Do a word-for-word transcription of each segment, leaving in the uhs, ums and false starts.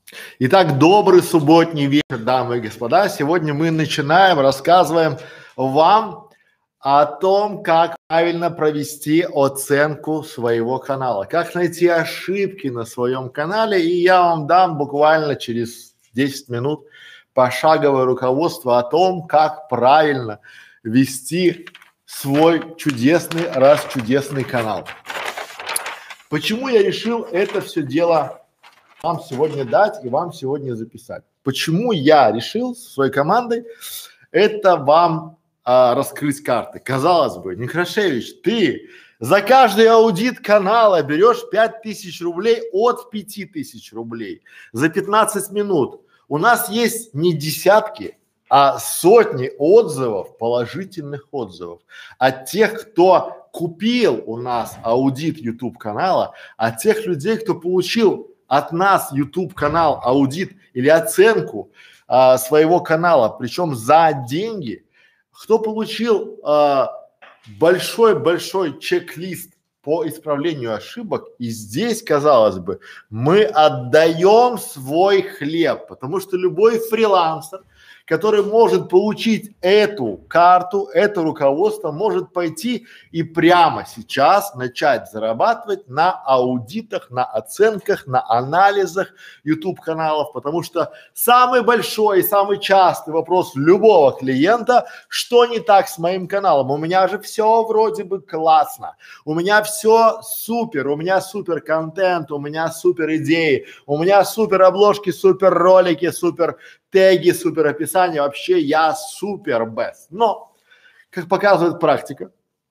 Итак, добрый субботний вечер, дамы и господа. Сегодня мы начинаем, рассказываем вам о том, как правильно провести оценку своего канала, как найти ошибки на своем канале. И я вам дам буквально через десять минут пошаговое руководство о том, как правильно вести свой чудесный, раз чудесный канал. Почему я решил это все дело вам сегодня дать и вам сегодня записать? Почему я решил со своей командой это вам а, раскрыть карты? Казалось бы, Некрашевич, ты за каждый аудит канала берешь пять тысяч рублей от пяти тысяч рублей за пятнадцать минут. У нас есть не десятки, а сотни отзывов, положительных отзывов от тех, кто купил у нас аудит YouTube канала, от тех людей, кто получил от нас YouTube канал, аудит или оценку а, своего канала, причем за деньги, кто получил большой-большой чек-лист по исправлению ошибок. И здесь, казалось бы, мы отдаем свой хлеб, потому что любой фрилансер, который может получить эту карту, это руководство, может пойти и прямо сейчас начать зарабатывать на аудитах, на оценках, на анализах YouTube каналов, потому что самый большой и самый частый вопрос любого клиента: что не так с моим каналом? У меня же все вроде бы классно, у меня все супер, у меня супер контент, у меня супер идеи, у меня супер обложки, супер ролики, супер теги, супер описание, вообще я супер бест. Но, как показывает практика,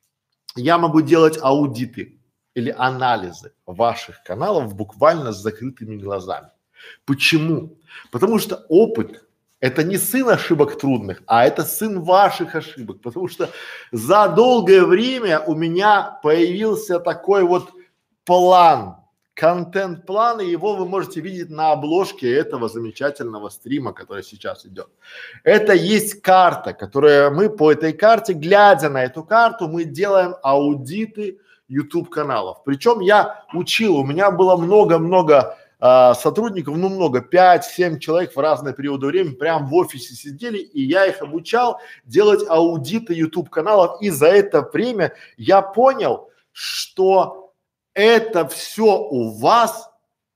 я могу делать аудиты или анализы ваших каналов буквально с закрытыми глазами. Почему? Потому что опыт – это не сын ошибок трудных, а это сын ваших ошибок. Потому что за долгое время у меня появился такой вот план, контент-план, и его вы можете видеть на обложке этого замечательного стрима, который сейчас идет. Это есть карта, которая мы по этой карте, глядя на эту карту, мы делаем аудиты YouTube каналов. Причем я учил, у меня было много-много а, сотрудников, ну много, пять-семь человек в разные периоды времени, прям в офисе сидели, и я их обучал делать аудиты YouTube каналов. И за это время я понял, что это все у вас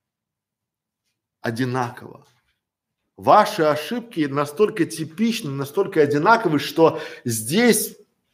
одинаково. Ваши ошибки настолько типичны, настолько одинаковы, что здесь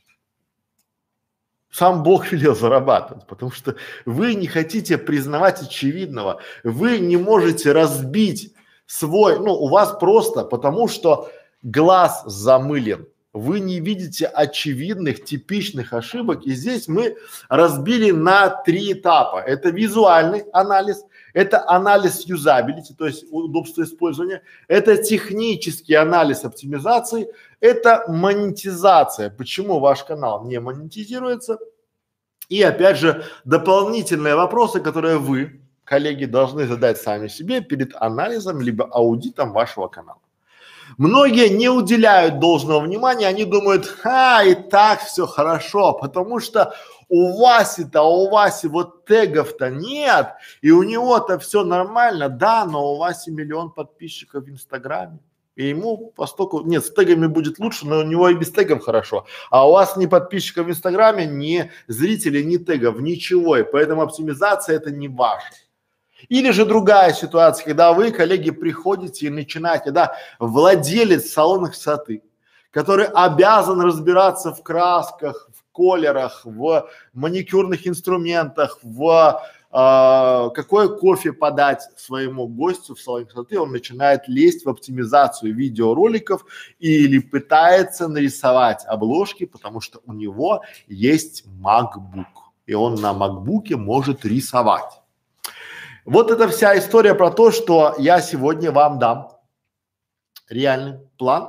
сам Бог велел зарабатывать, потому что вы не хотите признавать очевидного, вы не можете разбить свой, ну у вас просто потому, что глаз замылен. Вы не видите очевидных, типичных ошибок. И здесь мы разбили на три этапа. Это визуальный анализ, это анализ юзабилити, то есть удобство использования, это технический анализ оптимизации, это монетизация. Почему ваш канал не монетизируется? И опять же дополнительные вопросы, которые вы, коллеги, должны задать сами себе перед анализом либо аудитом вашего канала. Многие не уделяют должного внимания, они думают, а, и так все хорошо, потому что у Васи-то, у Васи вот тегов-то нет, и у него-то все нормально, да, но у Васи миллион подписчиков в Инстаграме, и ему постоку, нет, с тегами будет лучше, но у него и без тегов хорошо, а у вас ни подписчиков в Инстаграме, ни зрителей, ни тегов, ничего, и поэтому оптимизация это не ваша. Или же другая ситуация, когда вы, коллеги, приходите и начинаете, да, владелец салона красоты, который обязан разбираться в красках, в колерах, в маникюрных инструментах, в э, какой кофе подать своему гостю в салоне красоты, он начинает лезть в оптимизацию видеороликов или пытается нарисовать обложки, потому что у него есть MacBook, и он на MacBook'е может рисовать. Вот это вся история про то, что я сегодня вам дам реальный план,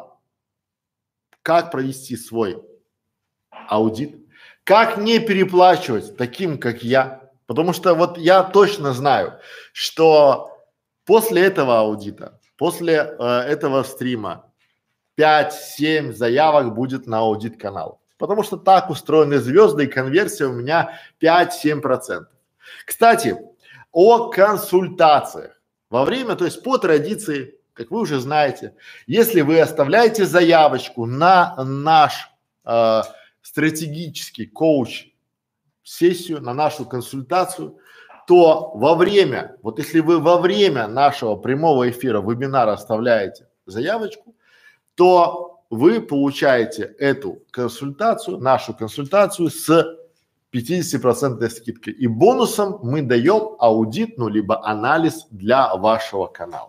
как провести свой аудит, как не переплачивать таким, как я, потому что вот я точно знаю, что после этого аудита, после э, этого стрима пять-семь заявок будет на аудит канала, потому что так устроены звезды и конверсия у меня пять-семь процентов. Кстати, о консультациях. во время, то есть по традиции, как вы уже знаете, если вы оставляете заявочку на наш э, стратегический коуч сессию, на нашу консультацию, то во время, вот если вы во время нашего прямого эфира вебинара оставляете заявочку, то вы получаете эту консультацию, нашу консультацию с пятидесятипроцентной скидкой. И бонусом мы даем аудит, ну, либо анализ для вашего канала.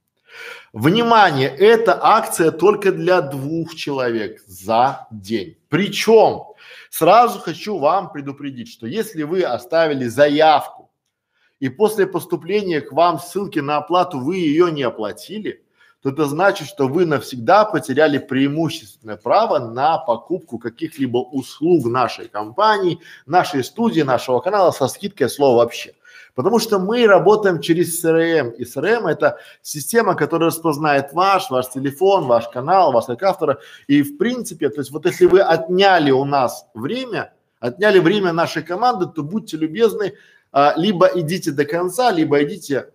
Внимание, эта акция только для двух человек за день. Причем сразу хочу вам предупредить, что если вы оставили заявку и после поступления к вам ссылки на оплату вы ее не оплатили, то это значит, что вы навсегда потеряли преимущественное право на покупку каких-либо услуг нашей компании, нашей студии, нашего канала со скидкой слова вообще. Потому что мы работаем через си эр эм, и си эр эм это система, которая распознает ваш, ваш телефон, ваш канал, вас как автора. И в принципе, то есть вот если вы отняли у нас время, отняли время нашей команды, то будьте любезны, а, либо идите до конца, либо идите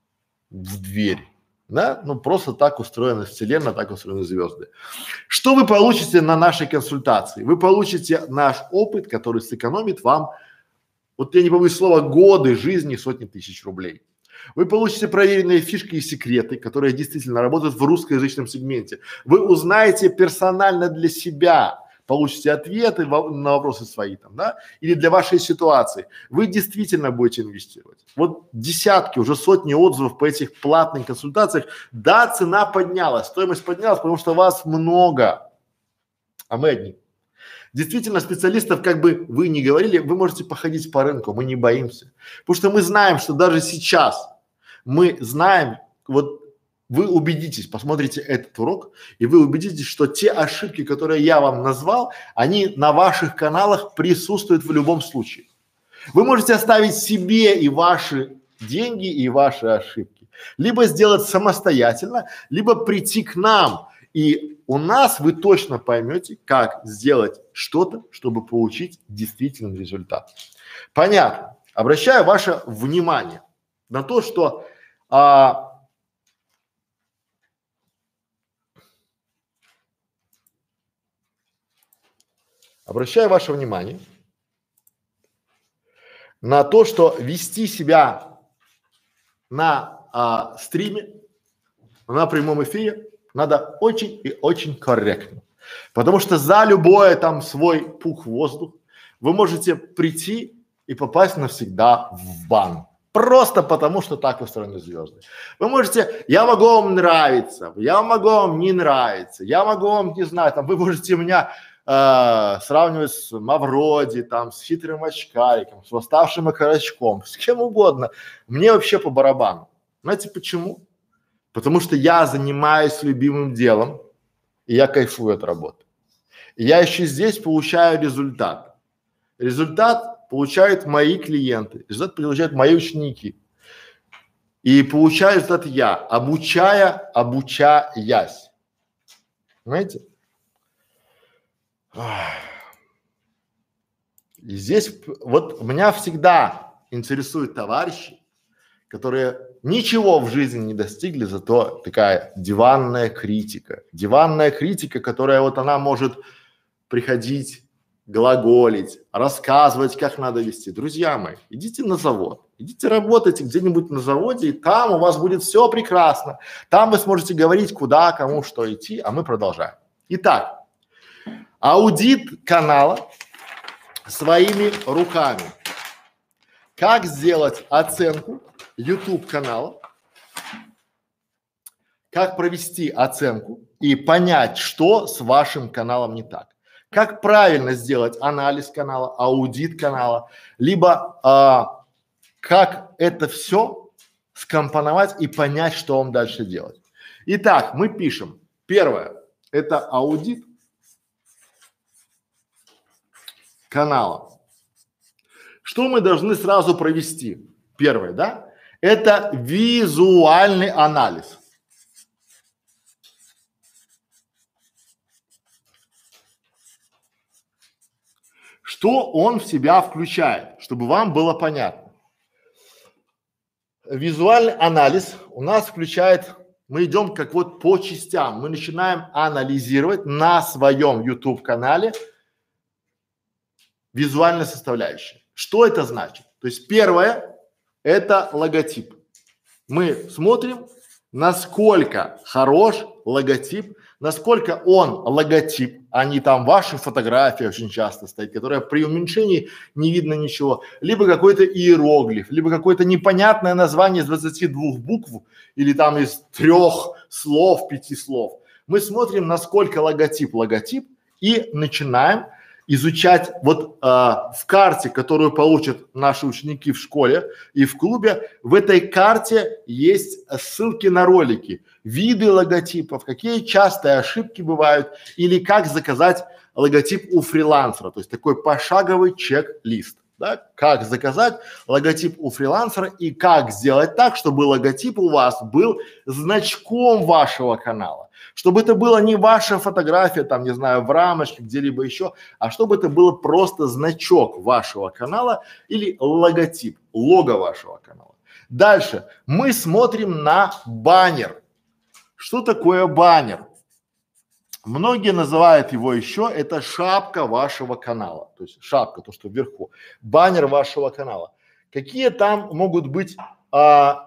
в дверь. Да? Ну просто так устроена вселенная, так устроены звезды. Что вы получите на нашей консультации? Вы получите наш опыт, который сэкономит вам, вот я не побоюсь слова, годы жизни, сотни тысяч рублей. Вы получите проверенные фишки и секреты, которые действительно работают в русскоязычном сегменте. Вы узнаете персонально для себя, получите ответы на вопросы свои там, да, или для вашей ситуации. Вы действительно будете инвестировать. Вот десятки, уже сотни отзывов по этих платных консультациях. Да, цена поднялась, стоимость поднялась, потому что вас много, а мы одни. Действительно, специалистов, как бы вы ни говорили, вы можете походить по рынку, мы не боимся. Потому что мы знаем, что даже сейчас мы знаем, вот вы убедитесь, посмотрите этот урок, и вы убедитесь, что те ошибки, которые я вам назвал, они на ваших каналах присутствуют в любом случае. Вы можете оставить себе и ваши деньги, и ваши ошибки. Либо сделать самостоятельно, либо прийти к нам. И у нас вы точно поймете, как сделать что-то, чтобы получить действительный результат. Понятно. Обращаю ваше внимание на то, что а, обращаю ваше внимание на то, что вести себя на а, стриме, на прямом эфире надо очень и очень корректно, потому что за любое там свой пух воздух вы можете прийти и попасть навсегда в бан. Просто потому, что так устроены звезды. Вы можете, я могу вам нравиться, я могу вам не нравиться, я могу вам, не знаю, там, вы можете меня э, сравнивать с Мавроди, там, с хитрым очкариком, с восставшим окорочком, с кем угодно. Мне вообще по барабану. Знаете почему? Потому что я занимаюсь любимым делом, и я кайфую от работы. И я еще здесь получаю результат. Результат получают мои клиенты, результат получают мои ученики. И получаю результат я, обучая, обучаясь. Понимаете? И здесь вот меня всегда интересуют товарищи, которые ничего в жизни не достигли, зато такая диванная критика. Диванная критика, которая вот она может приходить, глаголить, рассказывать, как надо вести. Друзья мои, идите на завод, идите работайте где-нибудь на заводе, и там у вас будет все прекрасно. Там вы сможете говорить, куда, кому, что идти, а мы продолжаем. Итак, аудит канала своими руками. Как сделать оценку YouTube канала, как провести оценку и понять, что с вашим каналом не так. Как правильно сделать анализ канала, аудит канала, либо а, как это все скомпоновать и понять, что вам дальше делать. Итак, мы пишем. Первое – это аудит канала. Что мы должны сразу провести? Первое, да? Это визуальный анализ. Что он в себя включает, чтобы вам было понятно. визуальный анализ у нас включает, мы идем как вот по частям, мы начинаем анализировать на своем YouTube канале визуальная составляющая. Что это значит? То есть первое – это логотип. Мы смотрим, насколько хорош логотип, насколько он логотип, а не там ваши фотографии очень часто стоит, которая при уменьшении не видно ничего, либо какой-то иероглиф, либо какое-то непонятное название из двадцати двух букв или там из трех слов, пяти слов. Мы смотрим, насколько логотип логотип и начинаем изучать вот а, в карте, которую получат наши ученики в школе и в клубе, в этой карте есть ссылки на ролики, виды логотипов, какие частые ошибки бывают или как заказать логотип у фрилансера, то есть такой пошаговый чек-лист, да, как заказать логотип у фрилансера и как сделать так, чтобы логотип у вас был значком вашего канала. Чтобы это была не ваша фотография, там, не знаю, в рамочке, где-либо еще, а чтобы это было просто значок вашего канала или логотип, лого вашего канала. Дальше мы смотрим на баннер. Что такое баннер? Многие называют его еще, это шапка вашего канала, то есть шапка, то, что вверху, баннер вашего канала. Какие там могут быть а,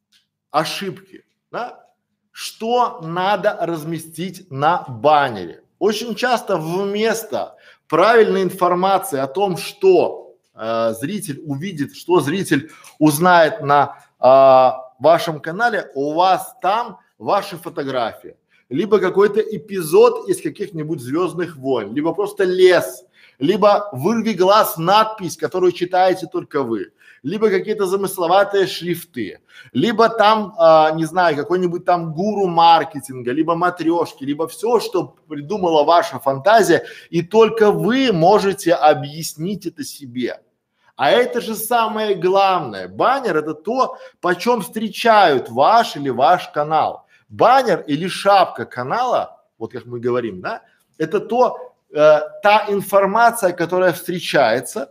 ошибки, да? Что надо разместить на баннере? Очень часто вместо правильной информации о том, что э, зритель увидит, что зритель узнает на э, вашем канале, у вас там ваши фотографии, либо какой-то эпизод из каких-нибудь «Звездных войн», либо просто лес, либо «Вырви глаз» надпись, которую читаете только вы, либо какие-то замысловатые шрифты, либо там, а, не знаю, какой-нибудь там гуру маркетинга, либо матрешки, либо все, что придумала ваша фантазия, и только вы можете объяснить это себе. А это же самое главное. Баннер – это то, почем встречают ваш или ваш канал. Баннер или шапка канала, вот как мы говорим, да, это то, э, та информация, которая встречается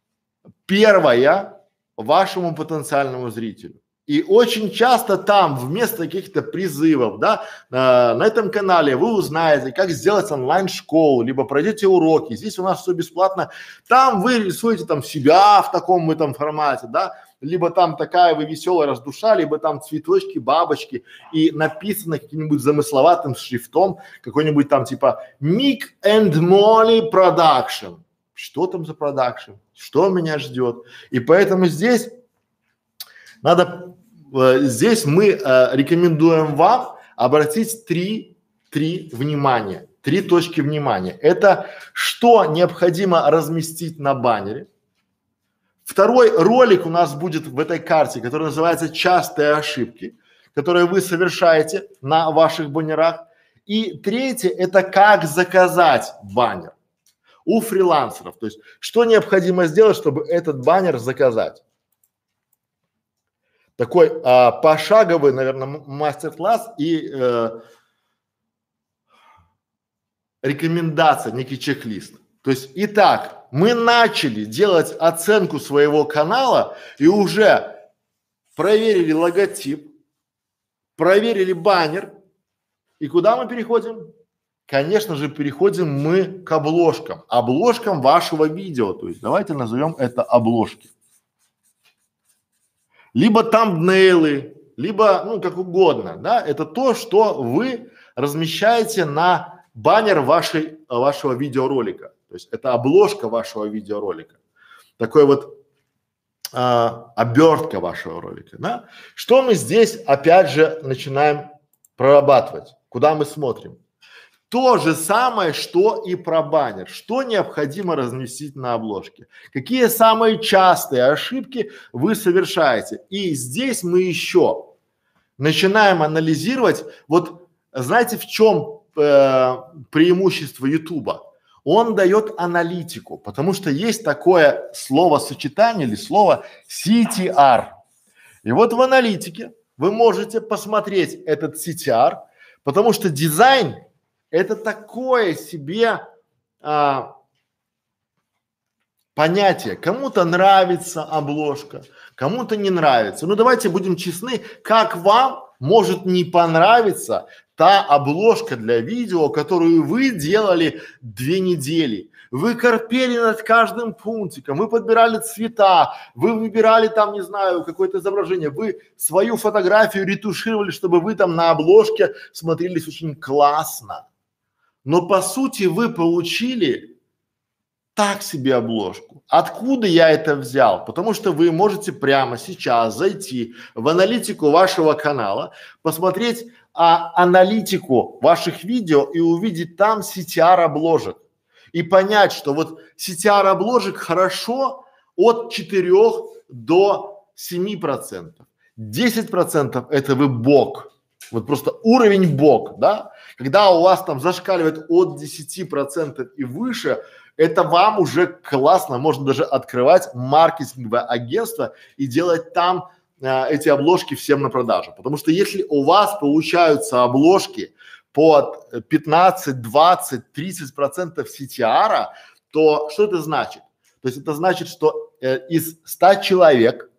первая вашему потенциальному зрителю. И очень часто там вместо каких-то призывов, да, э, на этом канале вы узнаете, как сделать онлайн-школу, либо пройдете уроки, здесь у нас все бесплатно, там вы рисуете там себя в таком мы там формате, да, либо там такая вы веселая раздуша, либо там цветочки, бабочки и написано каким-нибудь замысловатым шрифтом, какой-нибудь там типа Mick and Molly Production. Что там за продакшн? Что меня ждет? И поэтому здесь надо, э, здесь мы э, рекомендуем вам обратить три, три внимания, три точки внимания. Это что необходимо разместить на баннере. Второй ролик у нас будет в этой карте, который называется «Частые ошибки», которые вы совершаете на ваших баннерах. И третье – это как заказать баннер у фрилансеров. То есть, что необходимо сделать, чтобы этот баннер заказать. Такой а, пошаговый, наверное, мастер-класс и э, рекомендация, некий чек-лист. То есть, итак, мы начали делать оценку своего канала и уже проверили логотип, проверили баннер. И куда мы переходим? Конечно же, переходим мы к обложкам, обложкам вашего видео. То есть, давайте назовем это обложки. Либо тамбнейлы, либо, ну, как угодно, да, это то, что вы размещаете на баннер вашей, вашего видеоролика. То есть, это обложка вашего видеоролика. Такой вот а, обертка вашего ролика, да. Что мы здесь, опять же, начинаем прорабатывать? Куда мы смотрим? То же самое, что и про баннер. Что необходимо разместить на обложке? Какие самые частые ошибки вы совершаете? И здесь мы еще начинаем анализировать. Вот знаете, в чем э, преимущество Ютуба? Он дает аналитику, потому что есть такое словосочетание или слово си ти ар. И вот в аналитике вы можете посмотреть этот си ти ар, потому что дизайн – это такое себе а, понятие. Кому-то нравится обложка, кому-то не нравится. Ну давайте будем честны, как вам может не понравиться та обложка для видео, которую вы делали две недели. Вы корпели над каждым пунктиком, вы подбирали цвета, вы выбирали там, не знаю, какое-то изображение, вы свою фотографию ретушировали, чтобы вы там на обложке смотрелись очень классно. Но по сути вы получили так себе обложку. Откуда я это взял? Потому что вы можете прямо сейчас зайти в аналитику вашего канала, посмотреть а, аналитику ваших видео и увидеть там си ти ар обложек. И понять, что вот си ти ар обложек хорошо от четырёх до семи процентов. десять процентов это вы бог. Вот просто уровень бог, да? Когда у вас там зашкаливает от десяти процентов и выше, это вам уже классно, можно даже открывать маркетинговое агентство и делать там а, эти обложки всем на продажу. Потому что если у вас получаются обложки под пятнадцать, двадцать, тридцать процентов си ти ар, то что это значит? То есть это значит, что э, из ста человек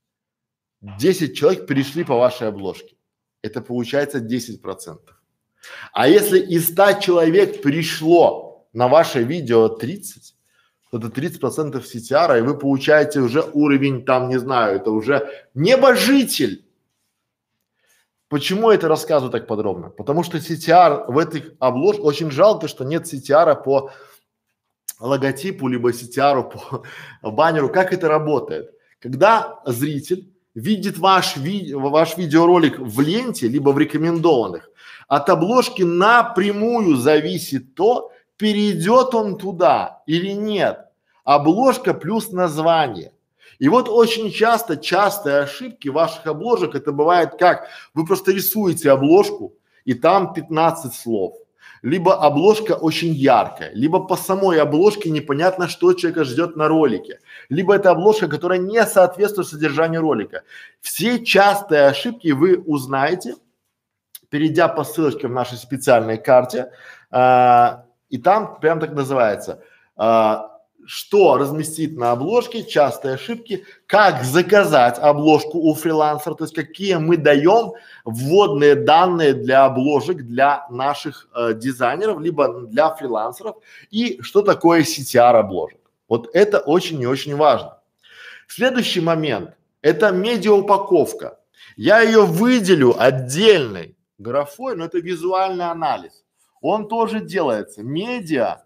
десять человек перешли по вашей обложке. Это получается десять процентов. А если из ста человек пришло на ваше видео тридцать, то это тридцать процентов си ти ар, и вы получаете уже уровень там, не знаю, это уже небожитель. Почему я это рассказываю так подробно? Потому что си ти ар в этих обложках, очень жалко, что нет си ти ар по логотипу, либо си ти ар по баннеру. Как это работает? Когда зритель видит ваш, ви, ваш видеоролик в ленте, либо в рекомендованных, от обложки напрямую зависит то, перейдет он туда или нет. Обложка плюс название. И вот очень часто, частые ошибки ваших обложек, это бывает как? Вы просто рисуете обложку и там пятнадцать слов. Либо обложка очень яркая, либо по самой обложке непонятно, что человека ждет на ролике. Либо это обложка, которая не соответствует содержанию ролика. Все частые ошибки вы узнаете, перейдя по ссылочке в нашей специальной карте, а, и там прям так называется, а, что разместить на обложке, частые ошибки, как заказать обложку у фрилансера, то есть какие мы даем вводные данные для обложек для наших э, дизайнеров, либо для фрилансеров, и что такое си ти ар обложек. Вот это очень и очень важно. Следующий момент – это медиаупаковка. Я ее выделю отдельной графой, но это визуальный анализ. Он тоже делается. Медиа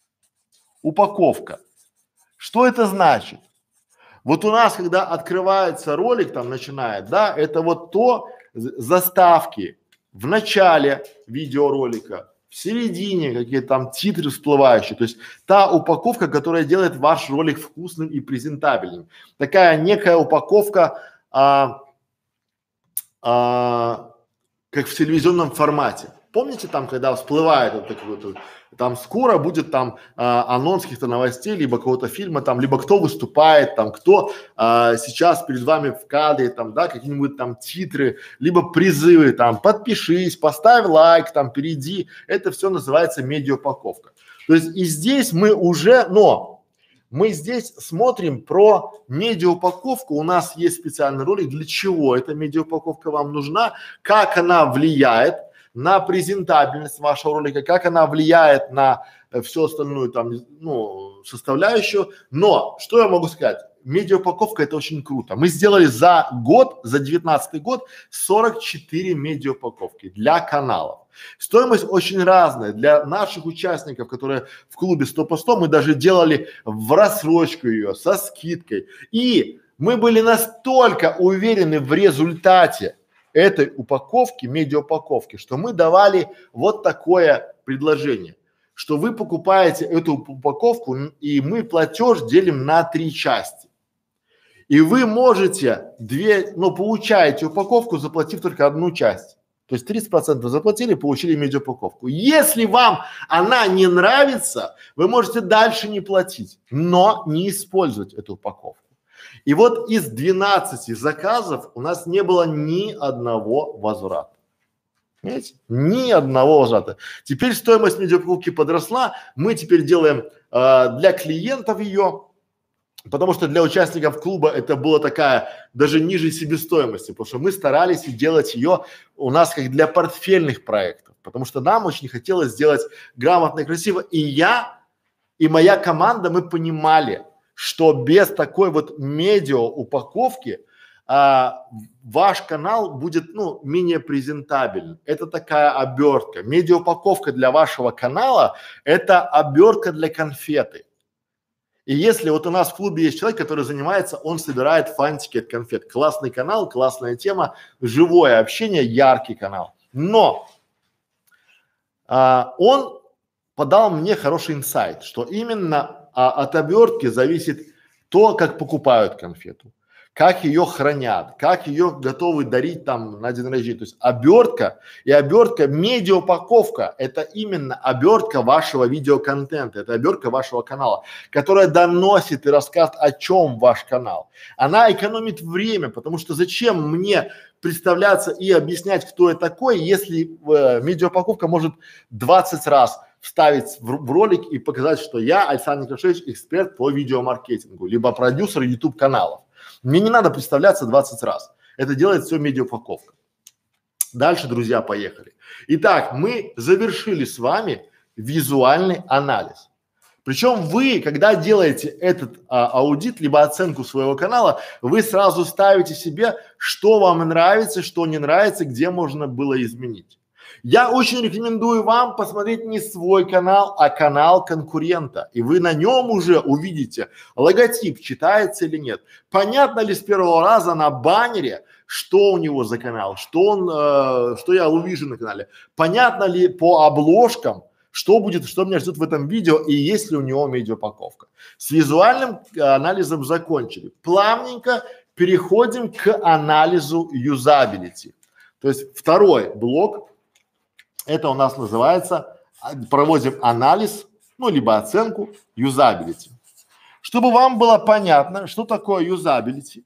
упаковка. Что это значит? Вот у нас, когда открывается ролик, там начинает, да, это вот то заставки в начале видеоролика, в середине какие-то там титры всплывающие, то есть та упаковка, которая делает ваш ролик вкусным и презентабельным. Такая некая упаковка, а, а, как в телевизионном формате. Помните там, когда всплывает вот такой вот, там скоро будет там а, анонс каких-то новостей, либо какого-то фильма, там, либо кто выступает, там, кто а, сейчас перед вами в кадре, там, да, какие-нибудь там титры, либо призывы, там, подпишись, поставь лайк, там, перейди. Это все называется медиаупаковка. То есть и здесь мы уже, но мы здесь смотрим про медиаупаковку. У нас есть специальный ролик, для чего эта медиаупаковка вам нужна, как она влияет на презентабельность вашего ролика, как она влияет на э, всю остальную там, ну, составляющую. Но что я могу сказать? Медиаупаковка это очень круто. Мы сделали за год, за девятнадцатый год сорок четыре медиаупаковки для каналов. Стоимость очень разная. Для наших участников, которые в клубе сто по сто, мы даже делали в рассрочку ее, со скидкой. И мы были настолько уверены в результате этой упаковки, медиаупаковки, что мы давали вот такое предложение, что вы покупаете эту упаковку, и мы платеж делим на три части. И вы можете две, ну, получаете упаковку, заплатив только одну часть. То есть тридцать процентов заплатили, получили медиаупаковку. Если вам она не нравится, вы можете дальше не платить, но не использовать эту упаковку. И вот из двенадцати заказов у нас не было ни одного возврата. Понимаете? Ни одного возврата. Теперь стоимость медиаупаковки подросла, мы теперь делаем э, для клиентов ее, Потому что для участников клуба это было такая даже ниже себестоимости, потому что мы старались делать ее у нас как для портфельных проектов, потому что нам очень хотелось сделать грамотно и красиво. И я, и моя команда, мы понимали, что без такой вот медиа упаковки а, ваш канал будет, ну, менее презентабельным. Это такая обертка. Медиа упаковка для вашего канала – это обертка для конфеты. И если вот у нас в клубе есть человек, который занимается, он собирает фантики от конфет. Классный канал, классная тема, живое общение, яркий канал. Но а, он подал мне хороший инсайт, что именно а, от обертки зависит то, как покупают конфету, как ее хранят, как ее готовы дарить там на день рождения. То есть обертка и обертка, медиаупаковка – это именно обертка вашего видеоконтента, это обертка вашего канала, которая доносит и рассказывает, о чем ваш канал. Она экономит время, потому что зачем мне представляться и объяснять, кто я такой, если э, медиаупаковка может двадцать раз вставить в, в ролик и показать, что я, Александр Некрашевич, эксперт по видеомаркетингу, либо продюсер YouTube каналов. Мне не надо представляться двадцать раз. Это делает все медиаупаковка. Дальше, друзья, поехали. Итак, мы завершили с вами визуальный анализ. Причем вы, когда делаете этот а, аудит, либо оценку своего канала, вы сразу ставите себе, что вам нравится, что не нравится, где можно было изменить. Я очень рекомендую вам посмотреть не свой канал, а канал конкурента. И вы на нем уже увидите логотип, читается или нет. Понятно ли с первого раза на баннере, что у него за канал, что он, э, что я увижу на канале. Понятно ли по обложкам, что будет, что меня ждет в этом видео и есть ли у него медиаупаковка. С визуальным э, анализом закончили. Плавненько переходим к анализу юзабилити. То есть второй блок. Это у нас называется, проводим анализ, ну, либо оценку юзабилити. Чтобы вам было понятно, что такое юзабилити,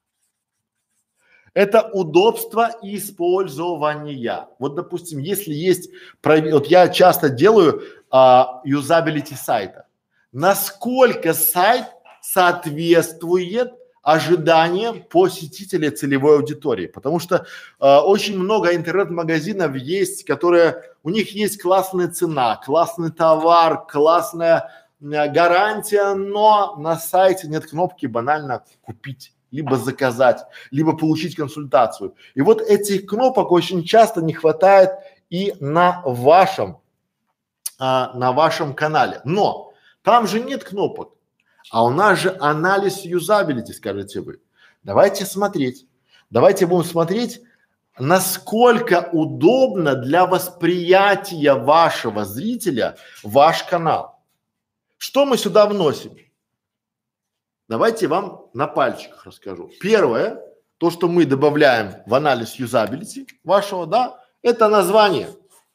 это удобство использования. Вот, допустим, если есть, вот я часто делаю а, юзабилити сайта. Насколько сайт соответствует ожиданиям посетителей целевой аудитории, потому что э, очень много интернет-магазинов есть, которые, у них есть классная цена, классный товар, классная э, гарантия, но на сайте нет кнопки банально купить, либо заказать, либо получить консультацию. И вот этих кнопок очень часто не хватает и на вашем, э, на вашем канале, но там же нет кнопок. А у нас же анализ юзабилити, скажете вы. Давайте смотреть. Давайте будем смотреть, насколько удобно для восприятия вашего зрителя ваш канал. Что мы сюда вносим? Давайте вам на пальчиках расскажу. Первое, то, что мы добавляем в анализ юзабилити вашего, да, это название.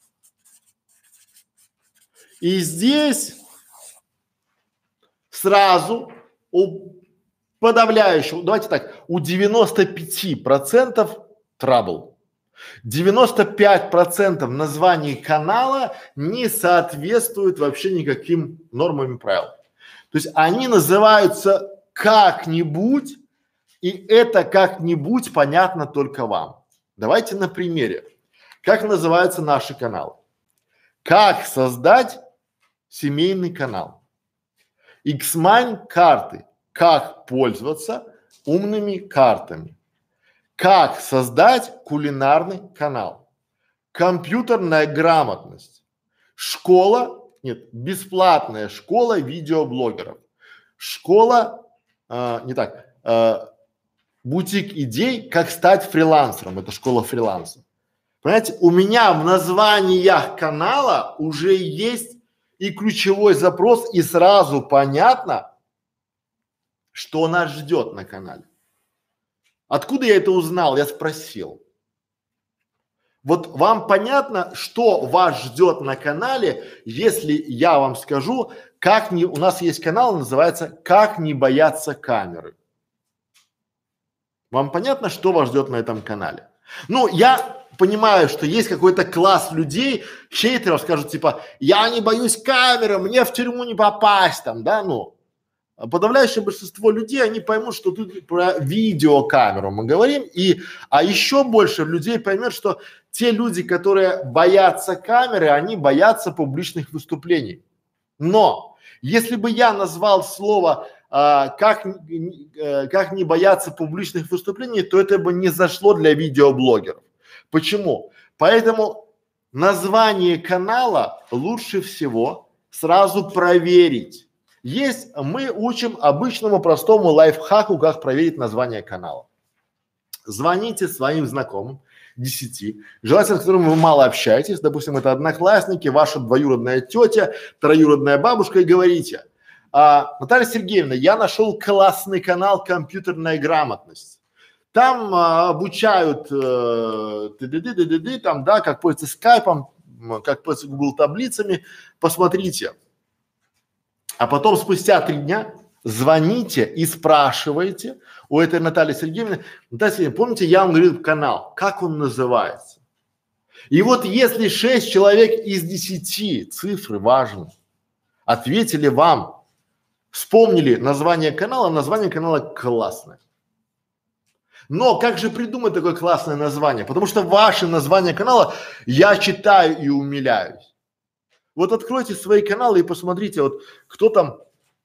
И здесь сразу у подавляющего, давайте так, у девяноста пяти процентов trouble. девяносто пять процентов названий канала не соответствует вообще никаким нормам и правилам. То есть они называются как-нибудь, и это как-нибудь понятно только вам. Давайте на примере. Как называются наши каналы? Как создать семейный канал? Xmind карты. Как пользоваться умными картами. Как создать кулинарный канал. Компьютерная грамотность. Школа, нет, бесплатная школа видеоблогеров. Школа, э, не так, э, бутик идей, как стать фрилансером. Это школа фриланса. Понимаете, у меня в названиях канала уже есть и ключевой запрос, и сразу понятно, что нас ждет на канале. Откуда я это узнал? Я спросил. Вот вам понятно, что вас ждет на канале, если я вам скажу, как не, у нас есть канал, называется «Как не бояться камеры». Вам понятно, что вас ждет на этом канале? Ну, я понимаю, что есть какой-то класс людей, хейтеров, скажут типа, я не боюсь камеры, мне в тюрьму не попасть там, да, ну. подавляющее большинство людей, они поймут, что тут про видеокамеру мы говорим, и, а еще больше людей поймет, что те люди, которые боятся камеры, они боятся публичных выступлений. Но если бы я назвал слово а, как, э, как не бояться публичных выступлений, то это бы не зашло для видеоблогеров. Почему? Поэтому название канала лучше всего сразу проверить. Есть, мы учим обычному простому лайфхаку, как проверить название канала. Звоните своим знакомым, десяти, желательно, с которыми вы мало общаетесь, допустим, это одноклассники, ваша двоюродная тетя, троюродная бабушка, и говорите: а, Наталья Сергеевна, я нашел классный канал «Компьютерная грамотность». Там а, обучают э, ды-ды-ды-ды-ды, там, да, как пользоваться скайпом, как пользоваться Google таблицами, посмотрите. А потом спустя три дня звоните и спрашиваете у этой Натальи Сергеевны: Наталья Сергеевна, помните, я вам говорил канал, как он называется? И вот если шесть человек из десяти, цифры важны, ответили вам, вспомнили название канала, название канала классное. Но как же придумать такое классное название? Потому что ваше название канала я читаю и умиляюсь. Вот откройте свои каналы и посмотрите, вот кто там,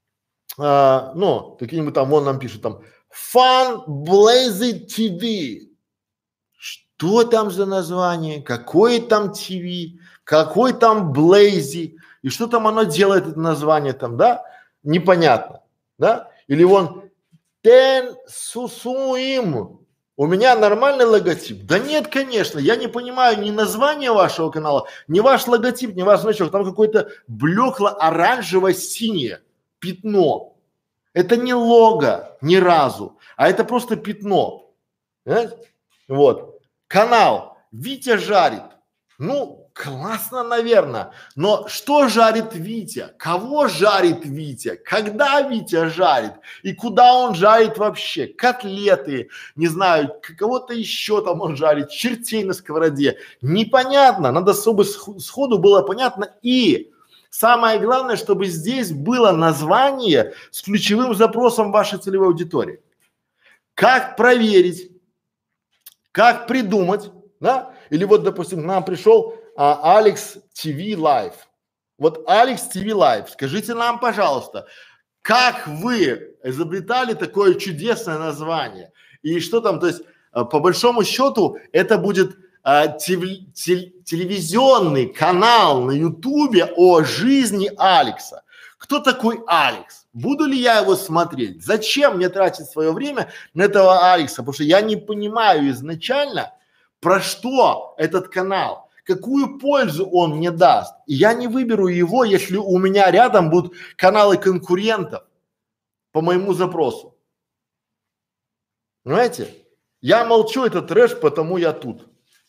а, ну, какие-нибудь там, вон нам пишут там Fun Blazy ти ви. Что там за название? Какое там ти ви? Какой там Blazy? И что там оно делает, это название там, да? Непонятно, да? Или вон Ten Susуим. У меня нормальный логотип? Да нет, конечно, я не понимаю ни название вашего канала, ни ваш логотип, ни ваш значок. Там какое-то блекло-оранжево-синее пятно. Это не лого ни разу, а это просто пятно. Понимаете? Вот. Канал Витя жарит. Ну, классно, наверное. Но что жарит Витя? Кого жарит Витя? Когда Витя жарит? И куда он жарит вообще? Котлеты, не знаю, кого-то еще там он жарит, чертей на сковороде. Непонятно. Надо чтобы сходу было понятно. И самое главное, чтобы здесь было название с ключевым запросом вашей целевой аудитории. Как проверить? Как придумать, да? Или вот, допустим, к нам пришел а, Алекс ти ви Live. Вот Алекс ти ви Live, скажите нам, пожалуйста, как вы изобретали такое чудесное название? И что там, то есть, а, по большому счету, это будет а, тел, тел, телевизионный канал на Ютубе о жизни Алекса. Кто такой Алекс? Буду ли я его смотреть? Зачем мне тратить свое время на этого Алекса? Потому что я не понимаю изначально, про что этот канал, какую пользу он мне даст. И я не выберу его, если у меня рядом будут каналы конкурентов по моему запросу. Понимаете? Я молчу, это трэш, потому я тут.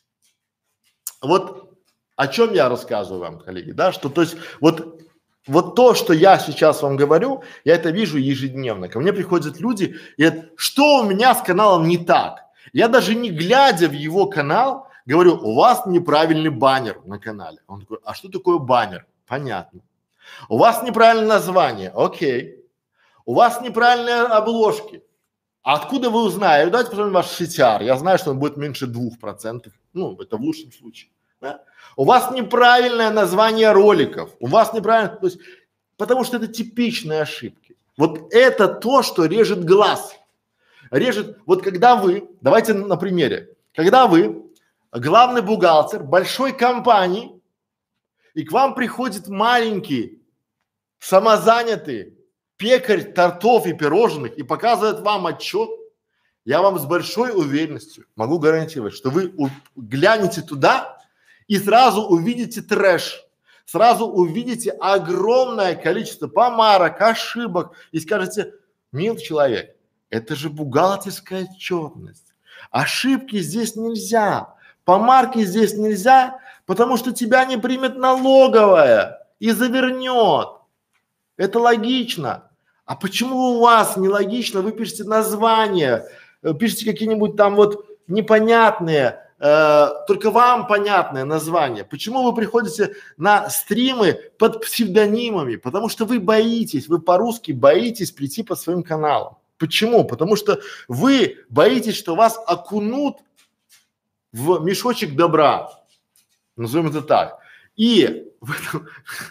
Вот о чем я рассказываю вам, коллеги, да, что то есть вот Вот то, что я сейчас вам говорю, я это вижу ежедневно. Ко мне приходят люди и говорят: что у меня с каналом не так? Я даже не глядя в его канал говорю: у вас неправильный баннер на канале. Он такой: а что такое баннер? Понятно. У вас неправильное название. Окей. У вас неправильные обложки. А откуда вы узнаете? Давайте посмотрим ваш си ти ар. Я знаю, что он будет меньше двух процентов. Ну, это в лучшем случае. Да? У вас неправильное название роликов, у вас неправильно, то есть, потому что это типичные ошибки. Вот это то, что режет глаз. Режет, вот когда вы, давайте на примере, когда вы главный бухгалтер большой компании, и к вам приходит маленький, самозанятый пекарь тортов и пирожных и показывает вам отчет, я вам с большой уверенностью могу гарантировать, что вы у, глянете туда и сразу увидите трэш, сразу увидите огромное количество помарок, ошибок и скажете: мил человек, это же бухгалтерская отчетность, ошибки здесь нельзя, помарки здесь нельзя, потому что тебя не примет налоговая и завернет. Это логично. А почему у вас нелогично? Вы пишете названия, пишете какие-нибудь там вот непонятные, э, только вам понятное название. Почему вы приходите на стримы под псевдонимами? Потому что вы боитесь, вы по-русски боитесь прийти по своим каналам. Почему? Потому что вы боитесь, что вас окунут в мешочек добра, назовем это так. И в этом,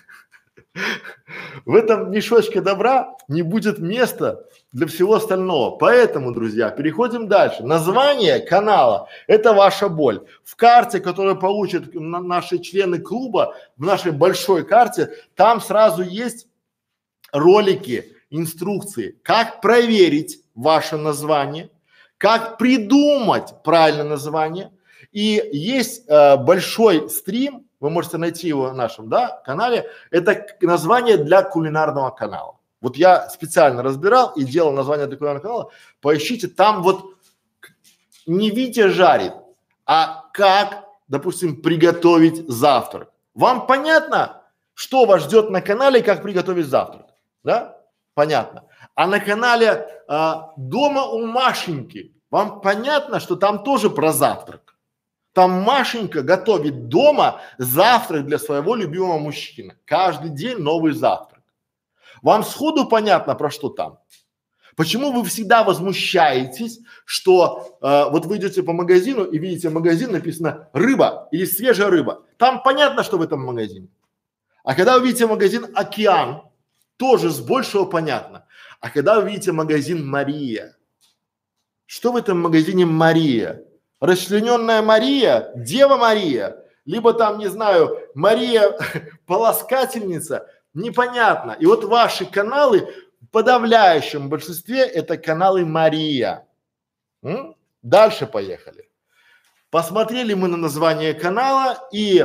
в этом мешочке добра не будет места для всего остального. Поэтому, друзья, переходим дальше. Название канала – это ваша боль. В карте, которую получат на- наши члены клуба, в нашей большой карте, там сразу есть ролики, инструкции, как проверить ваше название, как придумать правильное название. И есть э, большой стрим, вы можете найти его на нашем, да, канале, это к- название для кулинарного канала. Вот я специально разбирал и делал название для кулинарного канала, поищите, там вот к- не Витя жарит, а как, допустим, приготовить завтрак. Вам понятно, что вас ждет на канале и как приготовить завтрак, да? Понятно. А на канале а, дома у Машеньки, вам понятно, что там тоже про завтрак. Там Машенька готовит дома завтрак для своего любимого мужчины. Каждый день новый завтрак. Вам сходу понятно, про что там? Почему вы всегда возмущаетесь, что э, вот вы идете по магазину и видите магазин, написано рыба или свежая рыба. Там понятно, что в этом магазине. А когда вы видите магазин Океан, тоже с большего понятно. А когда вы видите магазин Мария, что в этом магазине Мария? Расчлененная Мария, Дева Мария, либо там, не знаю, Мария полоскательница, непонятно. И вот ваши каналы в подавляющем большинстве это каналы Мария. М? Дальше поехали. Посмотрели мы на название канала и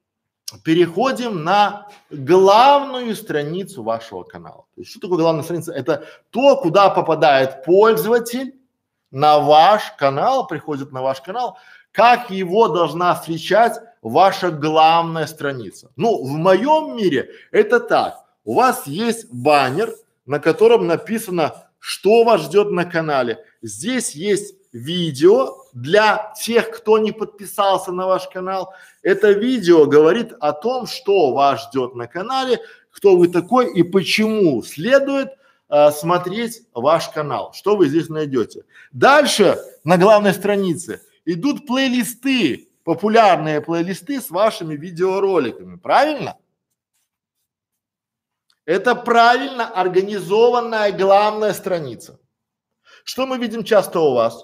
переходим на главную страницу вашего канала. То есть, что такое главная страница? Это то, куда попадает пользователь на ваш канал, приходит на ваш канал, как его должна встречать ваша главная страница. Ну, в моем мире это так. У вас есть баннер, на котором написано, что вас ждет на канале. Здесь есть видео для тех, кто не подписался на ваш канал. Это видео говорит о том, что вас ждет на канале, кто вы такой и почему следует э, смотреть ваш канал, что вы здесь найдете. Дальше на главной странице идут плейлисты, популярные плейлисты с вашими видеороликами, правильно? Это правильно организованная главная страница. Что мы видим часто у вас?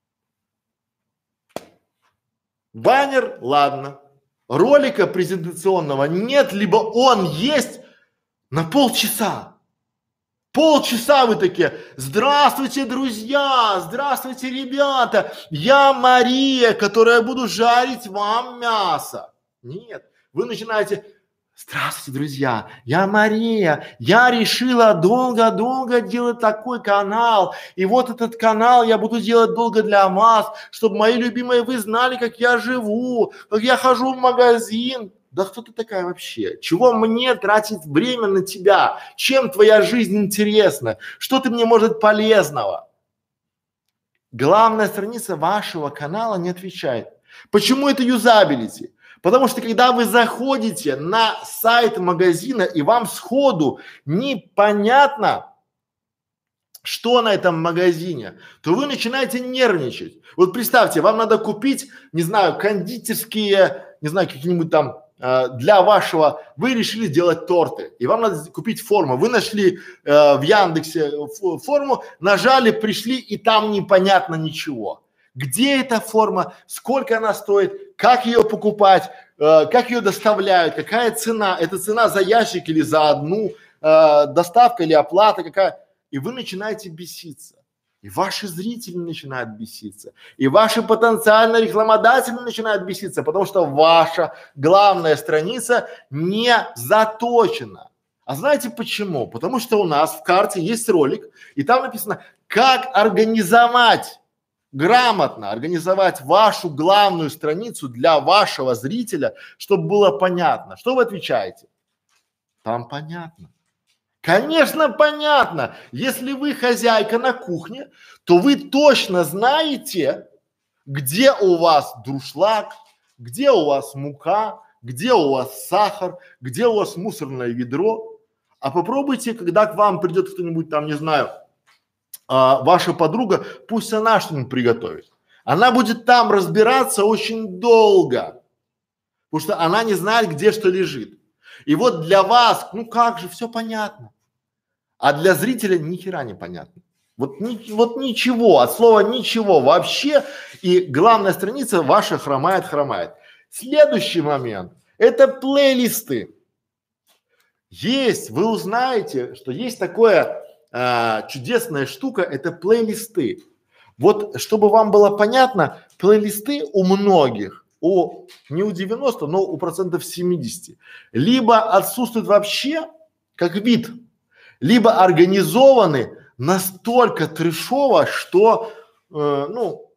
Баннер, ладно. Ролика презентационного нет, либо он есть на полчаса. Полчаса вы такие: здравствуйте, друзья, здравствуйте, ребята, я Мария, которая буду жарить вам мясо. Нет, вы начинаете: здравствуйте, друзья, я Мария, я решила долго-долго делать такой канал, и вот этот канал я буду делать долго для вас, чтобы мои любимые вы знали, как я живу, как я хожу в магазин. Да кто ты такая вообще? Чего мне тратить время на тебя? Чем твоя жизнь интересна? Что ты мне может полезного? Главная страница вашего канала не отвечает. Почему это юзабилити? Потому что когда вы заходите на сайт магазина и вам сходу непонятно, что на этом магазине, то вы начинаете нервничать. Вот представьте, вам надо купить, не знаю, кондитерские, не знаю, какие-нибудь там э, для вашего, вы решили делать торты, и вам надо купить форму. Вы нашли э, в Яндексе ф- форму, нажали, пришли, и там непонятно ничего. Где эта форма, сколько она стоит, как ее покупать, э, как ее доставляют, какая цена, это цена за ящик или за одну, э, доставка или оплата какая. И вы начинаете беситься, и ваши зрители начинают беситься, и ваши потенциальные рекламодатели начинают беситься, потому что ваша главная страница не заточена. А знаете почему? Потому что у нас в карте есть ролик, и там написано, как организовать, грамотно организовать вашу главную страницу для вашего зрителя, чтобы было понятно. Что вы отвечаете? Там понятно. Конечно, понятно. Если вы хозяйка на кухне, то вы точно знаете, где у вас дуршлаг, где у вас мука, где у вас сахар, где у вас мусорное ведро. А попробуйте, когда к вам придет кто-нибудь там, не знаю, а, ваша подруга, пусть она что-нибудь приготовит. Она будет там разбираться очень долго, потому что она не знает, где что лежит. И вот для вас, ну как же, все понятно. А для зрителя ни хера не понятно. Вот, ни, вот ничего, от слова ничего вообще. И главная страница ваша хромает, хромает. Следующий момент – это плейлисты. Есть, вы узнаете, что есть такое а, чудесная штука – это плейлисты. Вот, чтобы вам было понятно, плейлисты у многих, у, не у девяноста, но у процентов семидесяти, либо отсутствуют вообще как вид, либо организованы настолько трешово, что, э, ну,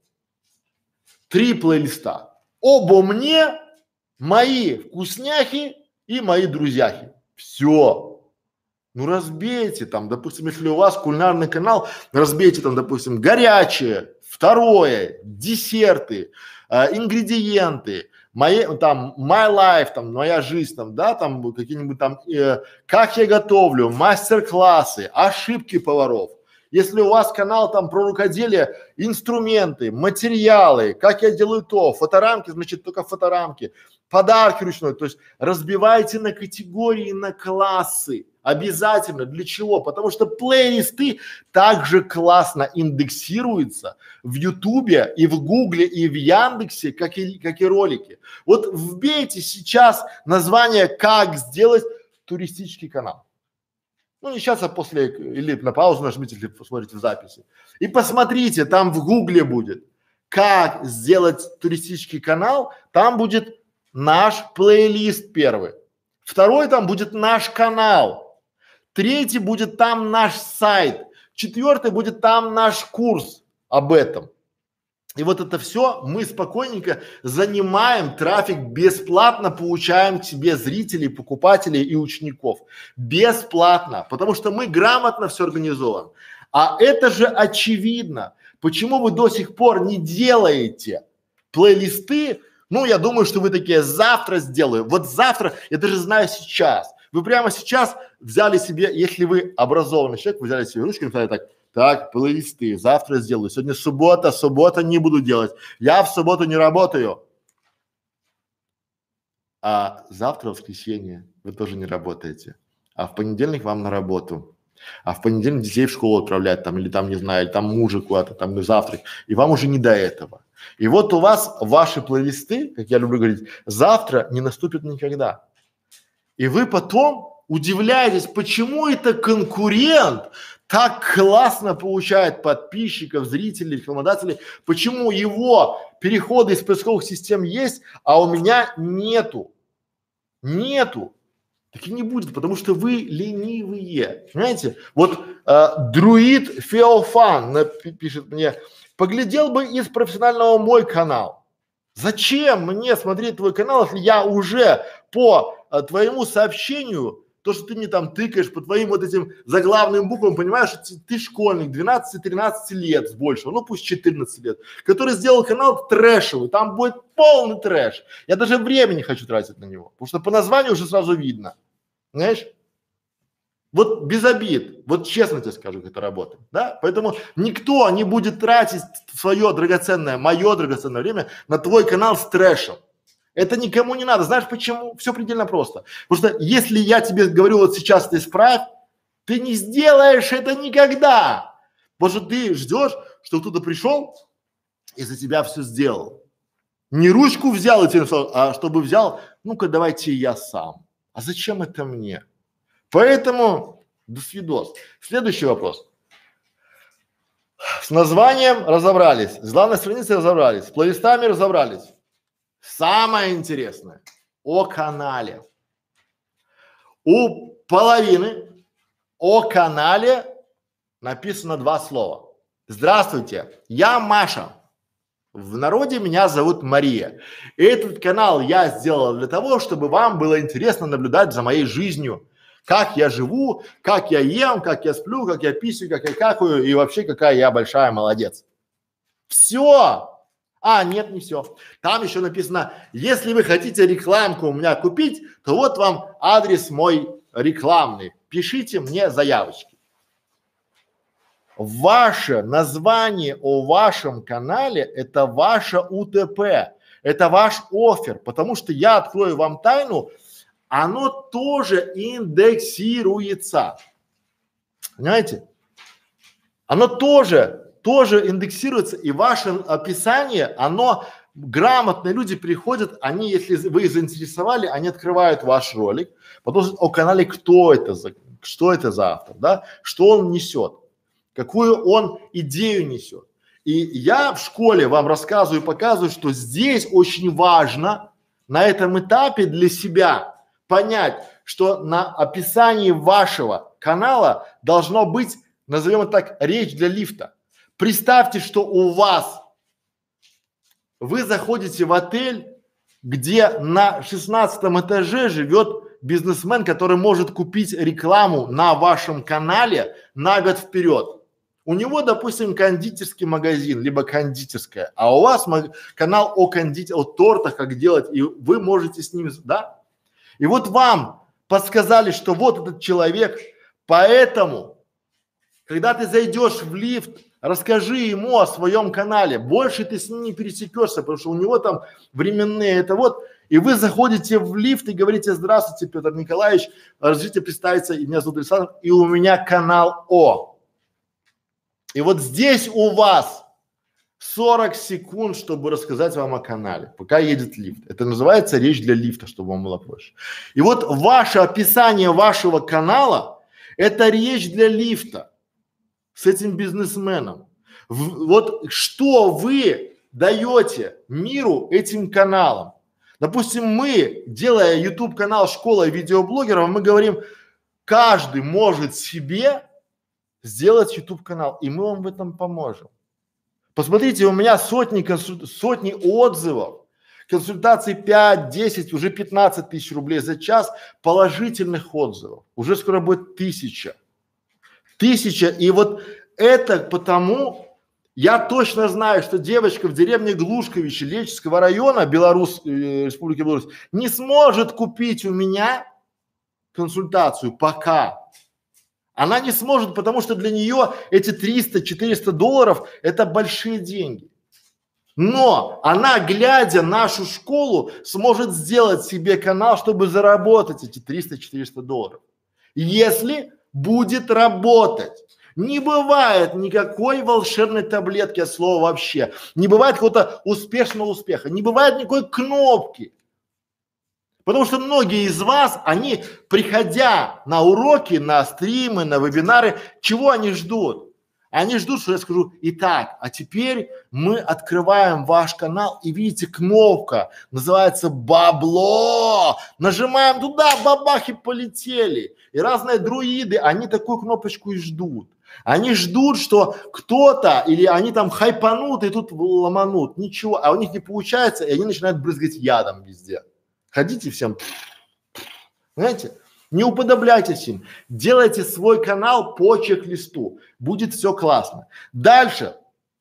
три плейлиста. Обо мне, мои вкусняхи и мои друзьяхи. Все. Ну разбейте там, допустим, если у вас кулинарный канал, разбейте там, допустим, горячее, второе, десерты, э, ингредиенты, мои, там, my life, там, моя жизнь, там, да, там, какие-нибудь там, э, как я готовлю, мастер-классы, ошибки поваров. Если у вас канал там про рукоделие, инструменты, материалы, как я делаю то, фоторамки, значит, только фоторамки, подарки ручной, то есть разбивайте на категории, на классы. Обязательно. Для чего? Потому что плейлисты также классно индексируются в Ютубе и в Гугле и в Яндексе, как и, как и ролики. Вот вбейте сейчас название «Как сделать туристический канал». Ну не сейчас, а после, или на паузу нажмите, или посмотрите в записи. И посмотрите, там в Гугле будет «Как сделать туристический канал», там будет наш плейлист первый. Второй там будет наш канал. Третий будет там наш сайт, четвертый будет там наш курс об этом. И вот это все мы спокойненько занимаем трафик, бесплатно получаем к себе зрителей, покупателей и учеников. Бесплатно, потому что мы грамотно все организовываем. А это же очевидно. Почему вы до сих пор не делаете плейлисты? Ну, я думаю, что вы такие: завтра сделаю. Вот завтра, я даже знаю сейчас. Вы прямо сейчас взяли себе, если вы образованный человек, вы взяли себе ручку и написали так: так, плейлисты, завтра сделаю. Сегодня суббота, суббота не буду делать. Я в субботу не работаю. А завтра воскресенье вы тоже не работаете. А в понедельник вам на работу. А в понедельник детей в школу отправлять там, или там, не знаю, или там мужа куда-то, там на завтрак. И вам уже не до этого. И вот у вас ваши плейлисты, как я люблю говорить, завтра не наступит никогда. И вы потом удивляетесь, почему это конкурент так классно получает подписчиков, зрителей, рекламодателей, почему его переходы из поисковых систем есть, а у меня нету. Нету. Так и не будет, потому что вы ленивые. Понимаете? Вот э, друид Феофан напи- пишет мне: поглядел бы из профессионального мой канал. Зачем мне смотреть твой канал, если я уже по а, твоему сообщению, то, что ты мне там тыкаешь по твоим вот этим заглавным буквам, понимаешь, что ты, ты школьник двенадцати-тринадцати лет с большего, ну пусть четырнадцать лет, который сделал канал трэшевый, там будет полный трэш. Я даже время не хочу тратить на него, потому что по названию уже сразу видно, знаешь? Вот без обид, вот честно тебе скажу, как это работает, да? Поэтому никто не будет тратить свое драгоценное, мое драгоценное время на твой канал с трэшем. Это никому не надо. Знаешь почему? Все предельно просто. Потому что если я тебе говорю вот сейчас, ты исправь, ты не сделаешь это никогда. Потому что ты ждешь, что кто-то пришел и за тебя все сделал. Не ручку взял и тебе написал, а чтобы взял, ну-ка давайте я сам. А зачем это мне? Поэтому до свидос. Следующий вопрос. С названием разобрались, с главной страницей разобрались, с плейлистами разобрались. Самое интересное о канале. У половины о канале написано два слова. Здравствуйте, я Маша. В народе меня зовут Мария. И этот канал я сделал для того, чтобы вам было интересно наблюдать за моей жизнью. Как я живу, как я ем, как я сплю, как я писаю, как я какаю и вообще какая я большая молодец. Все. А, нет, не все. Там еще написано, если вы хотите рекламку у меня купить, то вот вам адрес мой рекламный. Пишите мне заявочки. Ваше название о вашем канале – это ваше У Т П, это ваш оффер, потому что я открою вам тайну, оно тоже индексируется. Понимаете? Оно тоже тоже индексируется, и ваше описание, оно, грамотные люди приходят, они, если вы их заинтересовали, они открывают ваш ролик, потому что о канале, кто это за, что это за автор, да, что он несет, какую он идею несет. И я в школе вам рассказываю и показываю, что здесь очень важно на этом этапе для себя понять, что на описании вашего канала должно быть, назовем это так, речь для лифта. Представьте, что у вас, вы заходите в отель, где на шестнадцатом этаже живет бизнесмен, который может купить рекламу на вашем канале на год вперед. У него, допустим, кондитерский магазин, либо кондитерская, а у вас канал о кондите, о тортах, как делать, и вы можете с ними, да? И вот вам подсказали, что вот этот человек, поэтому, когда ты зайдешь в лифт, расскажи ему о своем канале, больше ты с ним не пересекешься, потому что у него там временные, это вот, и вы заходите в лифт и говорите: здравствуйте, Петр Николаевич, разрешите представиться, и меня зовут Александр, и у меня канал О. И вот здесь у вас сорок секунд, чтобы рассказать вам о канале, пока едет лифт. Это называется речь для лифта, чтобы вам было проще. И вот ваше описание вашего канала – это речь для лифта с этим бизнесменом. В, вот что вы даете миру этим каналам? Допустим, мы, делая YouTube канал «Школа видеоблогеров», мы говорим, каждый может себе сделать YouTube канал, и мы вам в этом поможем. Посмотрите, у меня сотни, консуль... сотни отзывов, консультаций пять, десять, уже пятнадцать тысяч рублей за час, положительных отзывов. Уже скоро будет тысяча. Тысяча. И вот это потому, я точно знаю, что девочка в деревне Глушковичи Леческого района Беларусь, э, Республики Беларусь не сможет купить у меня консультацию пока. Она не сможет, потому что для нее эти триста-четыреста долларов – это большие деньги. Но она, глядя нашу школу, сможет сделать себе канал, чтобы заработать эти триста-четыреста долларов. Если будет работать. Не бывает никакой волшебной таблетки от слова вообще. Не бывает какого-то успешного успеха. Не бывает никакой кнопки. Потому что многие из вас, они, приходя на уроки, на стримы, на вебинары, чего они ждут? Они ждут, что я скажу: итак, а теперь мы открываем ваш канал, и видите, кнопка называется бабло. Нажимаем туда, бабахи полетели. И разные друиды, они такую кнопочку и ждут. Они ждут, что кто-то, или они там хайпанут и тут ломанут. Ничего, а у них не получается, и они начинают брызгать ядом везде. Ходите всем, знаете, не уподобляйтесь им, делайте свой канал по чек-листу, будет все классно. Дальше,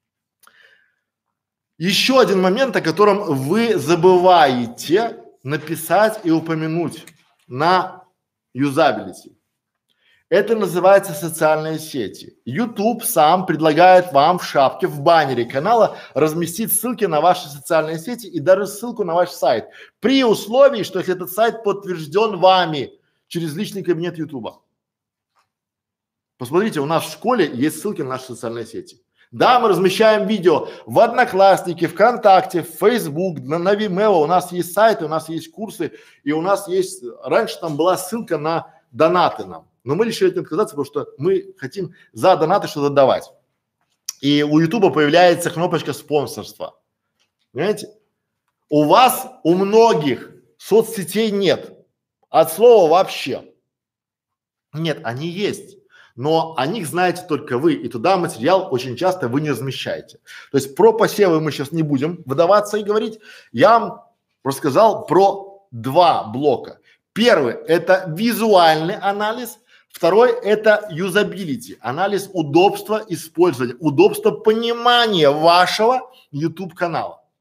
еще один момент, о котором вы забываете написать и упомянуть на юзабилити. Это называется социальные сети. YouTube сам предлагает вам в шапке, в баннере канала разместить ссылки на ваши социальные сети и даже ссылку на ваш сайт. При условии, что если этот сайт подтвержден вами через личный кабинет YouTube. Посмотрите, у нас в школе есть ссылки на наши социальные сети. Да, мы размещаем видео в Одноклассники, ВКонтакте, в Facebook, на, на Vimeo, у нас есть сайты, у нас есть курсы, и у нас есть, раньше там была ссылка на донаты нам. Но мы решили от нее отказаться, потому что мы хотим за донаты что-то давать. И у Ютуба появляется кнопочка спонсорства. Понимаете? У вас, у многих соцсетей нет. От слова вообще. Нет, они есть. Но о них знаете только вы. И туда материал очень часто вы не размещаете. То есть про посевы мы сейчас не будем выдаваться и говорить. Я вам рассказал про два блока. Первый – это визуальный анализ. Второй – это юзабилити, анализ удобства использования, удобства понимания вашего YouTube канала.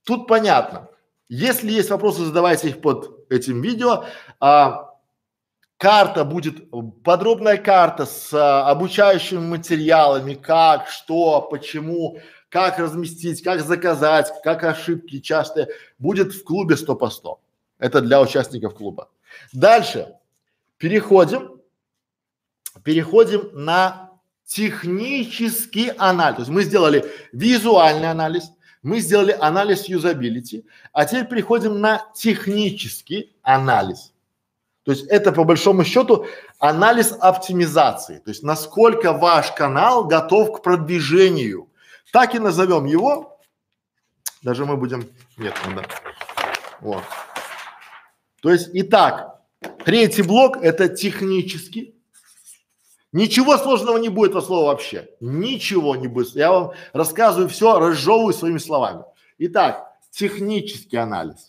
тут понятно. Если есть вопросы, задавайте их под этим видео. А, карта будет, подробная карта с а, обучающими материалами, как, что, почему, как разместить, как заказать, как ошибки частые, будет в клубе сто по сто. Это для участников клуба. Дальше переходим, переходим на технический анализ. То есть мы сделали визуальный анализ, мы сделали анализ юзабилити, а теперь переходим на технический анализ. То есть это по большому счету анализ оптимизации, то есть насколько ваш канал готов к продвижению. Так и назовем его. Даже мы будем, нет, надо. Вот. То есть, итак, третий блок – это технический. Ничего сложного не будет во слово вообще. Ничего не будет. Я вам рассказываю все, разжевываю своими словами. Итак, технический анализ.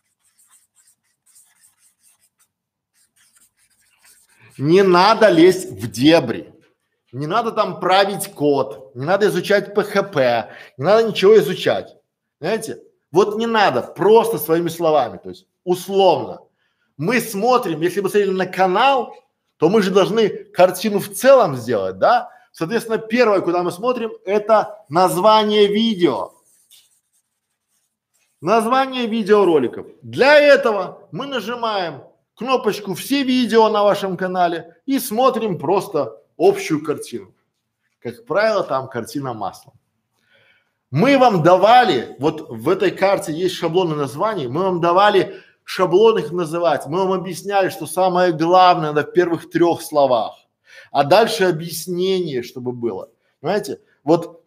Не надо лезть в дебри. Не надо там править код, не надо изучать пэ ха пэ, не надо ничего изучать. Знаете? Вот не надо, просто своими словами, то есть условно. Мы смотрим, если мы смотрели на канал, то мы же должны картину в целом сделать, да? Соответственно, первое, куда мы смотрим, это название видео. Название видеороликов. Для этого мы нажимаем кнопочку «Все видео на вашем канале» и смотрим просто общую картину. Как правило, там картина маслом. Мы вам давали, вот в этой карте есть шаблоны названий, мы вам давали шаблон их называть, мы вам объясняли, что самое главное на первых трех словах, а дальше объяснение, чтобы было. Понимаете? Вот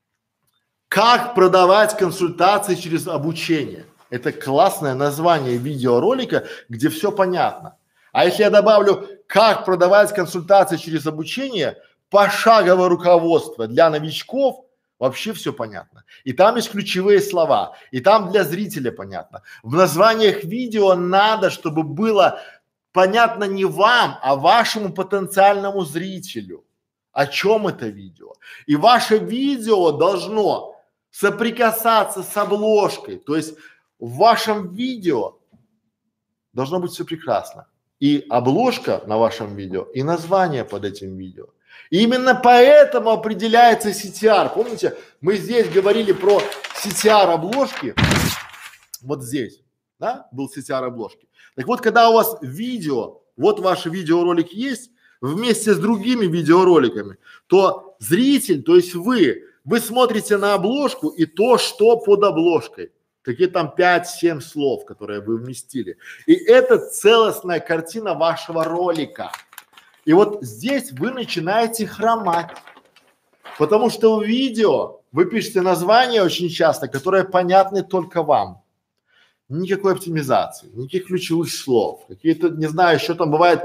как продавать консультации через обучение. Это классное название видеоролика, где все понятно. А если я добавлю, как продавать консультации через обучение, пошаговое руководство для новичков, вообще все понятно. И там есть ключевые слова, и там для зрителя понятно. В названиях видео надо, чтобы было понятно не вам, а вашему потенциальному зрителю, о чем это видео. И ваше видео должно соприкасаться с обложкой, то есть в вашем видео должно быть все прекрасно. И обложка на вашем видео, и название под этим видео. И именно поэтому определяется си ти ар. Помните, мы здесь говорили про си ти ар обложки, вот здесь, да, был си ти ар обложки. Так вот, когда у вас видео, вот ваш видеоролик есть, вместе с другими видеороликами, то зритель, то есть вы, вы смотрите на обложку и то, что под обложкой. Какие там пять-семь слов, которые вы вместили. И это целостная картина вашего ролика. И вот здесь вы начинаете хромать, потому что в видео вы пишете название очень часто, которое понятны только вам. Никакой оптимизации, никаких ключевых слов, какие-то, не знаю, что там бывает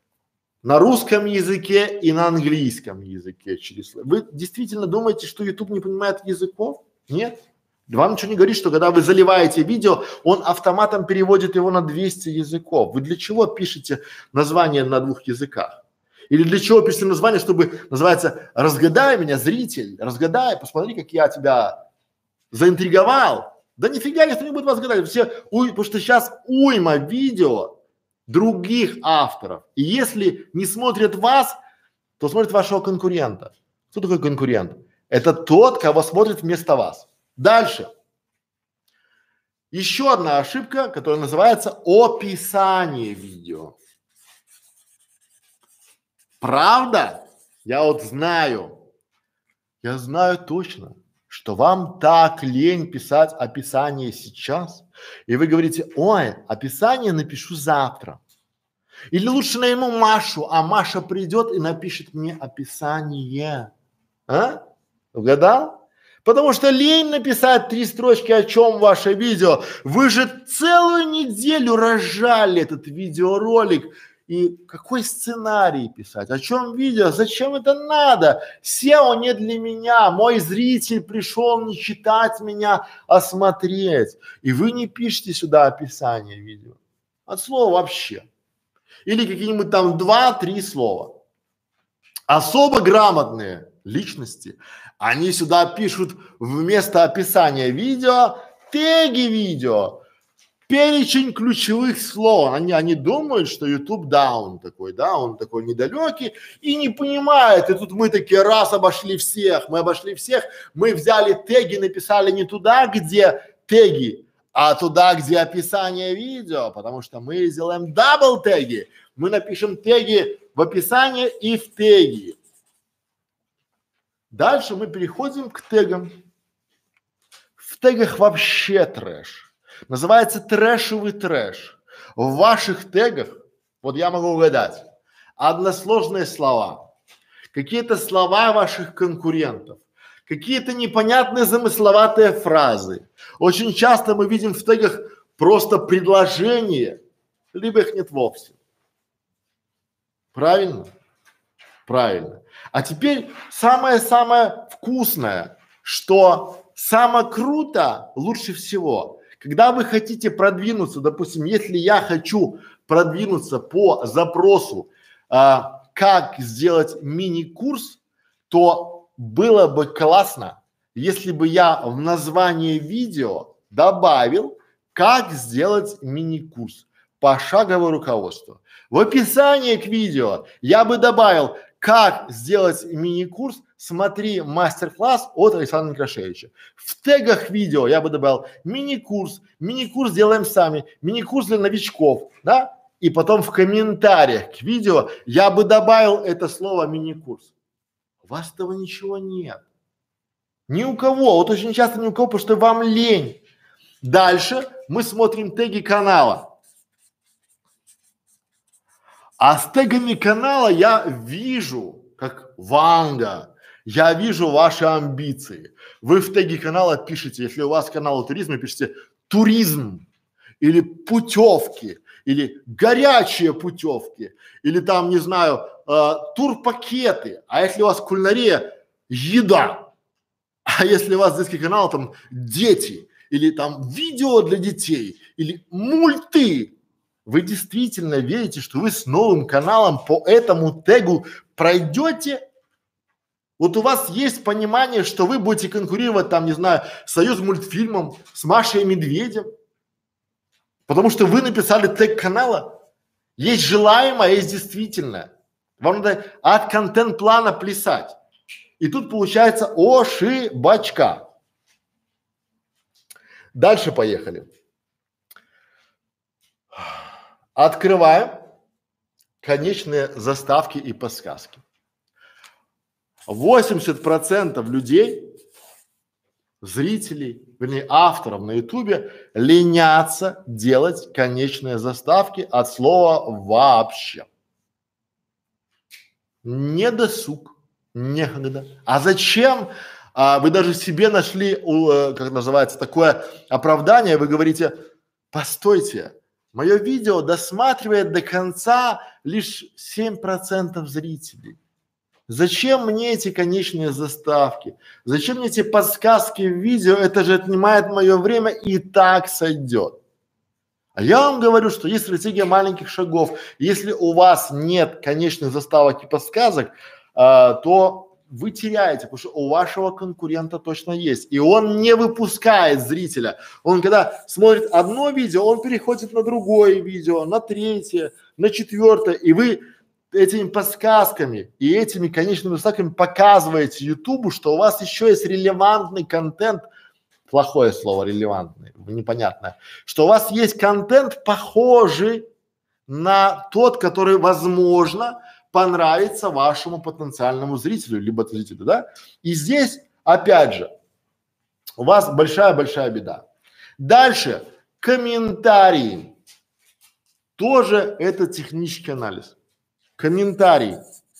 на русском языке и на английском языке через слова. Вы действительно думаете, что YouTube не понимает языков? Нет. Вам ничего не говорит, что когда вы заливаете видео, он автоматом переводит его на двести языков. Вы для чего пишете название на двух языках? Или для чего пишете название, чтобы, называется, разгадай меня, зритель, разгадай, посмотри, как я тебя заинтриговал. Да нифига никто не будет вас гадать, все, уй, потому что сейчас уйма видео других авторов. И если не смотрят вас, то смотрят вашего конкурента. Кто такой конкурент? Это тот, кого смотрит вместо вас. Дальше. Еще одна ошибка, которая называется описание видео. Правда? Я вот знаю, я знаю точно, что вам так лень писать описание сейчас, и вы говорите, ой, описание напишу завтра. Или лучше найму Машу, а Маша придет и напишет мне описание. А? Угадал? Потому что лень написать три строчки, о чем ваше видео. Вы же целую неделю рожали этот видеоролик. И какой сценарий писать? О чем видео? Зачем это надо? сео не для меня. Мой зритель пришел не читать меня, а смотреть. И вы не пишете сюда описание видео. От слова вообще. Или какие-нибудь там два-три слова. Особо грамотные личности, они сюда пишут вместо описания видео теги видео, перечень ключевых слов. Они, они думают, что YouTube, да, он такой, да, он такой недалекий и не понимает. И тут мы такие раз обошли всех, мы обошли всех, мы взяли теги, написали не туда, где теги, а туда, где описание видео, потому что мы сделаем дабл теги. Мы напишем теги в описании и в теги. Дальше мы переходим к тегам. В тегах вообще трэш. Называется трэшевый трэш. В ваших тегах, вот я могу угадать, односложные слова, какие-то слова ваших конкурентов, какие-то непонятные замысловатые фразы. Очень часто мы видим в тегах просто предложения, либо их нет вовсе. Правильно? Правильно. А теперь самое-самое вкусное, что самое круто лучше всего, когда вы хотите продвинуться, допустим, если я хочу продвинуться по запросу, а, как сделать мини-курс, то было бы классно, если бы я в название видео добавил, как сделать мини-курс, пошаговое руководство. В описании к видео я бы добавил, как сделать мини-курс, смотри мастер-класс от Александра Некрашевича. В тегах видео я бы добавил мини-курс, мини-курс делаем сами, мини-курс для новичков, да? И потом в комментариях к видео я бы добавил это слово мини-курс. У вас этого ничего нет. Ни у кого, вот очень часто ни у кого, потому что вам лень. Дальше мы смотрим теги канала. А с тегами канала я вижу, как Ванга, я вижу ваши амбиции. Вы в теге канала пишете, если у вас канал туризма, пишите туризм или путевки, или горячие путевки, или там, не знаю, э, турпакеты. А если у вас кулинария, еда. А если у вас детский канал, там дети, или там видео для детей, или мульты. Вы действительно верите, что вы с новым каналом по этому тегу пройдете? Вот у вас есть понимание, что вы будете конкурировать там, не знаю, с Союзмультфильмом, с Машей и Медведем? Потому что вы написали тег канала. Есть желаемое, есть действительное. Вам надо от контент-плана плясать. И тут получается ошибочка. Дальше поехали. Открываем конечные заставки и подсказки. восемьдесят процентов людей, зрителей, вернее авторов на ютубе ленятся делать конечные заставки от слова вообще. Не досуг, некогда. А зачем? А, вы даже себе нашли, у, э, как называется, такое оправдание, вы говорите, постойте, мое видео досматривает до конца лишь семь процентов зрителей. Зачем мне эти конечные заставки? Зачем мне эти подсказки в видео? Это же отнимает мое время и так сойдет. А я вам говорю, что есть стратегия маленьких шагов. Если у вас нет конечных заставок и подсказок, а, то вы теряете, потому что у вашего конкурента точно есть. И он не выпускает зрителя. Он когда смотрит одно видео, он переходит на другое видео, на третье, на четвертое. И вы этими подсказками и этими конечными заставками показываете Ютубу, что у вас еще есть релевантный контент, плохое слово релевантный, непонятное, что у вас есть контент похожий на тот, который, возможно, понравится вашему потенциальному зрителю, либо зрителю, да? И здесь, опять же, у вас большая-большая беда. Дальше, комментарии. Тоже это технический анализ. Комментарий.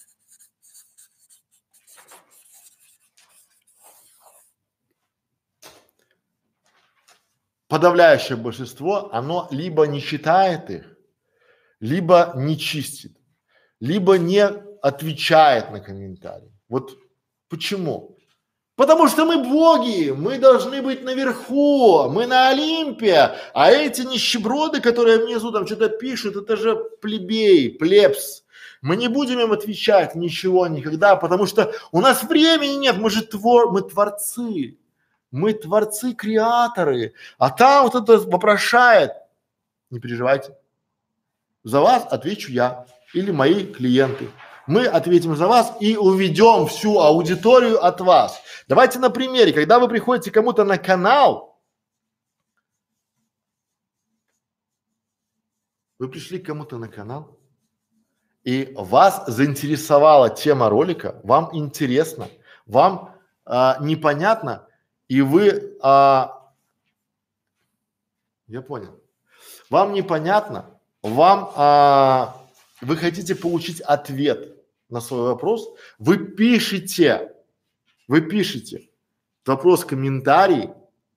Подавляющее большинство, оно либо не читает их, либо не чистит, либо не отвечает на комментарии. Вот почему? Потому что мы боги, мы должны быть наверху, мы на Олимпе, а эти нищеброды, которые внизу там что-то пишут, это же плебей, плебс. Мы не будем им отвечать ничего никогда, потому что у нас времени нет, мы же твор, мы творцы. Мы творцы, креаторы. А там вот это вопрошает. Не переживайте. За вас отвечу я или мои клиенты. Мы ответим за вас и уведем всю аудиторию от вас. Давайте на примере, когда вы приходите кому-то на канал, вы пришли к кому-то на канал, и вас заинтересовала тема ролика, вам интересно, вам а, непонятно, и вы, а, я понял, вам непонятно, вам, а, вы хотите получить ответ на свой вопрос, вы пишете, вы пишете вопрос в комментарии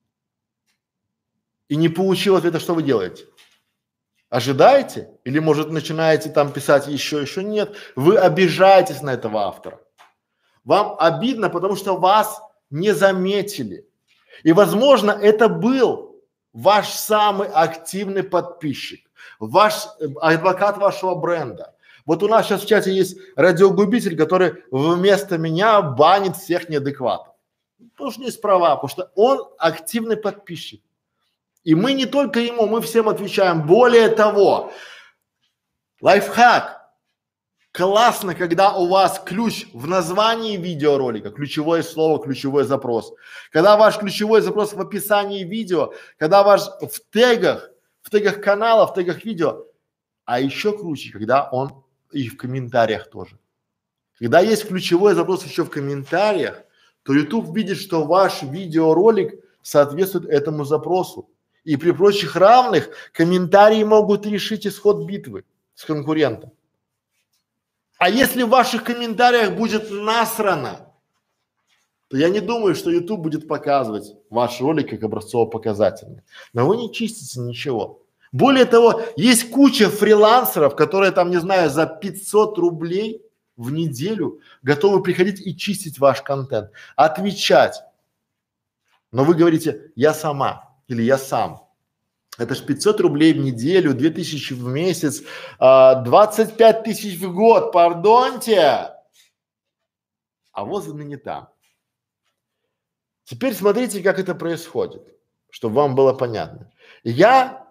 и не получил ответа, что вы делаете? Ожидаете? Или, может, начинаете там писать еще, еще нет? Вы обижаетесь на этого автора. Вам обидно, потому что вас не заметили. И, возможно, это был ваш самый активный подписчик, ваш э, адвокат вашего бренда. Вот у нас сейчас в чате есть радиогубитель, который вместо меня банит всех неадекватов. Потому что есть права, потому что он активный подписчик. И мы не только ему, мы всем отвечаем. Более того, лайфхак. Классно, когда у вас ключ в названии видеоролика, ключевое слово, ключевой запрос. Когда ваш ключевой запрос в описании видео, когда ваш в тегах, в тегах канала, в тегах видео. А еще круче, когда он и в комментариях тоже. Когда есть ключевой запрос еще в комментариях, то YouTube видит, что ваш видеоролик соответствует этому запросу. И при прочих равных комментарии могут решить исход битвы с конкурентом. А если в ваших комментариях будет насрано, то я не думаю, что YouTube будет показывать ваш ролик как образцово-показательный. Но вы не чистите ничего. Более того, есть куча фрилансеров, которые там, не знаю, за пятьсот рублей в неделю готовы приходить и чистить ваш контент, отвечать. Но вы говорите, я сама. Или я сам. Это ж пятьсот рублей в неделю, две тысячи в месяц, а, двадцать пять тысяч в год, пардоньте. А вот вы не там. Теперь смотрите, как это происходит, чтобы вам было понятно. Я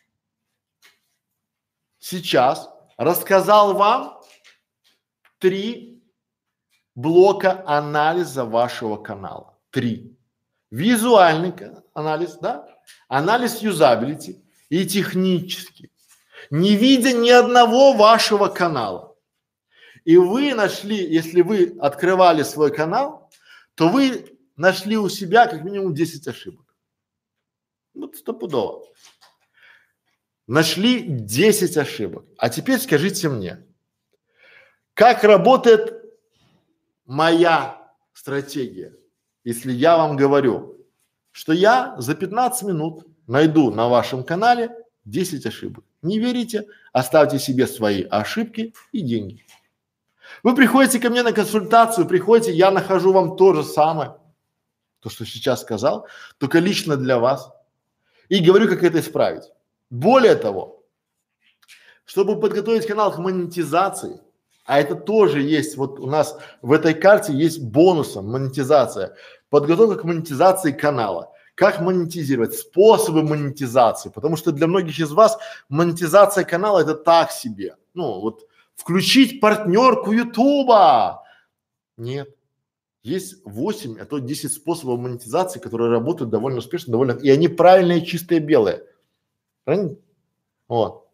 сейчас рассказал вам три блока анализа вашего канала. Три. Визуальный анализ, да? Анализ юзабилити и технический. Не видя ни одного вашего канала. И вы нашли, если вы открывали свой канал, то вы нашли у себя как минимум десять ошибок. Вот стопудово. Нашли десять ошибок. А теперь скажите мне, как работает моя стратегия? Если я вам говорю, что я за пятнадцать минут найду на вашем канале десять ошибок. Не верите? Оставьте себе свои ошибки и деньги. Вы приходите ко мне на консультацию, приходите, я нахожу вам то же самое, то, что сейчас сказал, только лично для вас. И говорю, как это исправить. Более того, чтобы подготовить канал к монетизации, а это тоже есть, вот у нас в этой карте есть бонусом монетизация. Подготовка к монетизации канала. Как монетизировать? Способы монетизации. Потому что для многих из вас монетизация канала это так себе. Ну вот включить партнерку Ютуба. Нет. Есть восемь, а то десять способов монетизации, которые работают довольно успешно, довольно, и они правильные, чистые, белые. Правильно? Вот.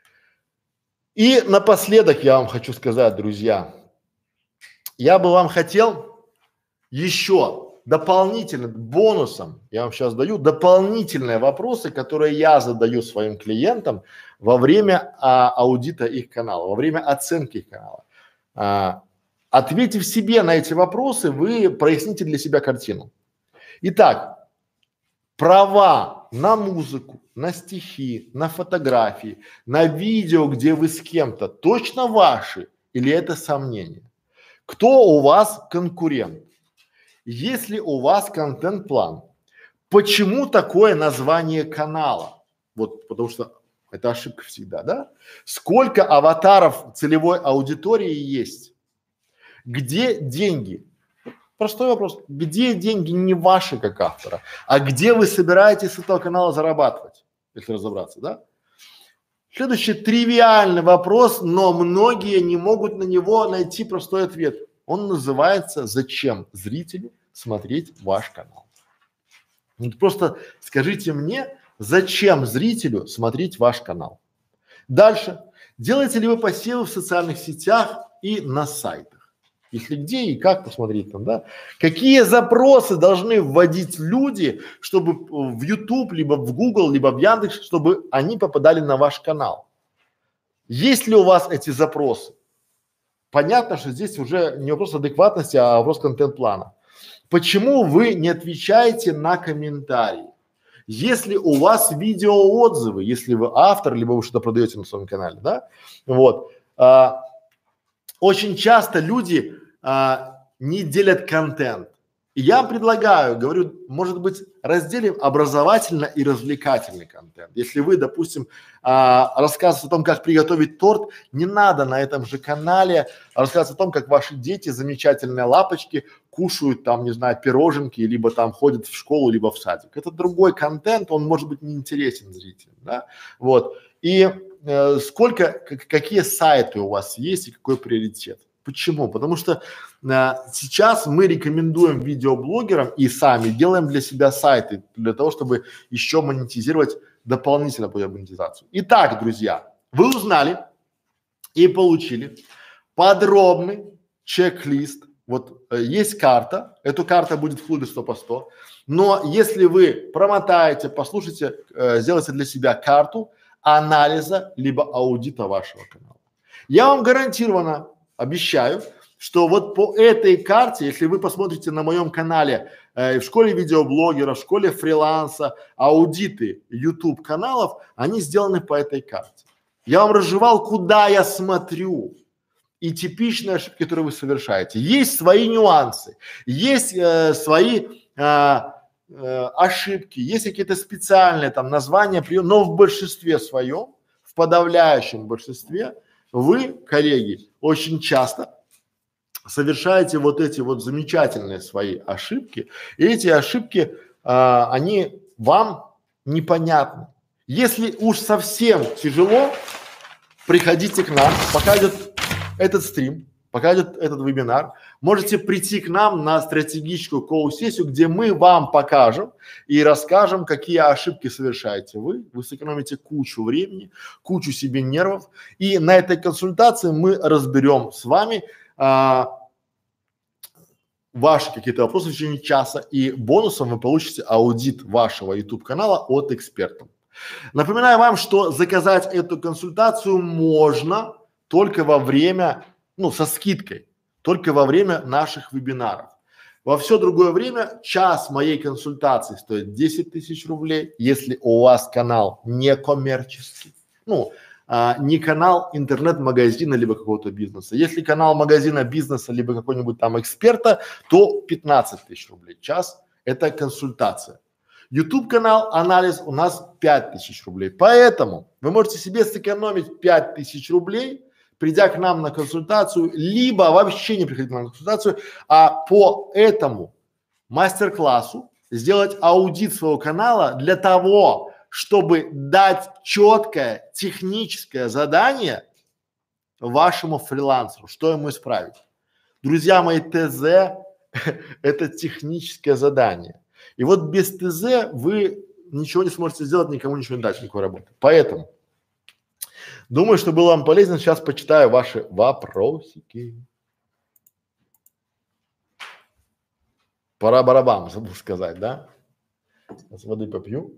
И напоследок я вам хочу сказать, друзья, я бы вам хотел еще дополнительно, бонусом, я вам сейчас даю дополнительные вопросы, которые я задаю своим клиентам во время а, аудита их канала, во время оценки их канала. А, ответив себе на эти вопросы, вы проясните для себя картину. Итак, права на музыку, на стихи, на фотографии, на видео, где вы с кем-то, точно ваши или это сомнения? Кто у вас конкурент? Если у вас контент-план, почему такое название канала? Вот потому что это ошибка всегда, да? Сколько аватаров целевой аудитории есть? Где деньги? Простой вопрос. Где деньги не ваши как автора, а где вы собираетесь с этого канала зарабатывать, если разобраться, да? Следующий тривиальный вопрос, но многие не могут на него найти простой ответ. Он называется «Зачем зрителю смотреть ваш канал?» Вот просто скажите мне, зачем зрителю смотреть ваш канал? Дальше. Делаете ли вы посевы в социальных сетях и на сайтах? Если где и как, посмотреть там, да? Какие запросы должны вводить люди, чтобы в YouTube, либо в Google, либо в Яндекс, чтобы они попадали на ваш канал? Есть ли у вас эти запросы? Понятно, что здесь уже не вопрос адекватности, а вопрос контент-плана. Почему вы не отвечаете на комментарии? Если у вас видеоотзывы, если вы автор, либо вы что-то продаете на своем канале, да, вот, а, очень часто люди а, не делят контент. И я предлагаю, говорю, может быть, разделим образовательно и развлекательный контент. Если вы, допустим, а, рассказываете о том, как приготовить торт, не надо на этом же канале рассказывать о том, как ваши дети, замечательные лапочки, кушают там, не знаю, пироженки, либо там ходят в школу, либо в садик. Это другой контент, он может быть неинтересен зрителям, да, вот. И э, сколько, к- какие сайты у вас есть и какой приоритет? Почему? Потому что э, сейчас мы рекомендуем видеоблогерам и сами делаем для себя сайты для того, чтобы еще монетизировать дополнительно по монетизацию. Итак, друзья, вы узнали и получили подробный чек-лист. Вот э, есть карта, эта карта будет в клубе сто по сто, но если вы промотаете, послушайте, э, сделайте для себя карту анализа либо аудита вашего канала. Я вам гарантированно обещаю, что вот по этой карте, если вы посмотрите на моем канале э, в школе видеоблогера, в школе фриланса, аудиты YouTube каналов, они сделаны по этой карте. Я вам разжевал, куда я смотрю и типичные ошибки, которые вы совершаете. Есть свои нюансы, есть э, свои э, э, ошибки, есть какие-то специальные там названия, прием, но в большинстве своем, в подавляющем большинстве, вы, коллеги, очень часто совершаете вот эти вот замечательные свои ошибки, и эти ошибки, а, они вам непонятны. Если уж совсем тяжело, приходите к нам, пока идет этот стрим, пока идет этот вебинар, можете прийти к нам на стратегическую коуч-сессию, где мы вам покажем и расскажем, какие ошибки совершаете вы, вы сэкономите кучу времени, кучу себе нервов, и на этой консультации мы разберем с вами а, ваши какие-то вопросы в течение часа, и бонусом вы получите аудит вашего YouTube канала от экспертов. Напоминаю вам, что заказать эту консультацию можно только во время, ну, со скидкой, только во время наших вебинаров. Во все другое время час моей консультации стоит десять тысяч рублей, если у вас канал не коммерческий, ну, а, не канал интернет-магазина либо какого-то бизнеса. Если канал магазина, бизнеса либо какой-нибудь там эксперта, то пятнадцать тысяч рублей час – это консультация. YouTube канал, анализ у нас пять тысяч рублей. Поэтому вы можете себе сэкономить пять тысяч рублей, придя к нам на консультацию, либо вообще не приходить на консультацию, а по этому мастер-классу сделать аудит своего канала для того, чтобы дать четкое техническое задание вашему фрилансеру, что ему исправить. Друзья мои, ТЗ – это техническое задание. И вот без ТЗ вы ничего не сможете сделать, никому ничего не дать, никакой работы. Поэтому думаю, что было вам полезно. Сейчас почитаю ваши вопросики. Пора барабан, забыл сказать, да? Сейчас воды попью.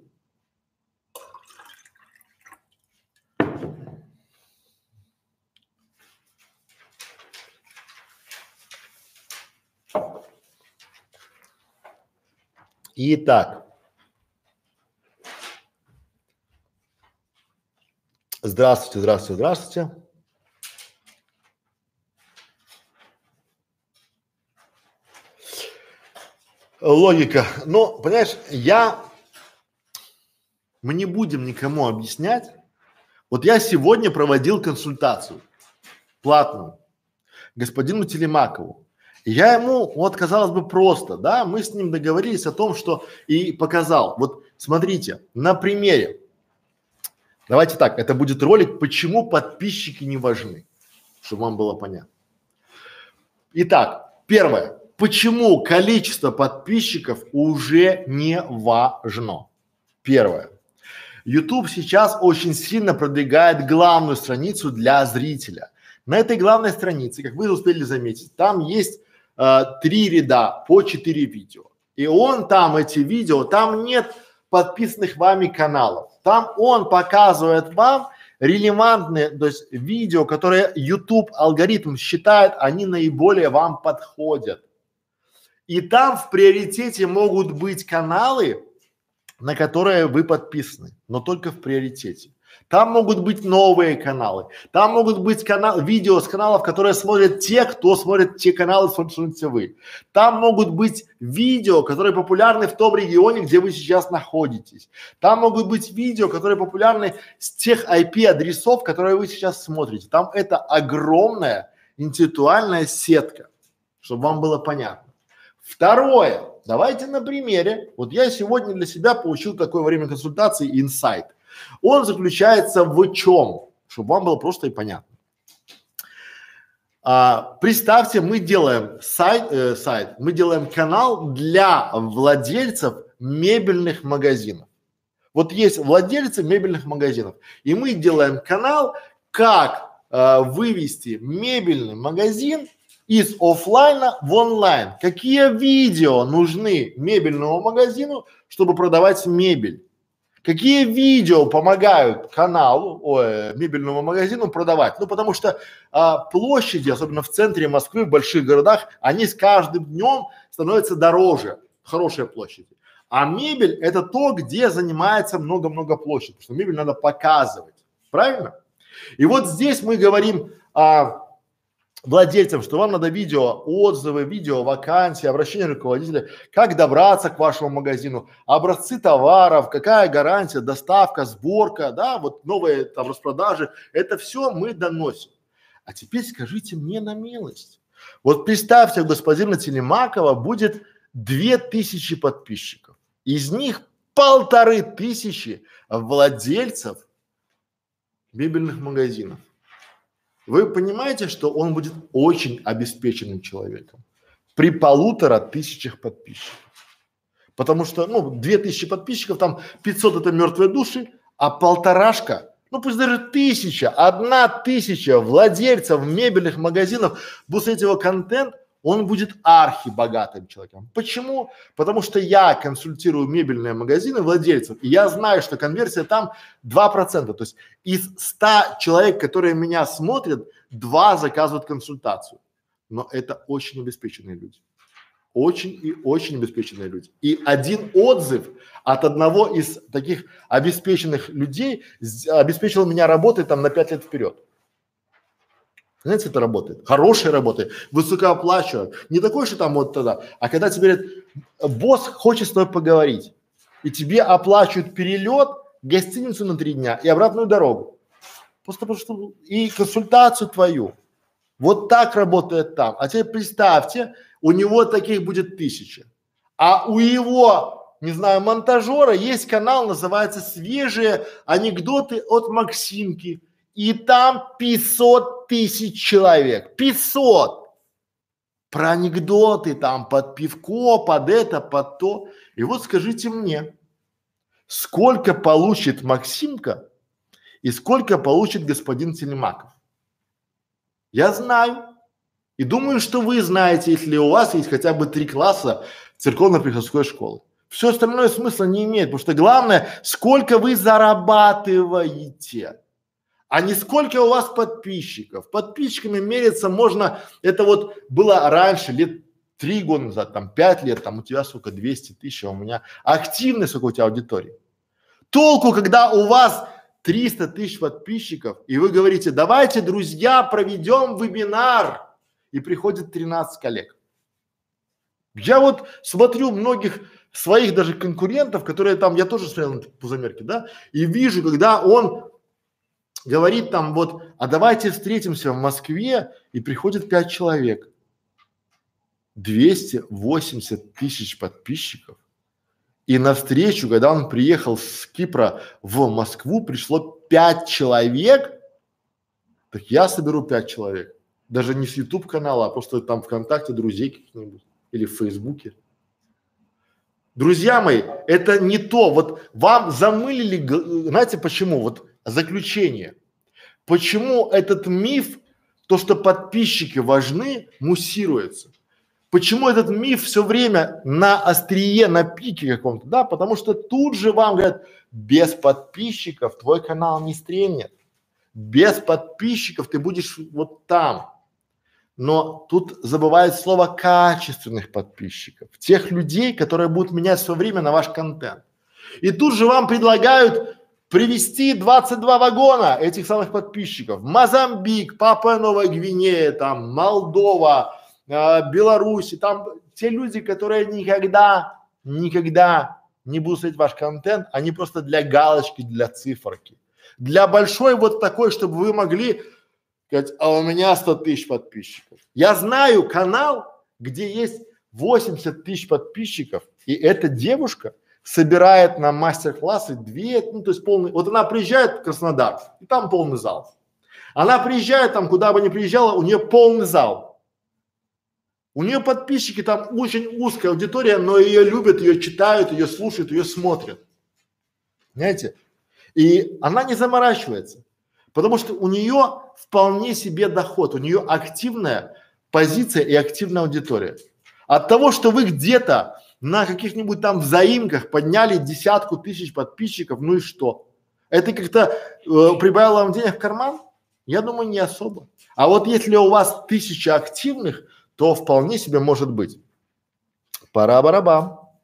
Итак, здравствуйте, здравствуйте, здравствуйте. Логика. Но, понимаешь, я, мы не будем никому объяснять. Вот я сегодня проводил консультацию платную господину Телемакову. Я ему, вот казалось бы, просто, да, мы с ним договорились о том, что и показал. Вот смотрите, на примере. Давайте так, это будет ролик, почему подписчики не важны, чтобы вам было понятно. Итак, первое. Почему количество подписчиков уже не важно? Первое. YouTube сейчас очень сильно продвигает главную страницу для зрителя. На этой главной странице, как вы успели заметить, там есть э, три ряда по четыре видео. И он там, эти видео, там нет подписанных вами каналов. Там он показывает вам релевантные, то есть видео, которые YouTube алгоритм считает, они наиболее вам подходят. И там в приоритете могут быть каналы, на которые вы подписаны, но только в приоритете. Там могут быть новые каналы, там могут быть канал, видео с каналов, которые смотрят те, кто смотрит те каналы, смотрите вы. Там могут быть видео, которые популярны в том регионе, где вы сейчас находитесь. Там могут быть видео, которые популярны с тех ай пи-адресов, которые вы сейчас смотрите. Там это огромная интеллектуальная сетка, чтобы вам было понятно. Второе. Давайте на примере. Вот я сегодня для себя получил такой во время консультации инсайт. Он заключается в чем? Чтобы вам было просто и понятно. А, представьте, мы делаем сайт, э, сайт, мы делаем канал для владельцев мебельных магазинов. Вот есть владельцы мебельных магазинов, и мы делаем канал, как э, вывести мебельный магазин из оффлайна в онлайн. Какие видео нужны мебельному магазину, чтобы продавать мебель? Какие видео помогают каналу, ой, мебельному магазину продавать? Ну, потому что а, площади, особенно в центре Москвы, в больших городах, они с каждым днем становятся дороже, хорошие площади. А мебель – это то, где занимается много-много площадь, потому что мебель надо показывать, правильно? И вот здесь мы говорим а, владельцам, что вам надо видео, отзывы, видео, вакансии, обращение руководителя, как добраться к вашему магазину, образцы товаров, какая гарантия, доставка, сборка, да, вот новые там распродажи, это все мы доносим. А теперь скажите мне на милость, вот представьте, у господина Телемакова будет две тысячи подписчиков, из них полторы тысячи владельцев мебельных магазинов. Вы понимаете, что он будет очень обеспеченным человеком при полутора тысячах подписчиков. Потому что, ну, две тысячи подписчиков, там пятьсот это мертвые души, а полторашка, ну пусть даже тысяча, одна тысяча владельцев мебельных магазинов будут смотреть его контент, он будет архибогатым человеком. Почему? Потому что я консультирую мебельные магазины владельцев, и я знаю, что конверсия там два процента. То есть из ста человек, которые меня смотрят, два заказывают консультацию. Но это очень обеспеченные люди. Очень и очень обеспеченные люди. И один отзыв от одного из таких обеспеченных людей обеспечил меня работой там на пять лет вперед. Знаете, это работает, хорошая работа, высокооплачиваемая, не такой, что там вот тогда, а когда тебе говорят, босс хочет с тобой поговорить, и тебе оплачивают перелет, гостиницу на три дня и обратную дорогу, просто потому что и консультацию твою, вот так работает там. А теперь представьте, у него таких будет тысяча, а у его, не знаю, монтажера есть канал, называется «Свежие анекдоты от Максимки». И там пятьсот тысяч человек, пятьсот, про анекдоты там, под пивко, под это, под то. И вот скажите мне, сколько получит Максимка и сколько получит господин Телемаков? Я знаю. И думаю, что вы знаете, если у вас есть хотя бы три класса церковно-приходской школы. Все остальное смысла не имеет, потому что главное, сколько вы зарабатываете. А не сколько у вас подписчиков. Подписчиками мериться можно, это вот было раньше, лет три года назад, там пять лет, там у тебя сколько, двести тысяч, а у меня активная сколько у тебя аудитория. Толку, когда у вас триста тысяч подписчиков, и вы говорите, давайте, друзья, проведем вебинар, и приходит тринадцать коллег. Я вот смотрю многих своих даже конкурентов, которые там, я тоже смотрел на пузомерки, да, и вижу, когда он говорит там вот, а давайте встретимся в Москве, и приходит пять человек. двести восемьдесят тысяч подписчиков. И навстречу, когда он приехал с Кипра в Москву, пришло пять человек. Так я соберу пять человек. Даже не с YouTube канала, а просто там ВКонтакте друзей каких-нибудь или в Фейсбуке. Друзья мои, это не то. Вот вам замылили, знаете почему? Вот заключение. Почему этот миф, то, что подписчики важны, муссируется? Почему этот миф все время на острие, на пике каком-то? Да, потому что тут же вам говорят, без подписчиков твой канал не стрельнет. Без подписчиков ты будешь вот там. Но тут забывают слово качественных подписчиков. Тех людей, которые будут менять свое время на ваш контент. И тут же вам предлагают привезти двадцать два вагона этих самых подписчиков. Мозамбик, Папуа Новая Гвинея, там, Молдова, э, Беларусь. Там те люди, которые никогда, никогда не будут смотреть ваш контент, они просто для галочки, для циферки. Для большой вот такой, чтобы вы могли сказать, а у меня сто тысяч подписчиков. Я знаю канал, где есть восемьдесят тысяч подписчиков, и эта девушка собирает на мастер-классы две, ну то есть полный, вот она приезжает в Краснодар, и там полный зал. Она приезжает там, куда бы ни приезжала, у нее полный зал. У нее подписчики там очень узкая аудитория, но ее любят, ее читают, ее слушают, ее смотрят. Понимаете? И она не заморачивается. Потому что у нее вполне себе доход, у нее активная позиция и активная аудитория. От того, что вы где-то на каких-нибудь там взаимках подняли десятку тысяч подписчиков, ну и что? Это как-то э, прибавило вам денег в карман? Я думаю, не особо. А вот если у вас тысяча активных, то вполне себе может быть. Пара-барабам.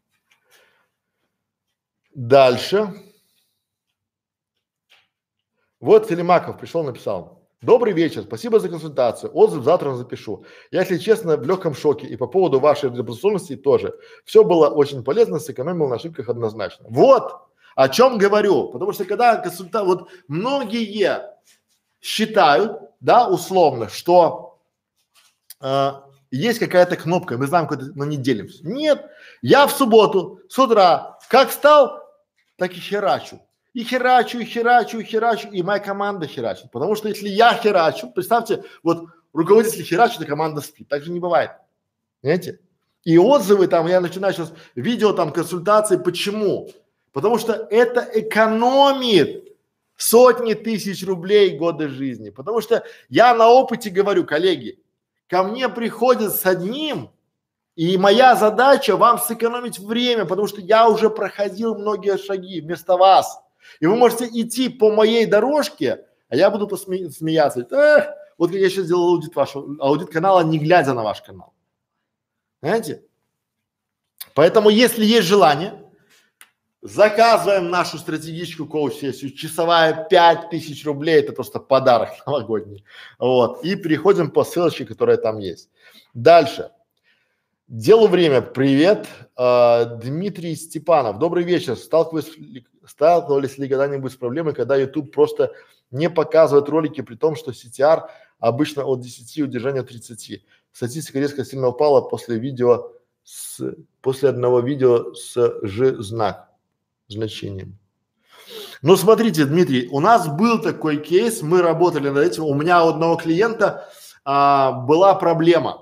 Дальше. Вот Филимаков пришел, написал. Добрый вечер, спасибо за консультацию. Отзыв завтра запишу. Я, если честно, в легком шоке и по поводу вашей работоспособности тоже. Все было очень полезно, сэкономил на ошибках однозначно. Вот о чем говорю. Потому что когда консультант, вот многие считают, да, условно, что э, есть какая-то кнопка, мы знаем, куда, но не делимся. Нет, я в субботу с утра как встал, так и херачу. И херачу, и херачу, и херачу, и моя команда херачит. Потому что если я херачу, представьте, вот руководитель херачит, а команда спит. Так же не бывает. Понимаете? И отзывы там, я начинаю сейчас видео там, консультации. Почему? Потому что это экономит сотни тысяч рублей года жизни. Потому что я на опыте говорю, коллеги, ко мне приходят с одним, и моя задача вам сэкономить время, потому что я уже проходил многие шаги вместо вас. И вы можете идти по моей дорожке, а я буду посме- смеяться. Эх, вот как я сейчас сделал аудит вашего, аудит канала, не глядя на ваш канал. Понимаете? Поэтому, если есть желание, заказываем нашу стратегическую коуч-сессию, часовая пять тысяч рублей, это просто подарок новогодний. Вот. И переходим по ссылочке, которая там есть. Дальше. Делу время. Привет. А, Дмитрий Степанов. Добрый вечер. Сталкивались ли, сталкивались ли когда-нибудь с проблемой, когда YouTube просто не показывает ролики, при том, что си ти ар обычно от десяти, удержания тридцати. Статистика резко сильно упала после видео с, после одного видео с ж знак, значением. Ну, смотрите, Дмитрий, у нас был такой кейс, мы работали над этим. У меня у одного клиента а, была проблема.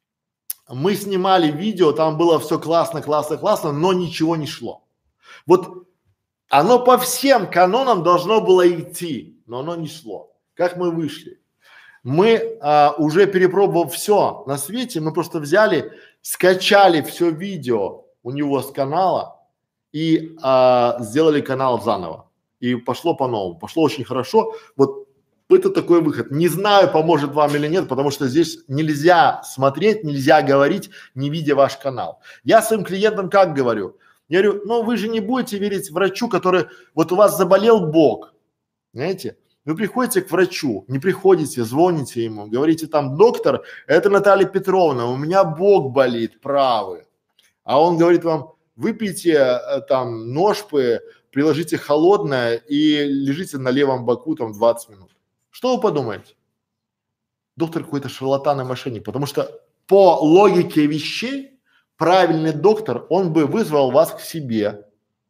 Мы снимали видео, там было все классно, классно, классно, но ничего не шло. Вот оно по всем канонам должно было идти, но оно не шло. Как мы вышли? Мы а, уже перепробовав все на свете, мы просто взяли, скачали все видео у него с канала и а, сделали канал заново. И пошло по-новому, пошло очень хорошо. Вот это такой выход. Не знаю, поможет вам или нет, потому что здесь нельзя смотреть, нельзя говорить, не видя ваш канал. Я своим клиентам как говорю? Я говорю, ну вы же не будете верить врачу, который, вот у вас заболел бок, знаете? Вы приходите к врачу, не приходите, звоните ему, говорите там, доктор, это Наталья Петровна, у меня бок болит правый. А он говорит вам, выпейте э, там ножпы, приложите холодное и лежите на левом боку там двадцать минут. Что вы подумаете? Доктор какой-то шарлатан и мошенник, потому что по логике вещей правильный доктор, он бы вызвал вас к себе.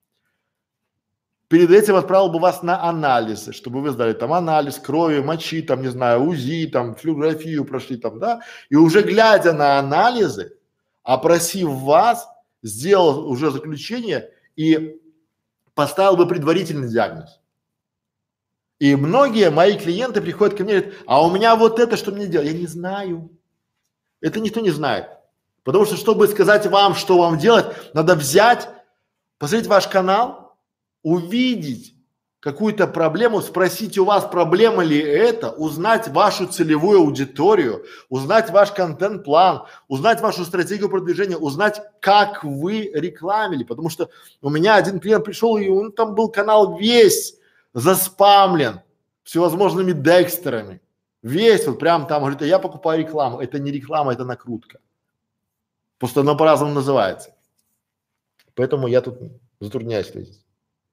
Перед этим отправил бы вас на анализы, чтобы вы сдали там анализ крови, мочи, там, не знаю, УЗИ, там, флюорографию прошли там, да, и уже глядя на анализы, опросив вас, сделал уже заключение и поставил бы предварительный диагноз. И многие мои клиенты приходят ко мне и говорят, а у меня вот это, что мне делать? Я не знаю. Это никто не знает. Потому что, чтобы сказать вам, что вам делать, надо взять, посмотреть ваш канал, увидеть какую-то проблему, спросить у вас, проблема ли это, узнать вашу целевую аудиторию, узнать ваш контент-план, узнать вашу стратегию продвижения, узнать, как вы рекламили. Потому что у меня один клиент пришел, и он там был канал весь заспамлен всевозможными декстерами. Весь вот прям там, говорит, я покупаю рекламу. Это не реклама, это накрутка. Просто оно по-разному называется. Поэтому я тут затрудняюсь ответить.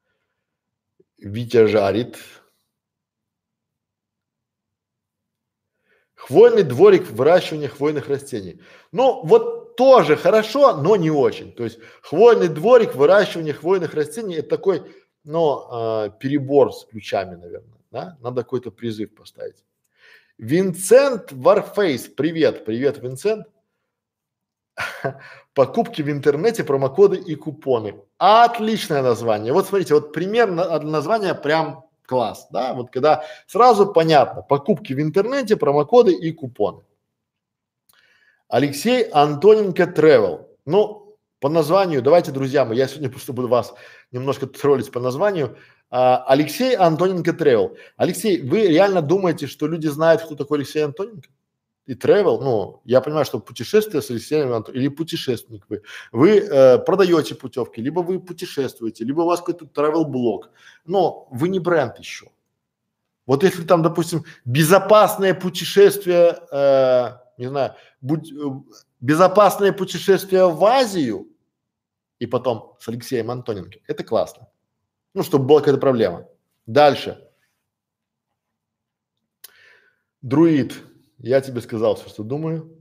Витя жарит. Хвойный дворик, выращивание хвойных растений. Ну, вот тоже хорошо, но не очень. То есть хвойный дворик, выращивание хвойных растений – это такой, ну, э, перебор с ключами, наверное, да? Надо какой-то призыв поставить. Винсент Варфейс, привет, привет, Винсент. Покупки в интернете, промокоды и купоны. Отличное название. Вот смотрите, вот примерно название прям класс, да, вот когда сразу понятно, покупки в интернете, промокоды и купоны. Алексей Антоненко Travel. Ну, по названию, давайте, друзья мои, я сегодня просто буду вас немножко троллить по названию. А, Алексей Антоненко Travel. Алексей, вы реально думаете, что люди знают, кто такой Алексей Антоненко? И travel, ну, я понимаю, что путешествие с Алексеем Антоновичем, или путешественник вы, вы э, продаете путевки, либо вы путешествуете, либо у вас какой-то travel блог, но вы не бренд еще. Вот если там, допустим, безопасное путешествие, э, не знаю, будь, э, безопасное путешествие в Азию, и потом с Алексеем Антоненко, это классно. Ну, чтобы была какая-то проблема. Дальше. Друид. Я тебе сказал все, что думаю.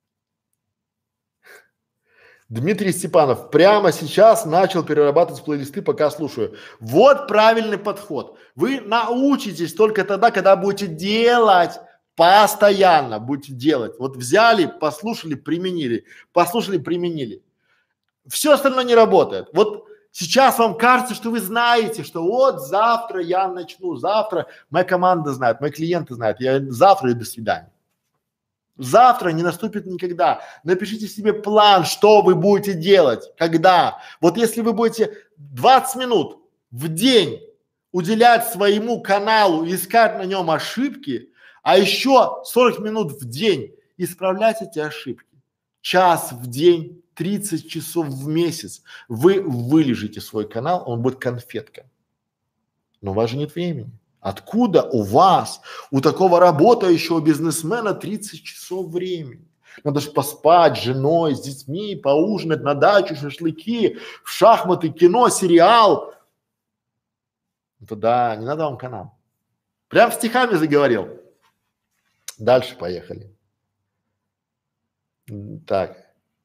Дмитрий Степанов. Прямо сейчас начал перерабатывать плейлисты, пока слушаю. Вот правильный подход. Вы научитесь только тогда, когда будете делать постоянно, будете делать. Вот взяли, послушали, применили, послушали, применили. Все остальное не работает. Вот сейчас вам кажется, что вы знаете, что вот завтра я начну, завтра моя команда знает, мои клиенты знают, я завтра и до свидания. Завтра не наступит никогда. Напишите себе план, что вы будете делать, когда. Вот если вы будете двадцать минут в день уделять своему каналу, искать на нем ошибки, а еще сорок минут в день исправлять эти ошибки, час в день, тридцать часов в месяц, вы вылежите свой канал, он будет конфетка. Но у вас же нет времени. Откуда у вас, у такого работающего бизнесмена тридцать часов времени? Надо же поспать с женой, с детьми, поужинать на даче, шашлыки, в шахматы, кино, сериал. Это да, не надо вам канал. Прям стихами заговорил. Дальше поехали. Так.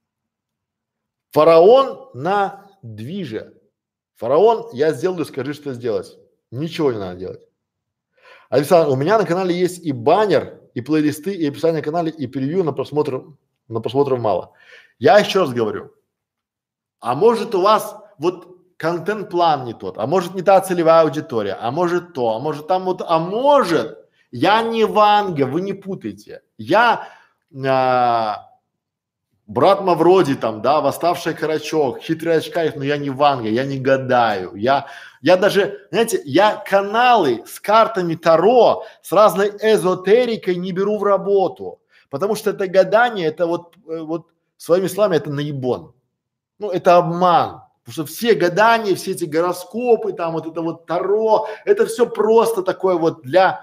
Фараон на движе. Фараон, я сделаю, скажи, что сделать. Ничего не надо делать. Александр, у меня на канале есть и баннер, и плейлисты, и описание канала, и превью на просмотр, на просмотров мало. Я еще раз говорю, а может у вас вот контент-план не тот, а может не та целевая аудитория, а может то, а может там вот, а может, я не Ванга, вы не путайте. Я а, брат Мавроди там, да, восставший Карачок, хитрый очкарик, но я не Ванга, я не гадаю, я Я даже, знаете, я каналы с картами Таро, с разной эзотерикой не беру в работу, потому что это гадание, это вот, э, вот своими словами, это наебон. Ну, это обман, потому что все гадания, все эти гороскопы, там вот это вот Таро, это все просто такое вот для,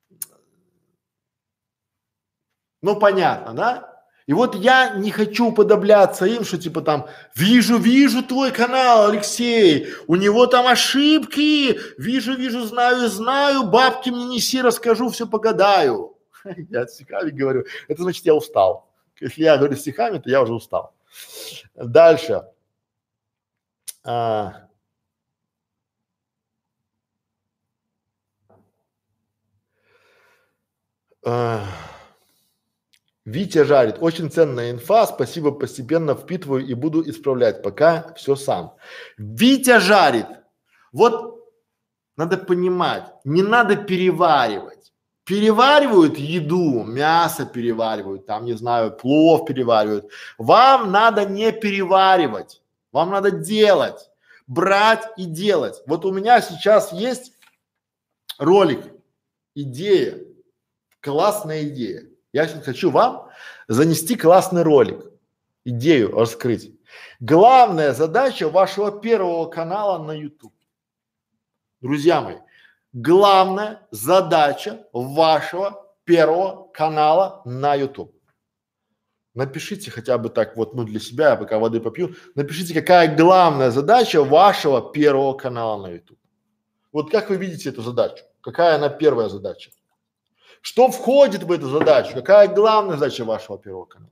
ну, понятно, да? И вот я не хочу уподобляться им, что типа там вижу, вижу твой канал, Алексей, у него там ошибки, вижу, вижу, знаю, знаю, бабки мне неси, расскажу, все погадаю. Я цикави говорю, это значит я устал. Если я говорю стихами, то я уже устал. Дальше. А, а, Витя жарит. Очень ценная инфа. Спасибо, постепенно впитываю и буду исправлять. Пока все сам. Витя жарит. Вот надо понимать, не надо переваривать. Переваривают еду, мясо переваривают, там, не знаю, плов переваривают. Вам надо не переваривать. Вам надо делать. Брать и делать. Вот у меня сейчас есть ролик, идея, классная идея. Я сейчас хочу вам занести классный ролик, идею раскрыть. Главная задача вашего первого канала на YouTube. Друзья мои, главная задача вашего первого канала на YouTube. Напишите хотя бы так вот, ну для себя, я пока воды попью, напишите, какая главная задача вашего первого канала на YouTube. Вот как вы видите эту задачу? Какая она первая задача? Что входит в эту задачу? Какая главная задача вашего первого канала?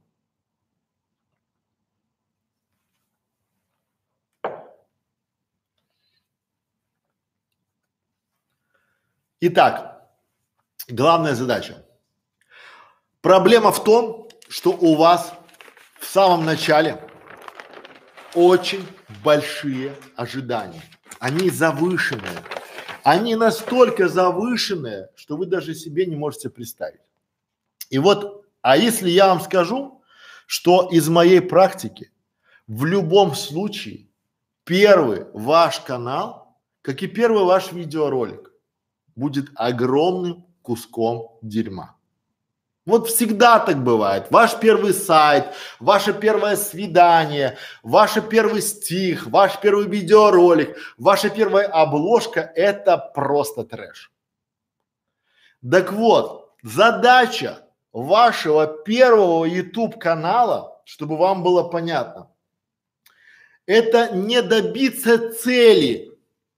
Итак, главная задача. Проблема в том, что у вас в самом начале очень большие ожидания. Они завышенные. Они настолько завышенные, что вы даже себе не можете представить. И вот, а если я вам скажу, что из моей практики в любом случае первый ваш канал, как и первый ваш видеоролик, будет огромным куском дерьма. Вот всегда так бывает. Ваш первый сайт, ваше первое свидание, ваш первый стих, ваш первый видеоролик, ваша первая обложка – это просто трэш. Так вот, задача вашего первого YouTube канала, чтобы вам было понятно, это не добиться цели,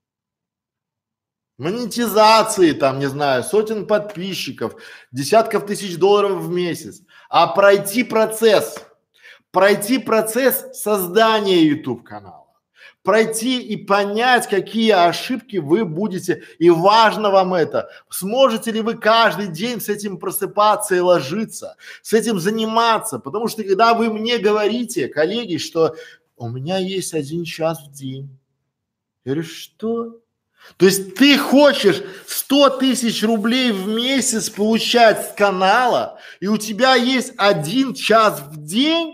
монетизации, там, не знаю, сотен подписчиков, десятков тысяч долларов в месяц, а пройти процесс, пройти процесс создания YouTube канала, пройти и понять, какие ошибки вы будете, и важно вам это, сможете ли вы каждый день с этим просыпаться и ложиться, с этим заниматься, потому что когда вы мне говорите, коллеги, что у меня есть один час в день, я говорю, что? То есть ты хочешь сто тысяч рублей в месяц получать с канала, и у тебя есть один час в день?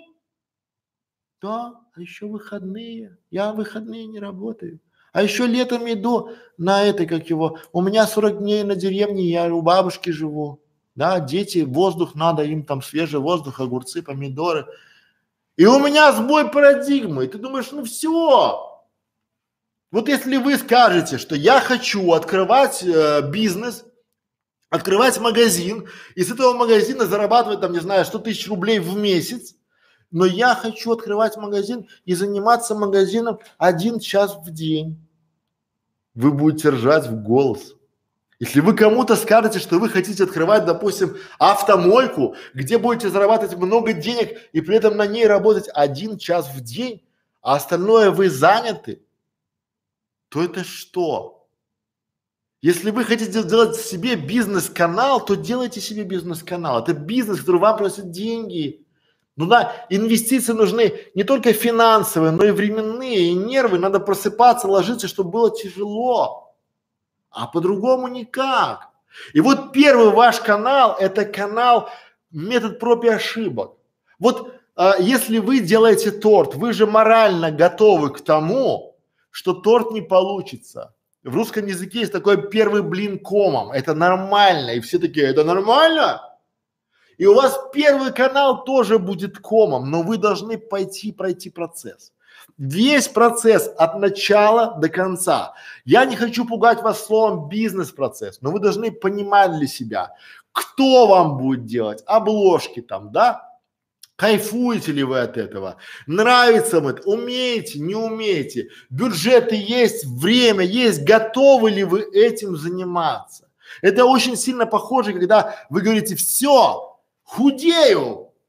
Да, а еще выходные. Я в выходные не работаю. А еще летом иду на это, как его, у меня сорок дней на деревне, я у бабушки живу. Да, дети, воздух надо, им там свежий воздух, огурцы, помидоры. И у меня сбой парадигмы. И ты думаешь, ну все. Вот если вы скажете, что я хочу открывать э, бизнес, открывать магазин, и с этого магазина зарабатывать там, не знаю, сто тысяч рублей в месяц, но я хочу открывать магазин и заниматься магазином один час в день, вы будете ржать в голос. Если вы кому-то скажете, что вы хотите открывать, допустим, автомойку, где будете зарабатывать много денег и при этом на ней работать один час в день, а остальное вы заняты, то это что? Если вы хотите сделать себе бизнес-канал, то делайте себе бизнес-канал. Это бизнес, который вам приносит деньги. Ну да, инвестиции нужны не только финансовые, но и временные, и нервы. Надо просыпаться, ложиться, чтобы было тяжело. А по-другому никак. И вот первый ваш канал – это канал метод проб и ошибок. Вот а, если вы делаете торт, вы же морально готовы к тому, что торт не получится. В русском языке есть такой первый блин комом. Это нормально. И все такие, это нормально? И у вас первый канал тоже будет комом, но вы должны пойти пройти процесс. Весь процесс от начала до конца. Я не хочу пугать вас словом бизнес-процесс, но вы должны понимать для себя, кто вам будет делать обложки там, да? Кайфуете ли вы от этого? Нравится вам это? Умеете? Не умеете? Бюджеты есть, время есть, готовы ли вы этим заниматься? Это очень сильно похоже, когда вы говорите, все, худею,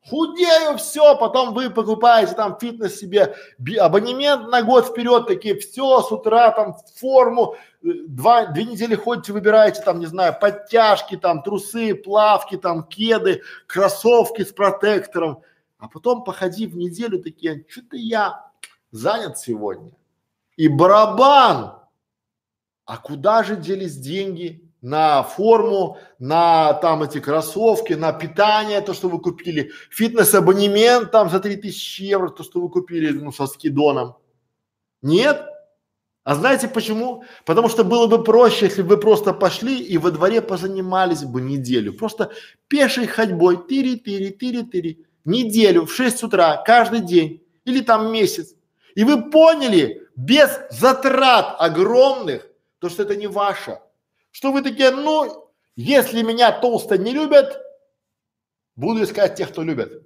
Худею, все, потом вы покупаете там фитнес себе, би- абонемент на год вперед, такие, все, с утра там форму, э, два, две недели ходите, выбираете там, не знаю, подтяжки, там, трусы, плавки, там, кеды, кроссовки с протектором, а потом походи в неделю такие, что-то я занят сегодня. И барабан, а куда же делись деньги? На форму, на там эти кроссовки, на питание, то, что вы купили, фитнес-абонемент там за три тысячи евро, то, что вы купили, ну, со скидоном. Нет? А знаете почему? Потому что было бы проще, если бы вы просто пошли и во дворе позанимались бы неделю. Просто пешей ходьбой, тыри-тыри-тыри-тыри, неделю в шесть утра, каждый день, или там месяц. И вы поняли, без затрат огромных, то, что это не ваше. Что вы такие, ну, если меня толсто не любят, буду искать тех, кто любят.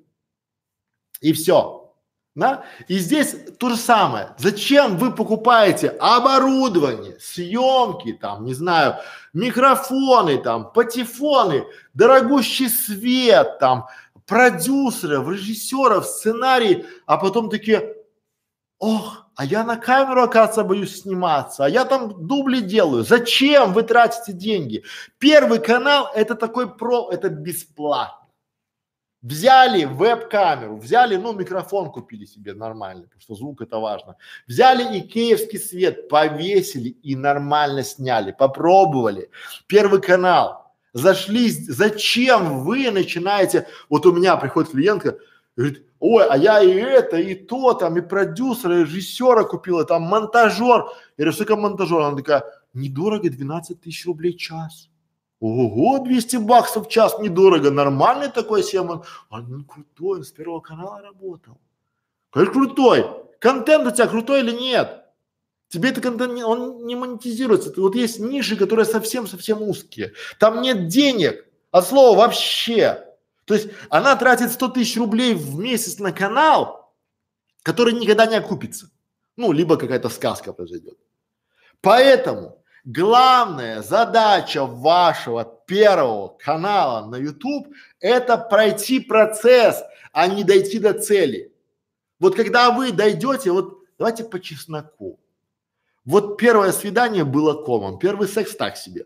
И все. Да? И здесь то же самое. Зачем вы покупаете оборудование, съемки, там, не знаю, микрофоны, там, патефоны, дорогущий свет, там, продюсеров, режиссеров, сценарий, а потом такие, ох, а я на камеру, оказывается, боюсь сниматься, а я там дубли делаю. Зачем вы тратите деньги? Первый канал это такой про, это бесплатно. Взяли веб-камеру, взяли, ну, микрофон купили себе нормальный, потому что звук это важно. Взяли икеевский свет, повесили и нормально сняли, попробовали. Первый канал. Зашли, зачем вы начинаете, вот у меня приходит клиентка, говорит, ой, а я и это, и то, там, и продюсера, и режиссера купила, там, монтажер. Я говорю, что такое монтажер? Она такая, недорого, двенадцать тысяч рублей час. Ого, двести баксов в час, недорого, нормальный такой схема. А ну крутой, он с Первого канала работал. Как крутой? Контент у тебя крутой или нет? Тебе этот контент, не, он не монетизируется. Вот есть ниши, которые совсем-совсем узкие. Там нет денег, от слова вообще. То есть она тратит сто тысяч рублей в месяц на канал, который никогда не окупится. Ну, либо какая-то сказка произойдет. Поэтому главная задача вашего первого канала на YouTube – это пройти процесс, а не дойти до цели. Вот когда вы дойдете, вот давайте по чесноку. Вот первое свидание было комом, первый секс так себе.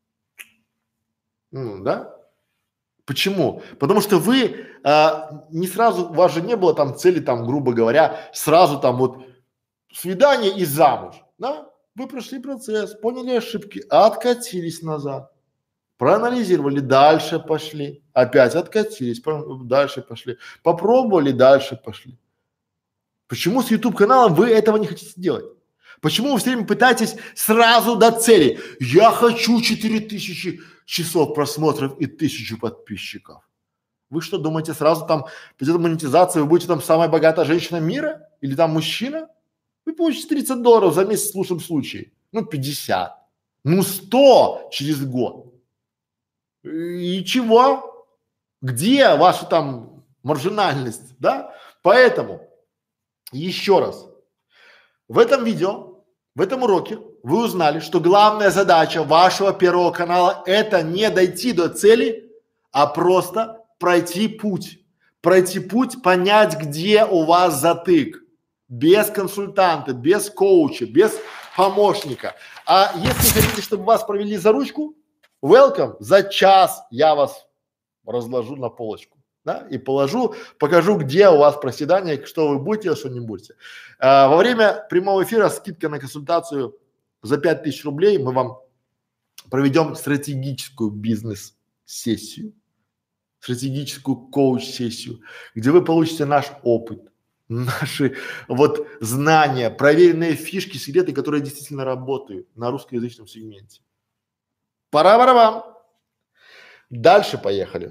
Ну, да? Почему? Потому что вы а, не сразу, у вас же не было там цели, там, грубо говоря, сразу там вот свидание и замуж, да? Вы прошли процесс, поняли ошибки, откатились назад, проанализировали, дальше пошли, опять откатились, про- дальше пошли, попробовали, дальше пошли. Почему с YouTube каналом вы этого не хотите делать? Почему вы все время пытаетесь сразу до цели? Я хочу четыре тысячи часов просмотров и тысячу подписчиков. Вы что, думаете, сразу там придет монетизация, вы будете там самая богатая женщина мира? Или там мужчина? Вы получите тридцать долларов за месяц в лучшем случае. Ну, пятьдесят. Ну, сто через год. И чего? Где ваша там маржинальность, да? Поэтому, еще раз, в этом видео, в этом уроке вы узнали, что главная задача вашего первого канала – это не дойти до цели, а просто пройти путь. Пройти путь, понять, где у вас затык. Без консультанта, без коуча, без помощника. А если хотите, чтобы вас провели за ручку, welcome, за час я вас разложу на полочку. Да, и положу, покажу, где у вас проседание, что вы будете, а что не будете. А, во время прямого эфира скидка на консультацию за пять тысяч рублей, мы вам проведем стратегическую бизнес-сессию, стратегическую коуч-сессию, где вы получите наш опыт, наши вот знания, проверенные фишки, секреты, которые действительно работают на русскоязычном сегменте. Пора-пора-вам. Дальше поехали.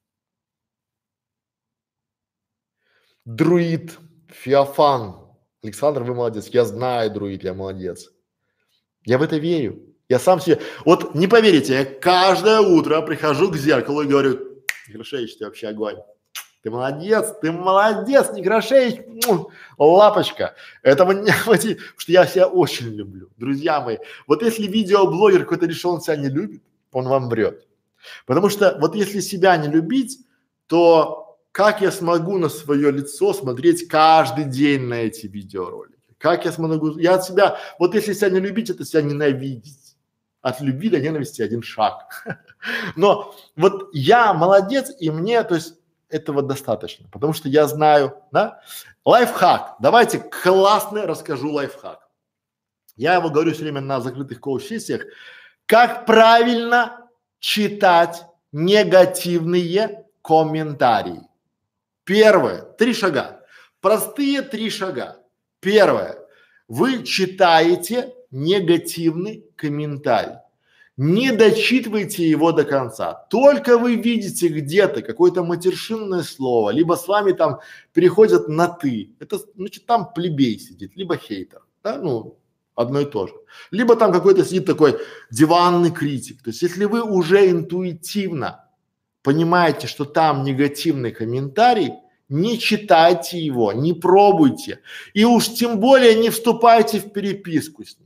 Друид, Феофан. Александр, вы молодец. Я знаю, друид, я молодец. Я в это верю. Я сам себе, вот не поверите, я каждое утро прихожу к зеркалу и говорю, Некрашевич, ты вообще огонь. Ты молодец, ты молодец, Некрашевич, лапочка. Этого не хватит, потому что я себя очень люблю. Друзья мои, вот если видеоблогер какой-то решил, он себя не любит, он вам врет. Потому что вот если себя не любить, то как я смогу на свое лицо смотреть каждый день на эти видеоролики? Как я смогу, я от себя, вот если себя не любить, это себя ненавидеть. От любви до ненависти один шаг. Но вот я молодец, и мне, то есть, этого достаточно, потому что я знаю, да, лайфхак. Давайте классный расскажу лайфхак. Я его говорю все время на закрытых коуч-сессиях. Как правильно читать негативные комментарии. Первое. Три шага. Простые три шага. Первое. Вы читаете негативный комментарий. Не дочитывайте его до конца. Только вы видите где-то какое-то матершинное слово, либо с вами там переходят на ты. Это значит там плебей сидит, либо хейтер. Да, ну, одно и то же. Либо там какой-то сидит такой диванный критик. То есть, если вы уже интуитивно понимаете, что там негативный комментарий, не читайте его, не пробуйте. И уж тем более не вступайте в переписку с ним.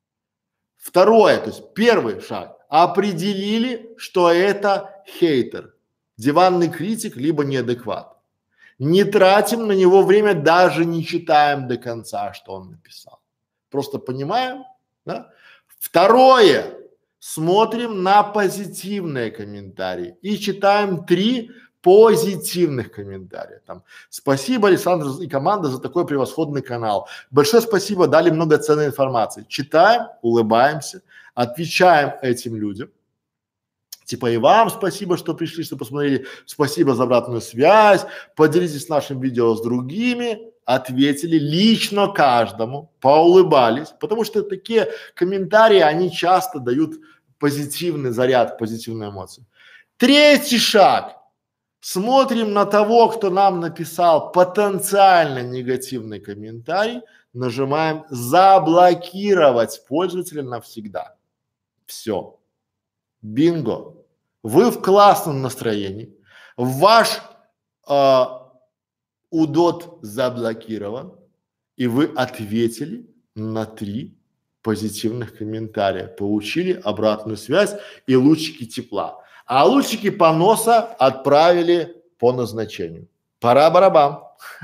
Второе, то есть первый шаг. Определили, что это хейтер, диванный критик, либо неадекват. Не тратим на него время, даже не читаем до конца, что он написал. Просто понимаем, да? Второе. Смотрим на позитивные комментарии и читаем три позитивных комментариев. Там, спасибо, Александр и команда, за такой превосходный канал. Большое спасибо, дали много ценной информации. Читаем, улыбаемся, отвечаем этим людям. Типа и вам спасибо, что пришли, что посмотрели. Спасибо за обратную связь. Поделитесь нашим видео с другими. Ответили лично каждому, поулыбались, потому что такие комментарии, они часто дают позитивный заряд, позитивные эмоции. Третий шаг. Смотрим на того, кто нам написал потенциально негативный комментарий, нажимаем заблокировать пользователя навсегда. Все. Бинго. Вы в классном настроении. Ваш э, удот заблокирован, и вы ответили на три позитивных комментария, получили обратную связь и лучики тепла. А лучики поноса отправили по назначению. Пора барабан.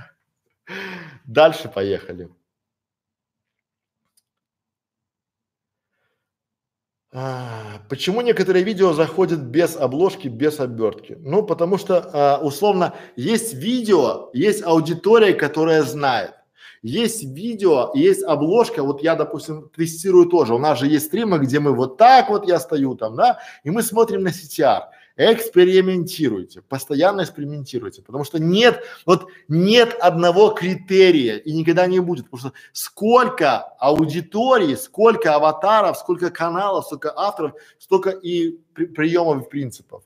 Дальше поехали. А, почему некоторые видео заходят без обложки, без обертки? Ну, потому что а, условно есть видео, есть аудитория, которая знает. Есть видео, есть обложка, вот я, допустим, тестирую тоже, у нас же есть стримы, где мы вот так вот, я стою там, да, и мы смотрим на си ти ар, экспериментируйте, постоянно экспериментируйте, потому что нет, вот нет одного критерия и никогда не будет, потому что сколько аудиторий, сколько аватаров, сколько каналов, сколько авторов, столько и при, приемов и принципов.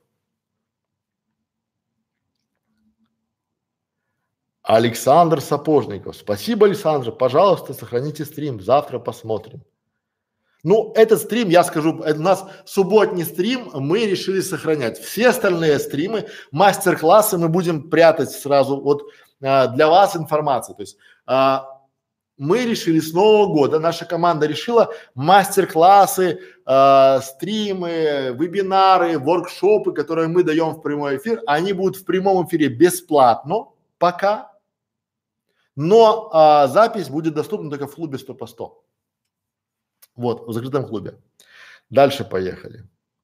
Александр Сапожников. Спасибо, Александр. Пожалуйста, сохраните стрим. Завтра посмотрим. Ну, этот стрим, я скажу, это у нас субботний стрим, мы решили сохранять. Все остальные стримы, мастер-классы мы будем прятать сразу вот а, для вас информацию. То есть а, мы решили с Нового года, наша команда решила мастер-классы, а, стримы, вебинары, воркшопы, которые мы даем в прямой эфир, они будут в прямом эфире бесплатно пока. Но а, запись будет доступна только в клубе сто по сто. Вот, в закрытом клубе. Дальше поехали.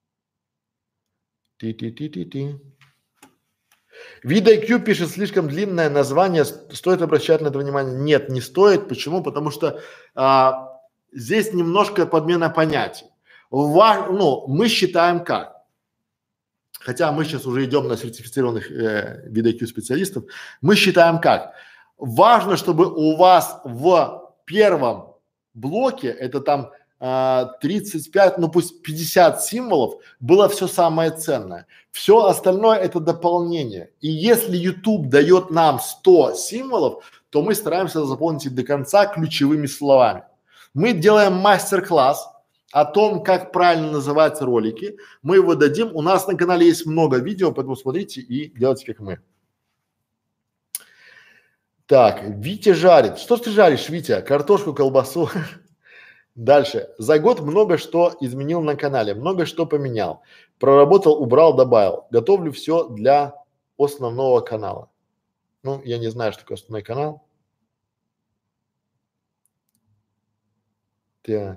Ти-ти-ти-ти-ти. VidIQ пишет слишком длинное название, стоит обращать на это внимание? Нет, не стоит. Почему? Потому что а, здесь немножко подмена понятий. Ва, ну, мы считаем как? Хотя мы сейчас уже идем на сертифицированных э, VidIQ специалистов, мы считаем как? Важно, чтобы у вас в первом блоке, это там а, тридцать пять, ну пусть пятьдесят символов, было все самое ценное. Все остальное это дополнение. И если YouTube дает нам сто символов, то мы стараемся заполнить их до конца ключевыми словами. Мы делаем мастер-класс о том, как правильно называть ролики. Мы его дадим. У нас на канале есть много видео, поэтому смотрите и делайте как мы. Так, Витя жарит. Что ж ты жаришь, Витя? Картошку, колбасу. Дальше. За год много что изменил на канале, много что поменял. Проработал, убрал, добавил. Готовлю все для основного канала. Ну, я не знаю, что такое основной канал. Так.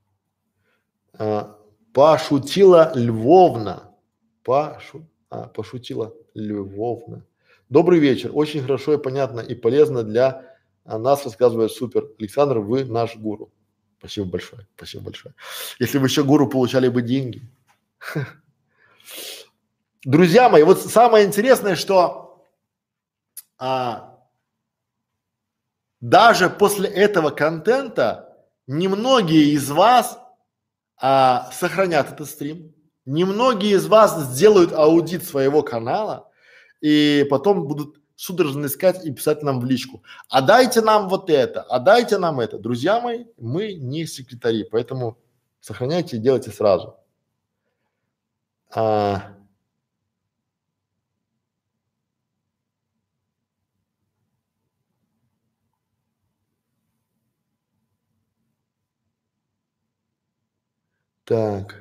А, пошутила Львовна. Пошу, а, пошутила Львовна. Добрый вечер. Очень хорошо и понятно и полезно для а, нас рассказывает супер. Александр, вы наш гуру. Спасибо большое. Спасибо большое. Если бы еще гуру получали бы деньги. Друзья мои, вот самое интересное, что а, даже после этого контента немногие из вас а, сохранят этот стрим, немногие из вас сделают аудит своего канала и потом будут судорожно искать и писать нам в личку. А дайте нам вот это, а дайте нам это. Друзья мои, мы не секретари, поэтому сохраняйте и делайте сразу. А, так.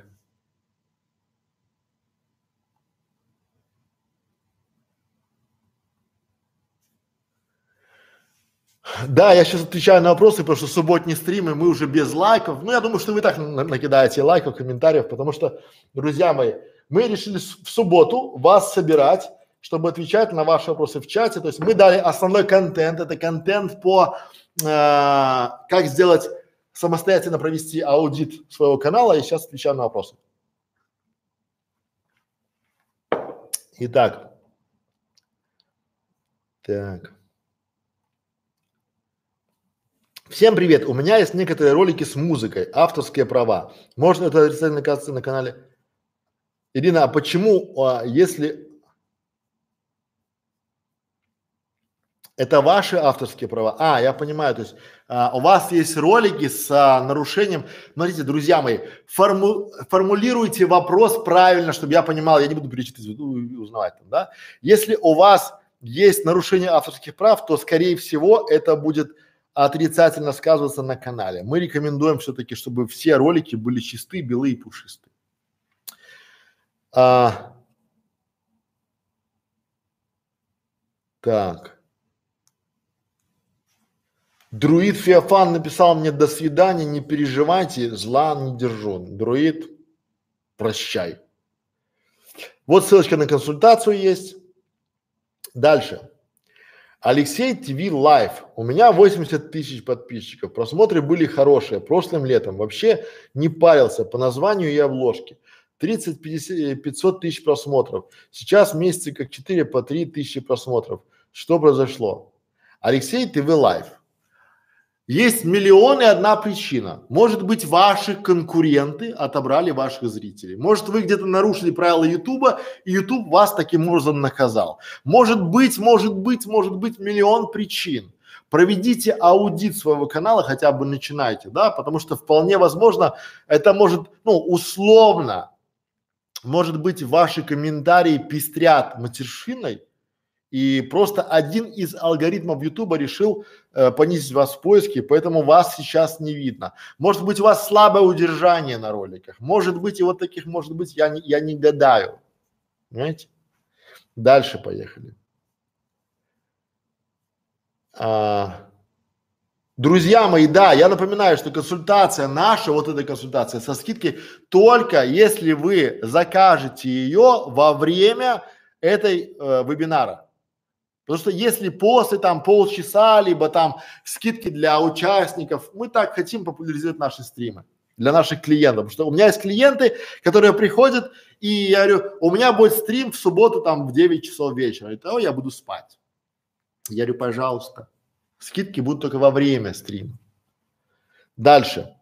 Да, я сейчас отвечаю на вопросы, потому что субботние стримы, мы уже без лайков. Ну, я думаю, что вы так на- накидаете лайков, комментариев, потому что, друзья мои, мы решили с- в субботу вас собирать, чтобы отвечать на ваши вопросы в чате. То есть мы дали основной контент, это контент по э, как сделать самостоятельно провести аудит своего канала, и сейчас отвечаю на вопросы. Итак, так. Всем привет! У меня есть некоторые ролики с музыкой, авторские права. Можно это отрицательно оказывается на канале? Ирина, а почему, а, если это ваши авторские права? А, я понимаю, то есть а, у вас есть ролики с а, нарушением. Смотрите, друзья мои, форму, формулируйте вопрос правильно, чтобы я понимал, я не буду перечитывать и узнавать там, да? Если у вас есть нарушение авторских прав, то скорее всего это будет отрицательно сказываться на канале. Мы рекомендуем все-таки, чтобы все ролики были чисты, белые и пушистые. А, так. Друид Феофан написал мне до свидания, не переживайте, зла не держу. Друид, прощай. Вот ссылочка на консультацию есть. Дальше. Алексей ТВ Лайв. У меня восемьдесят тысяч подписчиков. Просмотры были хорошие. Прошлым летом вообще не парился по названию и обложке. тридцать пятьсот тысяч просмотров. Сейчас месяцы как четыре по три тысячи просмотров. Что произошло? Алексей ТВ Лайв. Есть миллион и одна причина. Может быть, ваши конкуренты отобрали ваших зрителей. Может, вы где-то нарушили правила Ютуба, и Ютуб вас таким образом наказал. Может быть, может быть, может быть миллион причин. Проведите аудит своего канала, хотя бы начинайте, да, потому что вполне возможно, это может, ну, условно, может быть, ваши комментарии пестрят матершиной, и просто один из алгоритмов Ютуба решил э, понизить вас в поиске, поэтому вас сейчас не видно. Может быть, у вас слабое удержание на роликах, может быть, и вот таких, может быть, я не, я не гадаю, понимаете? Дальше поехали. А, друзья мои, да, я напоминаю, что консультация наша, вот эта консультация со скидкой, только если вы закажете ее во время этой э, вебинара. Потому что если после там полчаса, либо там скидки для участников, мы так хотим популяризировать наши стримы для наших клиентов. Потому что у меня есть клиенты, которые приходят, и я говорю, у меня будет стрим в субботу там в девять часов вечера. И то я буду спать. Я говорю, пожалуйста, скидки будут только во время стрима. Дальше.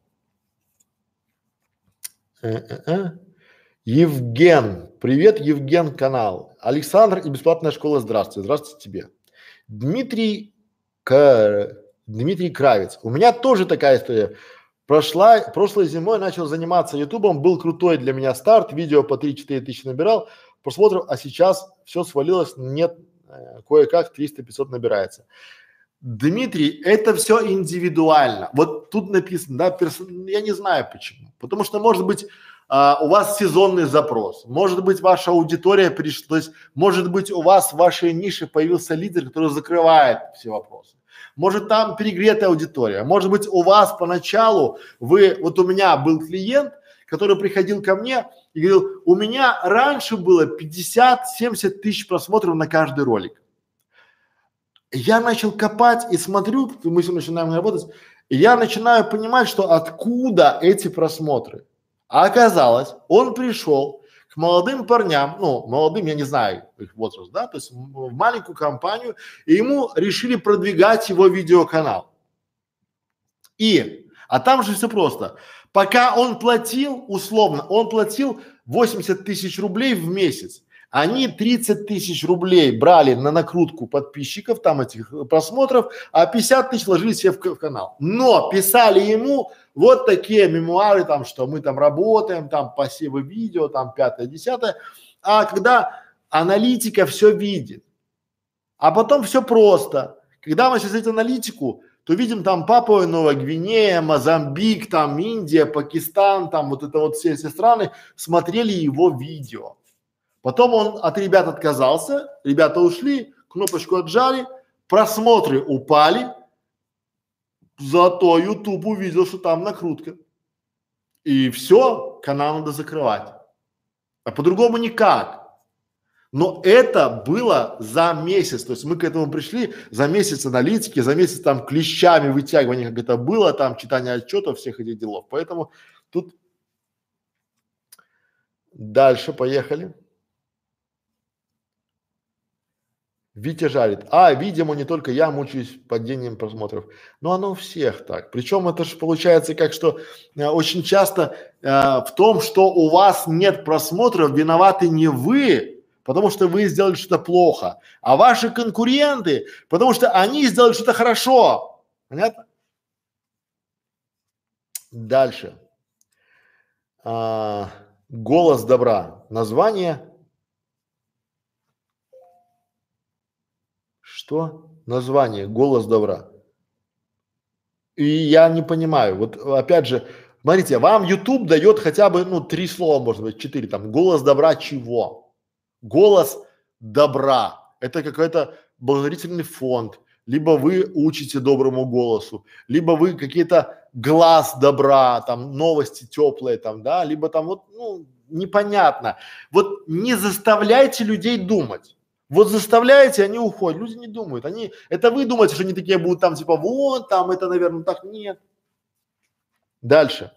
Э-э-э. Евген, привет, Евген, канал. Александр и бесплатная школа, здравствуйте, здравствуйте тебе. Дмитрий, К... Дмитрий Кравец, у меня тоже такая история. Прошла, прошлой зимой начал заниматься ютубом, был крутой для меня старт, видео по три-четыре тысячи набирал просмотров, а сейчас все свалилось, нет, э, кое-как триста-пятьсот набирается. Дмитрий, это все индивидуально. Вот тут написано, да, перс... я не знаю почему. Потому что, может быть, а, у вас сезонный запрос, может быть, ваша аудитория пришла, то есть, может быть, у вас в вашей нише появился лидер, который закрывает все вопросы. Может, там перегретая аудитория, может быть, у вас поначалу вы, вот у меня был клиент, который приходил ко мне и говорил, у меня раньше было пятьдесят-семьдесят тысяч просмотров на каждый ролик. Я начал копать и смотрю, мы с ним начинаем работать, и я начинаю понимать, что откуда эти просмотры. А оказалось, он пришел к молодым парням, ну, молодым, я не знаю их возраст, да, то есть в маленькую компанию, и ему решили продвигать его видеоканал. И, а там же все просто. Пока он платил, условно, он платил восемьдесят тысяч рублей в месяц. Они тридцать тысяч рублей брали на накрутку подписчиков, там этих просмотров, а пятьдесят тысяч ложили себе в, в канал. Но писали ему вот такие мемуары, там, что мы там работаем, там посевы видео, там пятое, десятое. А когда аналитика все видит, а потом все просто. Когда мы сейчас эту аналитику, то видим там Папуа Новая Гвинея, Мозамбик, там Индия, Пакистан, там вот это вот все эти страны смотрели его видео. Потом он от ребят отказался, ребята ушли, кнопочку отжали, просмотры упали, зато YouTube увидел, что там накрутка. И все, канал надо закрывать. А по-другому никак. Но это было за месяц, то есть мы к этому пришли за месяц аналитики, за месяц там клещами вытягивания, как это было, там читание отчетов, всех этих делов. Поэтому тут дальше поехали. Витя жарит. А, видимо, не только я мучаюсь падением просмотров. Но оно у всех так. Причем это же получается как, что э, очень часто э, в том, что у вас нет просмотров, виноваты не вы, потому что вы сделали что-то плохо, а ваши конкуренты, потому что они сделали что-то хорошо. Понятно? Дальше. А, голос добра. Название. Что? Название «Голос добра». И я не понимаю, вот опять же, смотрите, вам YouTube дает хотя бы, ну, три слова, может быть, четыре, там, голос добра чего? Голос добра. Это какой-то благотворительный фонд, либо вы учите доброму голосу, либо вы какие-то глаз добра, там, новости теплые, там, да, либо там вот, ну, непонятно. Вот не заставляйте людей думать. Вот заставляете, они уходят, люди не думают, они, это вы думаете, что они такие будут там типа вот, там это, наверное, так, нет. Дальше.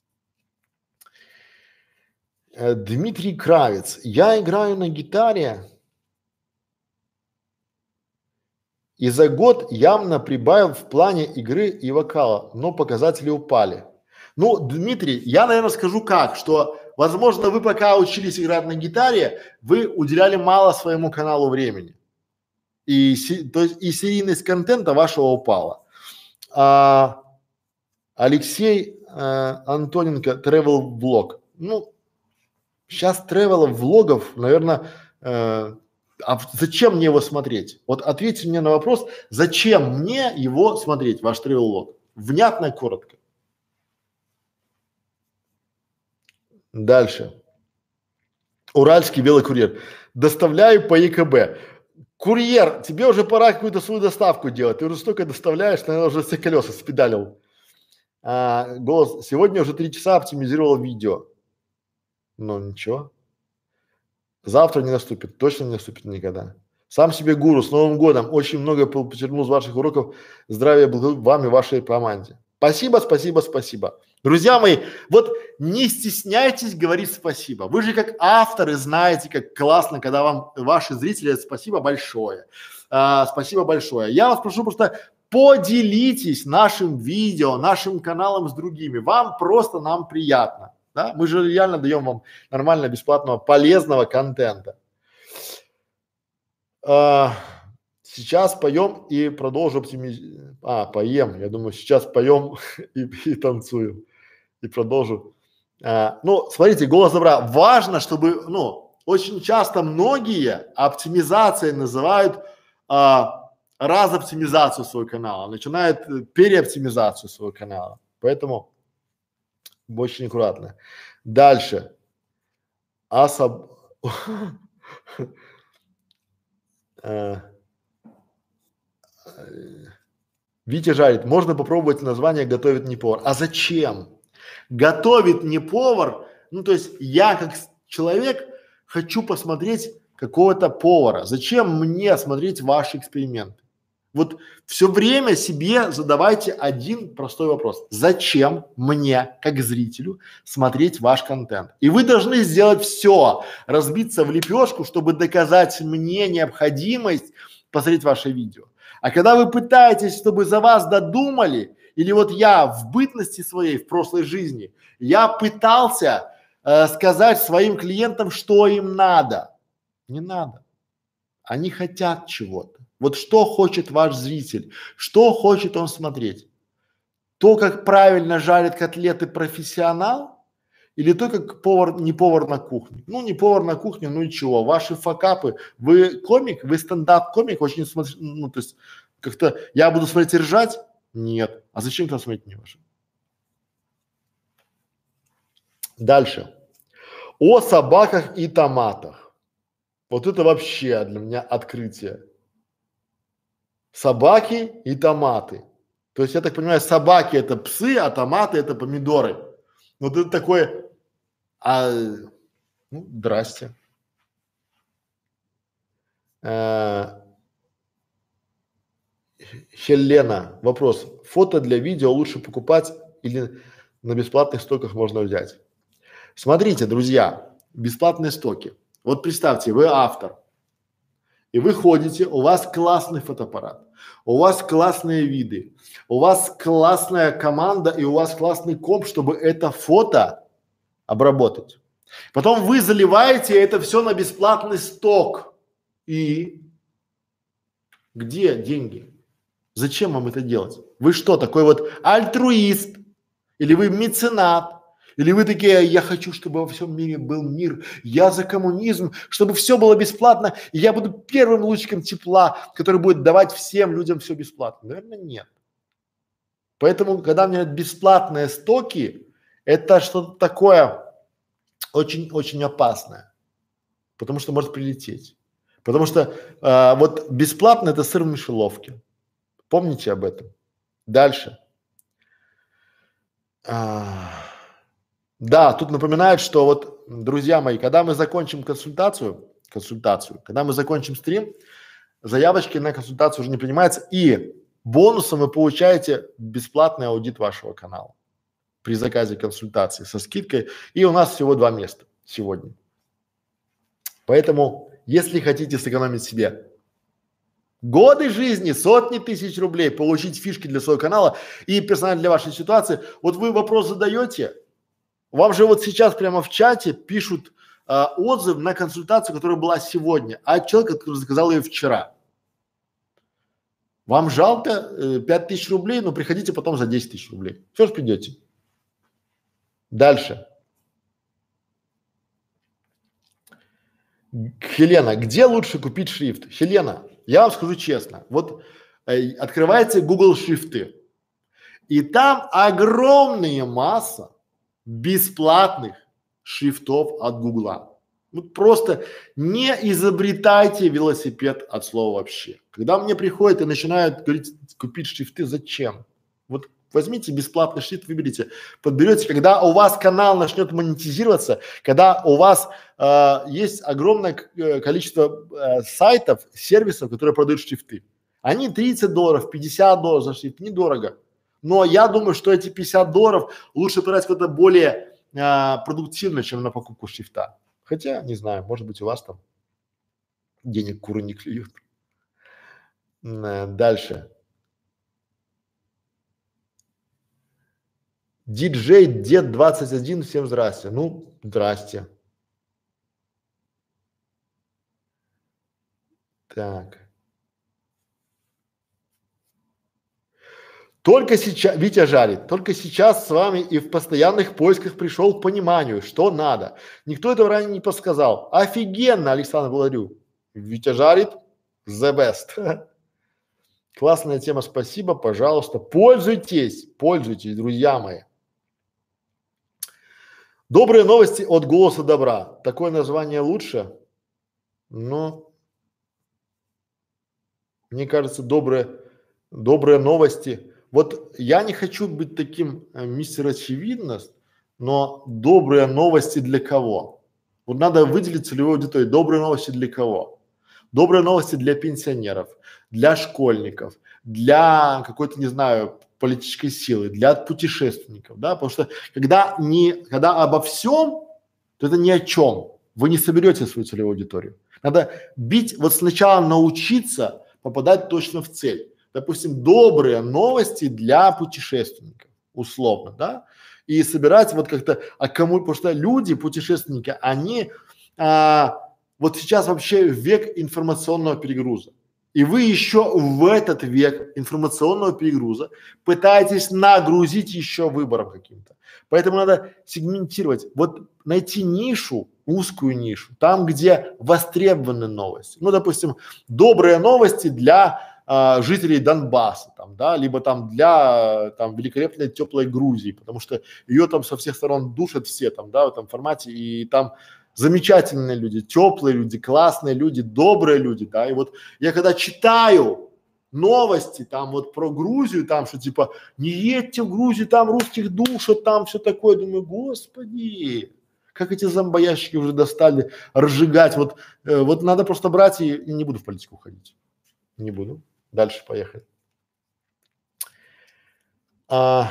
Э, Дмитрий Кравец. Я играю на гитаре и за год явно прибавил в плане игры и вокала, но показатели упали. Ну, Дмитрий, я, наверное, скажу как, что возможно, вы пока учились играть на гитаре, вы уделяли мало своему каналу времени. И, то есть, и серийность контента вашего упала. А, Алексей а, Антоненко, travel влог. Ну, сейчас travel влогов, наверное, э, а зачем мне его смотреть? Вот ответьте мне на вопрос, зачем мне его смотреть, ваш travel влог? Внятно и коротко. Дальше. Уральский белый курьер. Доставляю по ЕКБ. Курьер, тебе уже пора какую-то свою доставку делать. Ты уже столько доставляешь, наверное, уже все колеса спедалил. А, голос. Сегодня уже три часа оптимизировал видео. Ну ничего. Завтра не наступит. Точно не наступит никогда. Сам себе гуру. С Новым годом. Очень много почерпнул с ваших уроков. Здравия вам и вашей команде. Спасибо, спасибо, спасибо. Друзья мои, вот не стесняйтесь говорить спасибо. Вы же как авторы знаете, как классно, когда вам ваши зрители говорят спасибо большое. А, спасибо большое. Я вас прошу просто поделитесь нашим видео, нашим каналом с другими. Вам просто, нам приятно. Да? Мы же реально даем вам нормально, бесплатного, полезного контента. А, сейчас поем и продолжу оптимизировать. А, поем. Я думаю, сейчас поем и, и танцуем. И продолжу. А, ну, смотрите, голос добра. Важно, чтобы, ну, очень часто многие оптимизацией называют а, разоптимизацию своего канала, начинают переоптимизацию своего канала. Поэтому очень аккуратно. Дальше. Асаб... Витя жарит. Можно попробовать название «Готовит не повар». А зачем? Готовит не повар. Ну, то есть я как человек хочу посмотреть какого-то повара. Зачем мне смотреть ваши эксперименты? Вот все время себе задавайте один простой вопрос. Зачем мне, как зрителю, смотреть ваш контент? И вы должны сделать все, разбиться в лепешку, чтобы доказать мне необходимость посмотреть ваше видео. А когда вы пытаетесь, чтобы за вас додумали, или вот я в бытности своей, в прошлой жизни, я пытался э, сказать своим клиентам, что им надо. Не надо. Они хотят чего-то. Вот что хочет ваш зритель, что хочет он смотреть? То, как правильно жарит котлеты профессионал, или то, как повар, не повар на кухне? Ну, не повар на кухне, ну и чего? Ваши факапы. Вы комик, вы стендап-комик, очень смотрите, ну, то есть как-то я буду смотреть и ржать? Нет. А зачем там смотреть не ваше? Дальше. О собаках и томатах. Вот это вообще для меня открытие. Собаки и томаты. То есть я так понимаю, собаки это псы, а томаты это помидоры. Вот это такое, а, ну, здрасте. Э, Хелена, вопрос. Фото для видео лучше покупать или на бесплатных стоках можно взять? Смотрите, друзья, бесплатные стоки. Вот представьте, вы автор, и вы ходите, у вас классный фотоаппарат, у вас классные виды, у вас классная команда и у вас классный комп, чтобы это фото обработать. Потом вы заливаете это все на бесплатный сток. И где деньги? Зачем вам это делать? Вы что, такой вот альтруист? Или вы меценат? Или вы такие, я хочу, чтобы во всем мире был мир, я за коммунизм, чтобы все было бесплатно, и я буду первым лучиком тепла, который будет давать всем людям все бесплатно. Наверное, нет. Поэтому, когда у меня бесплатные стоки, это что-то такое очень-очень опасное, потому что может прилететь. Потому что а, вот бесплатно это сыр в мышеловке. Помните об этом. Дальше. А, да, тут напоминают, что вот, друзья мои, когда мы закончим консультацию, консультацию, когда мы закончим стрим, заявочки на консультацию уже не принимаются, и бонусом вы получаете бесплатный аудит вашего канала при заказе консультации со скидкой, и у нас всего два места сегодня. Поэтому, если хотите сэкономить себе годы жизни, сотни тысяч рублей, получить фишки для своего канала и персонально для вашей ситуации, вот вы вопрос задаете, вам же вот сейчас прямо в чате пишут а, отзыв на консультацию, которая была сегодня, а человек, который заказал ее вчера. Вам жалко э, пять тысяч рублей, но приходите потом за десять тысяч рублей. Все же придете. Дальше. Хелена, где лучше купить шрифт? Хелена, я вам скажу честно, вот э, открывайте Google шрифты, и там огромная масса бесплатных шрифтов от Гугла. Вот просто не изобретайте велосипед от слова вообще. Когда мне приходят и начинают говорить, купить шрифты, зачем? Вот возьмите бесплатный шрифт, выберите, подберете, когда у вас канал начнет монетизироваться, когда у вас э, есть огромное э, количество э, сайтов, сервисов, которые продают шрифты. Они тридцать долларов, пятьдесят долларов за шрифт, недорого. Но я думаю, что эти пятьдесят долларов лучше тратить куда-то более а, продуктивно, чем на покупку шрифта. Хотя, не знаю, может быть у вас там денег куры не клюют. М, Дальше. Диджей Дед двадцать один, всем здрасте. Ну, здрасте. Так. Только сейчас, Витя жарит, только сейчас с вами и в постоянных поисках пришел к пониманию, что надо. Никто этого ранее не подсказал. Офигенно, Александр, благодарю. Витя жарит, the best. Классная тема, спасибо, пожалуйста. Пользуйтесь, пользуйтесь, друзья мои. Добрые новости от Голоса Добра. Такое название лучше? Ну, мне кажется, добрые, добрые новости. Вот я не хочу быть таким э, мистер Очевидность, но добрые новости для кого? Вот надо выделить целевую аудиторию. Добрые новости для кого? Добрые новости для пенсионеров, для школьников, для какой-то, не знаю, политической силы, для путешественников, да, потому что когда не, когда обо всем, то это ни о чем. Вы не соберете свою целевую аудиторию. Надо бить, вот сначала научиться попадать точно в цель. Допустим, добрые новости для путешественников, условно, да, и собирать вот как-то, а кому, потому что люди, путешественники, они а, вот сейчас вообще век информационного перегруза. И вы еще в этот век информационного перегруза пытаетесь нагрузить еще выбором каким-то. Поэтому надо сегментировать, вот найти нишу, узкую нишу, там, где востребованы новости. Ну, допустим, добрые новости для а, жителей Донбасса, там, да, либо там для там великолепной теплой Грузии, потому что ее там со всех сторон душат все там, да, в этом формате, и там замечательные люди, теплые люди, классные люди, добрые люди, да, и вот я когда читаю новости там вот про Грузию, там что типа не едьте в Грузию, там русских душат, там все такое, думаю, господи, как эти зомбоящики уже достали разжигать, вот, э, вот надо просто брать и, и не буду в политику уходить, не буду, дальше поехали. А,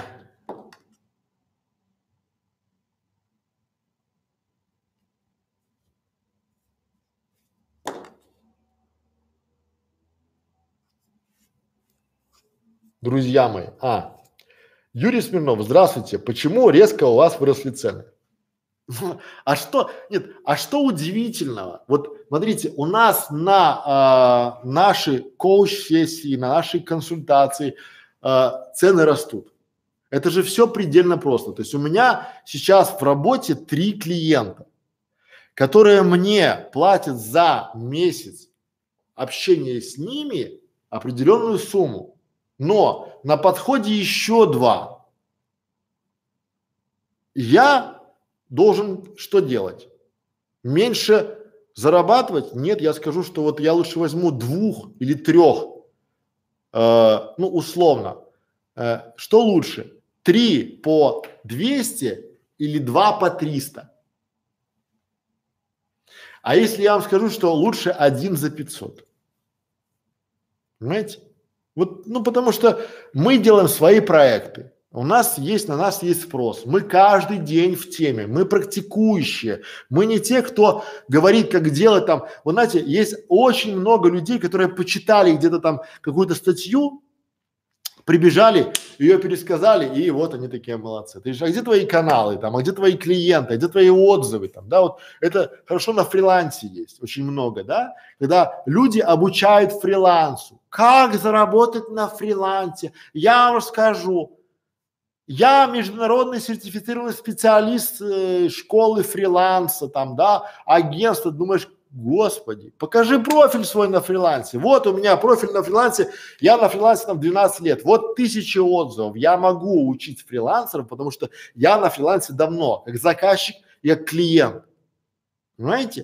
друзья мои, а, Юрий Смирнов, здравствуйте. Почему резко у вас выросли цены? А что, нет, а что удивительного? Вот смотрите, у нас на а, наши коуч-сессии, на наши консультации а, цены растут. Это же все предельно просто. То есть у меня сейчас в работе три клиента, которые мне платят за месяц общения с ними определенную сумму. Но на подходе еще два. Я должен что делать? Меньше зарабатывать? Нет, я скажу, что вот я лучше возьму двух или трех, э, ну условно. Э, что лучше? Три по двести или два по триста? А если я вам скажу, что лучше один за пятьсот? Понимаете? Вот, ну потому что мы делаем свои проекты. У нас есть, на нас есть спрос. Мы каждый день в теме, мы практикующие. Мы не те, кто говорит, как делать там. Вы знаете, есть очень много людей, которые почитали где-то там какую-то статью, прибежали, ее пересказали, и вот они такие молодцы. Ты говоришь, а где твои каналы там, а где твои клиенты, а где твои отзывы там, да, вот это хорошо на фрилансе есть, очень много, да, когда люди обучают фрилансу. Как заработать на фрилансе? Я вам расскажу. Я международный сертифицированный специалист э, школы фриланса, там, да, агентство, думаешь, господи, покажи профиль свой на фрилансе. Вот у меня профиль на фрилансе, я на фрилансе там двенадцать лет, вот тысячи отзывов. Я могу учить фрилансеров, потому что я на фрилансе давно, как заказчик и как клиент. Понимаете?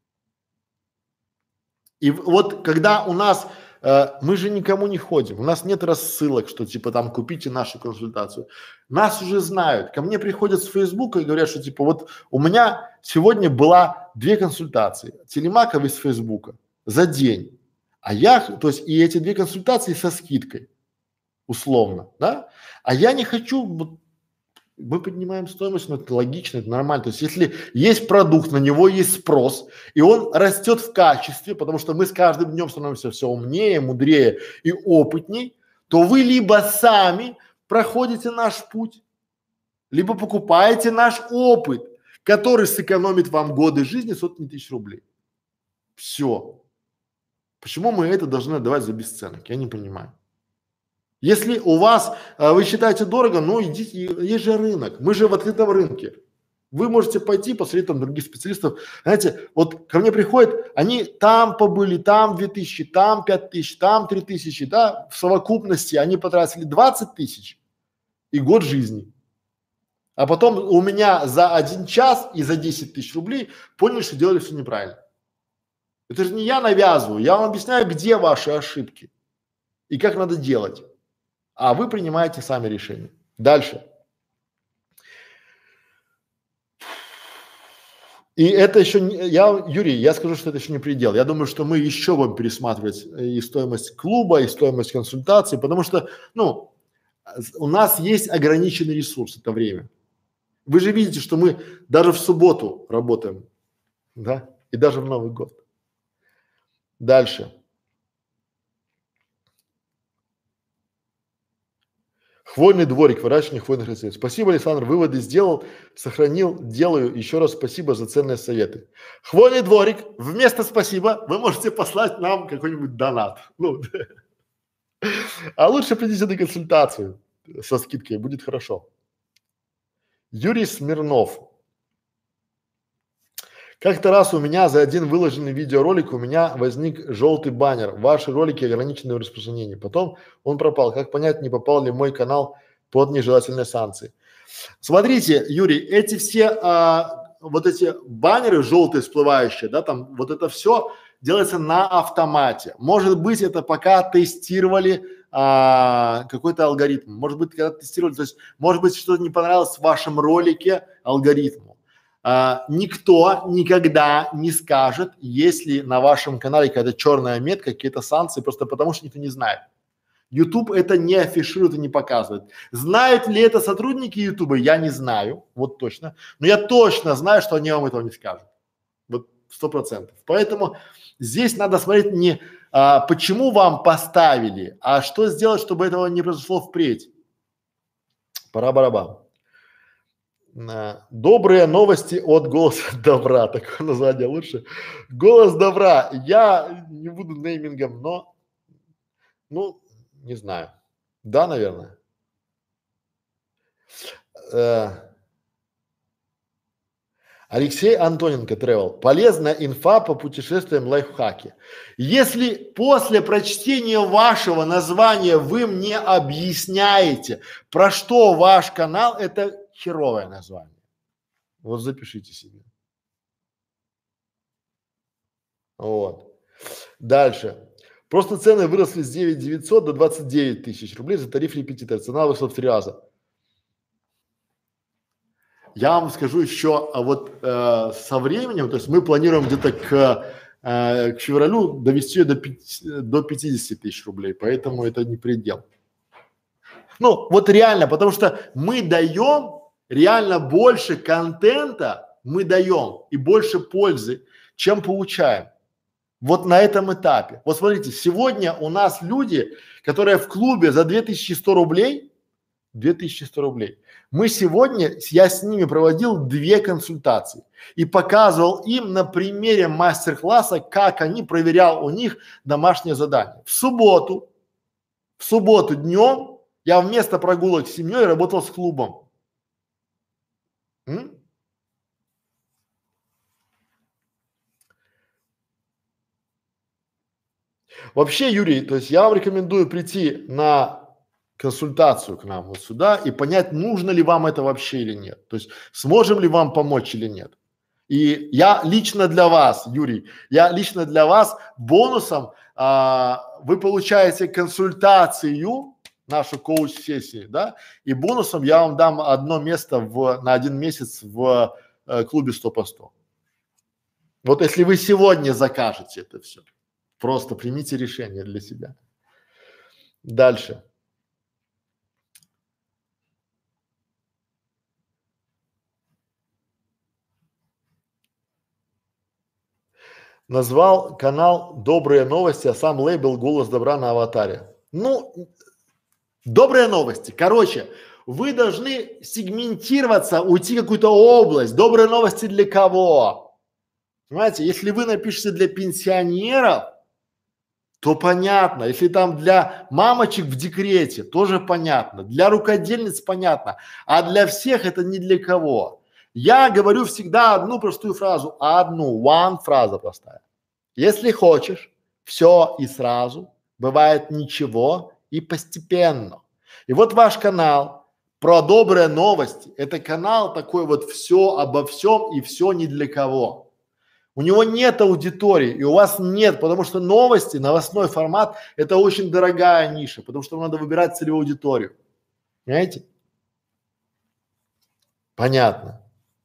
И в- вот когда у нас э, мы же никому не ходим, у нас нет рассылок, что типа там купите нашу консультацию. Нас уже знают. Ко мне приходят с Фейсбука и говорят, что типа вот у меня сегодня была две консультации Телемаков из Фейсбука за день. А я, то есть и эти две консультации со скидкой, условно, да? А я не хочу, вот, мы поднимаем стоимость, но это логично, это нормально. То есть если есть продукт, на него есть спрос, и он растет в качестве, потому что мы с каждым днем становимся все умнее, мудрее и опытней, то вы либо сами проходите наш путь, либо покупаете наш опыт, который сэкономит вам годы жизни сотни тысяч рублей. Все. Почему мы это должны отдавать за бесценок? Я не понимаю. Если у вас, а, вы считаете дорого, ну идите, есть же рынок, мы же в открытом рынке. Вы можете пойти посмотреть там других специалистов. Знаете, вот ко мне приходят, они там побыли, там две тысячи, там пять тысяч, там три тысячи, да, в совокупности они потратили двадцать тысяч и год жизни. А потом у меня за один час и за десять тысяч рублей поняли, что делали все неправильно. Это же не я навязываю, я вам объясняю, где ваши ошибки и как надо делать. А вы принимаете сами решения. Дальше. И это еще не, я, Юрий, я скажу, что это еще не предел. Я думаю, что мы еще будем пересматривать и стоимость клуба, и стоимость консультаций, потому что, ну, у нас есть ограниченный ресурс, это время. Вы же видите, что мы даже в субботу работаем, да, и даже в Новый год. Дальше. Хвойный дворик, выращивание хвойных растений. Спасибо, Александр, выводы сделал, сохранил, делаю. Еще раз спасибо за ценные советы. Хвойный дворик, вместо спасибо вы можете послать нам какой-нибудь донат. Ну, а лучше придите на консультацию со скидкой, будет хорошо. Юрий Смирнов. Как-то раз у меня за один выложенный видеоролик у меня возник желтый баннер. Ваши ролики ограничены в распространении. Потом он пропал. Как понять, не попал ли мой канал под нежелательные санкции? Смотрите, Юрий, эти все а, вот эти баннеры желтые всплывающие, да, там вот это все делается на автомате. Может быть, это пока тестировали а, какой-то алгоритм. Может быть, когда тестировали, то есть, может быть, что-то не понравилось в вашем ролике алгоритму. А, никто никогда не скажет, если на вашем канале какая-то черная метка, какие-то санкции, просто потому что никто не знает. YouTube это не афиширует и не показывает. Знают ли это сотрудники YouTube? Я не знаю, вот точно. Но я точно знаю, что они вам этого не скажут. Вот сто процентов. Поэтому здесь надо смотреть не а, почему вам поставили, а что сделать, чтобы этого не произошло впредь. Пора-барабан. Добрые новости от голоса добра, такое название лучше. Голос добра. Я не буду неймингом, но, ну, не знаю. Да, наверное. Э, Алексей Антоненко, Travel. Полезная инфа по путешествиям, лайфхаки. Если после прочтения вашего названия вы мне объясняете, про что ваш канал, это херовое название. Вот запишите себе. Вот. Дальше. Просто цены выросли с девять тысяч девятьсот до двадцати девяти тысяч рублей за тариф репетитора. Цена выросла в три раза. Я вам скажу еще, а вот э, со временем, то есть мы планируем где-то к, э, к февралю довести ее до, до пятидесяти тысяч рублей, поэтому это не предел. Ну, вот реально, потому что мы даем реально больше контента, мы даем и больше пользы, чем получаем. Вот на этом этапе. Вот смотрите, сегодня у нас люди, которые в клубе за две тысячи сто рублей, две тысячи сто рублей, мы сегодня, я с ними проводил две консультации и показывал им на примере мастер-класса, как они проверял у них домашнее задание. В субботу, в субботу днем я вместо прогулок с семьей работал с клубом. М? Вообще, Юрий, то есть я вам рекомендую прийти на консультацию к нам вот сюда и понять, нужно ли вам это вообще или нет. То есть сможем ли вам помочь или нет. И я лично для вас, Юрий, я лично для вас бонусом а, вы получаете консультацию, нашу коуч-сессию, да, и бонусом я вам дам одно место в, на один месяц в э, клубе сто по сто. Вот если вы сегодня закажете это все. Просто примите решение для себя. Дальше. Назвал канал «Добрые новости», а сам лейбл «Голос добра» на аватаре. Ну, добрые новости. Короче, вы должны сегментироваться, уйти в какую-то область. Добрые новости для кого? Понимаете, если вы напишете для пенсионеров, то понятно. Если там для мамочек в декрете, тоже понятно. Для рукодельниц понятно. А для всех это не для кого. Я говорю всегда одну простую фразу, одну, one фраза простая. Если хочешь, все и сразу, бывает ничего и постепенно. И вот ваш канал про добрые новости. Это канал такой вот все обо всем и все ни для кого. У него нет аудитории и у вас нет, потому что новости, новостной формат – это очень дорогая ниша, потому что надо выбирать целевую аудиторию. Понимаете? Понятно.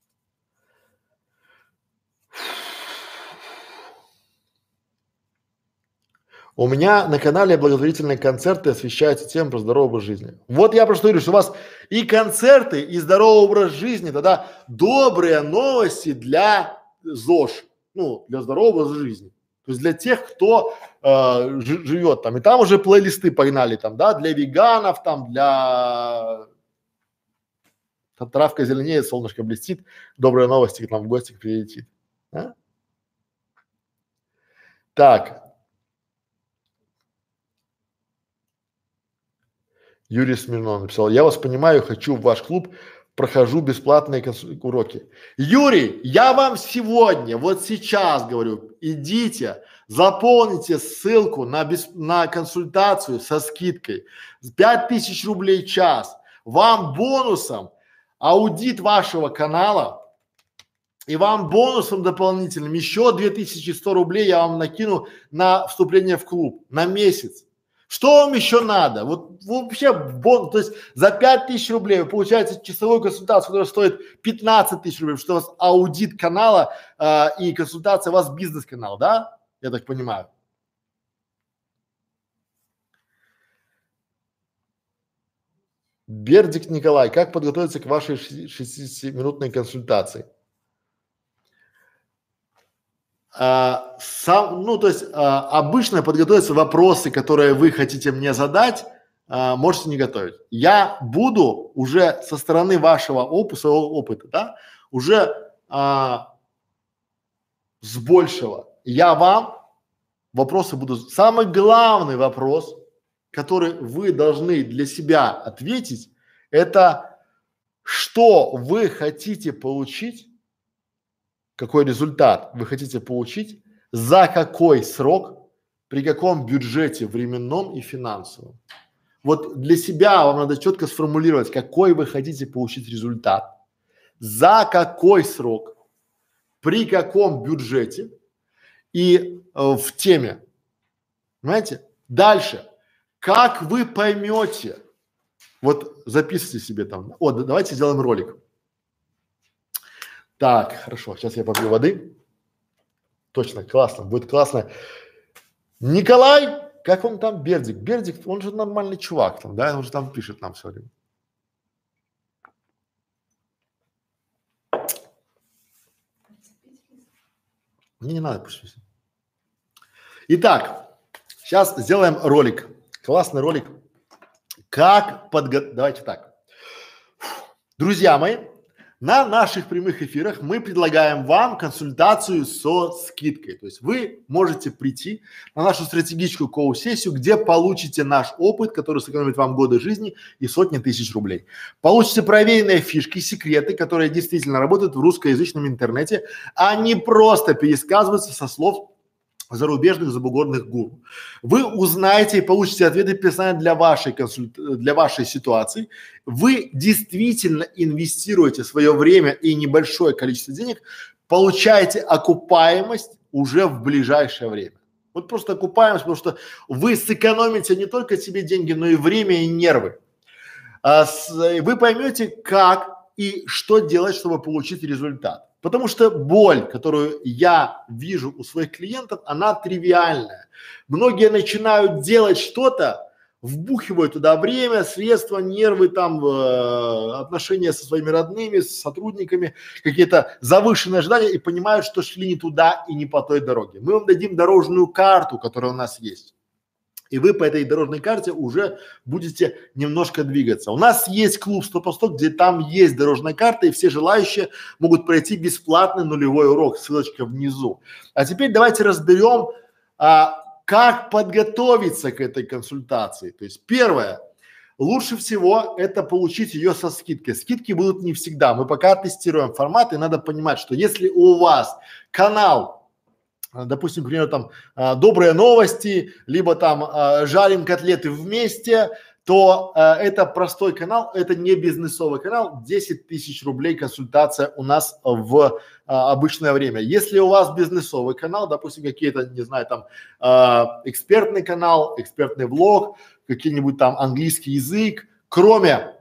У меня на канале благотворительные концерты освещаются тем про здоровый образ жизни. Вот я просто говорю, что у вас и концерты, и здоровый образ жизни, тогда добрые новости для ЗОЖ, ну, для здорового образа жизни. То есть для тех, кто э, живет там. И там уже плейлисты погнали там, да, для веганов, там, для там, травка зеленеет, солнышко блестит, добрые новости к нам в гости прилетит. А? Так. Юрий Смирнов написал, я вас понимаю, хочу в ваш клуб, прохожу бесплатные консуль... уроки. Юрий, я вам сегодня, вот сейчас говорю, идите, заполните ссылку на, бес... на консультацию со скидкой. пять тысяч рублей в час. Вам бонусом аудит вашего канала и вам бонусом дополнительным еще две тысячи сто рублей я вам накину на вступление в клуб на месяц. Что вам еще надо? Вот вообще, бон, то есть за пять тысяч рублей вы получаете часовую консультацию, которая стоит пятнадцать тысяч рублей, что у вас аудит канала э, и консультация у вас бизнес-канал, да? Я так понимаю. Бердик Николай, как подготовиться к вашей шестидесятиминутной консультации? А, сам, ну, то есть а, обычно подготовятся вопросы, которые вы хотите мне задать, а, можете не готовить. Я буду уже со стороны вашего опыта, своего опыта, да, уже а, с большего. Я вам вопросы буду, самый главный вопрос, который вы должны для себя ответить, это что вы хотите получить, какой результат вы хотите получить, за какой срок, при каком бюджете временном и финансовом. Вот для себя вам надо четко сформулировать, какой вы хотите получить результат, за какой срок, при каком бюджете и э, в теме. Понимаете? Дальше. Как вы поймете, вот записывайте себе там, о, да, давайте сделаем ролик. Так, хорошо, сейчас я попью воды. Точно, классно, будет классно. Николай, как он там, Бердик? Бердик, он же нормальный чувак там, да, он же там пишет нам все время. Мне не надо пусть. Итак, сейчас сделаем ролик, классный ролик. Как подготовить, давайте так. Друзья мои, на наших прямых эфирах мы предлагаем вам консультацию со скидкой. То есть вы можете прийти на нашу стратегическую коуч-сессию, где получите наш опыт, который сэкономит вам годы жизни и сотни тысяч рублей. Получите проверенные фишки, секреты, которые действительно работают в русскоязычном интернете, а не просто пересказываются со слов зарубежных забугорных гуру. Вы узнаете и получите ответы персонально для вашей консульт... для вашей ситуации. Вы действительно инвестируете свое время и небольшое количество денег, получаете окупаемость уже в ближайшее время. Вот просто окупаемость, потому что вы сэкономите не только себе деньги, но и время и нервы. А с... Вы поймете, как и что делать, чтобы получить результат. Потому что боль, которую я вижу у своих клиентов, она тривиальная. Многие начинают делать что-то, вбухивают туда время, средства, нервы, там, э, отношения со своими родными, с сотрудниками, какие-то завышенные ожидания и понимают, что шли не туда и не по той дороге. Мы вам дадим дорожную карту, которая у нас есть. И вы по этой дорожной карте уже будете немножко двигаться. У нас есть клуб сто по сто, где там есть дорожная карта, и все желающие могут пройти бесплатный нулевой урок. Ссылочка внизу. А теперь давайте разберем, а, как подготовиться к этой консультации. То есть первое, лучше всего это получить ее со скидкой. Скидки будут не всегда. Мы пока тестируем формат, и надо понимать, что если у вас канал, допустим, к примеру, там а, добрые новости, либо там а, жарим котлеты вместе, то э, это простой канал, это не бизнесовый канал, десять тысяч рублей консультация у нас в э, обычное время. Если у вас бизнесовый канал, допустим, какие-то, не знаю, там э, экспертный канал, экспертный влог, какие-нибудь там английский язык, кроме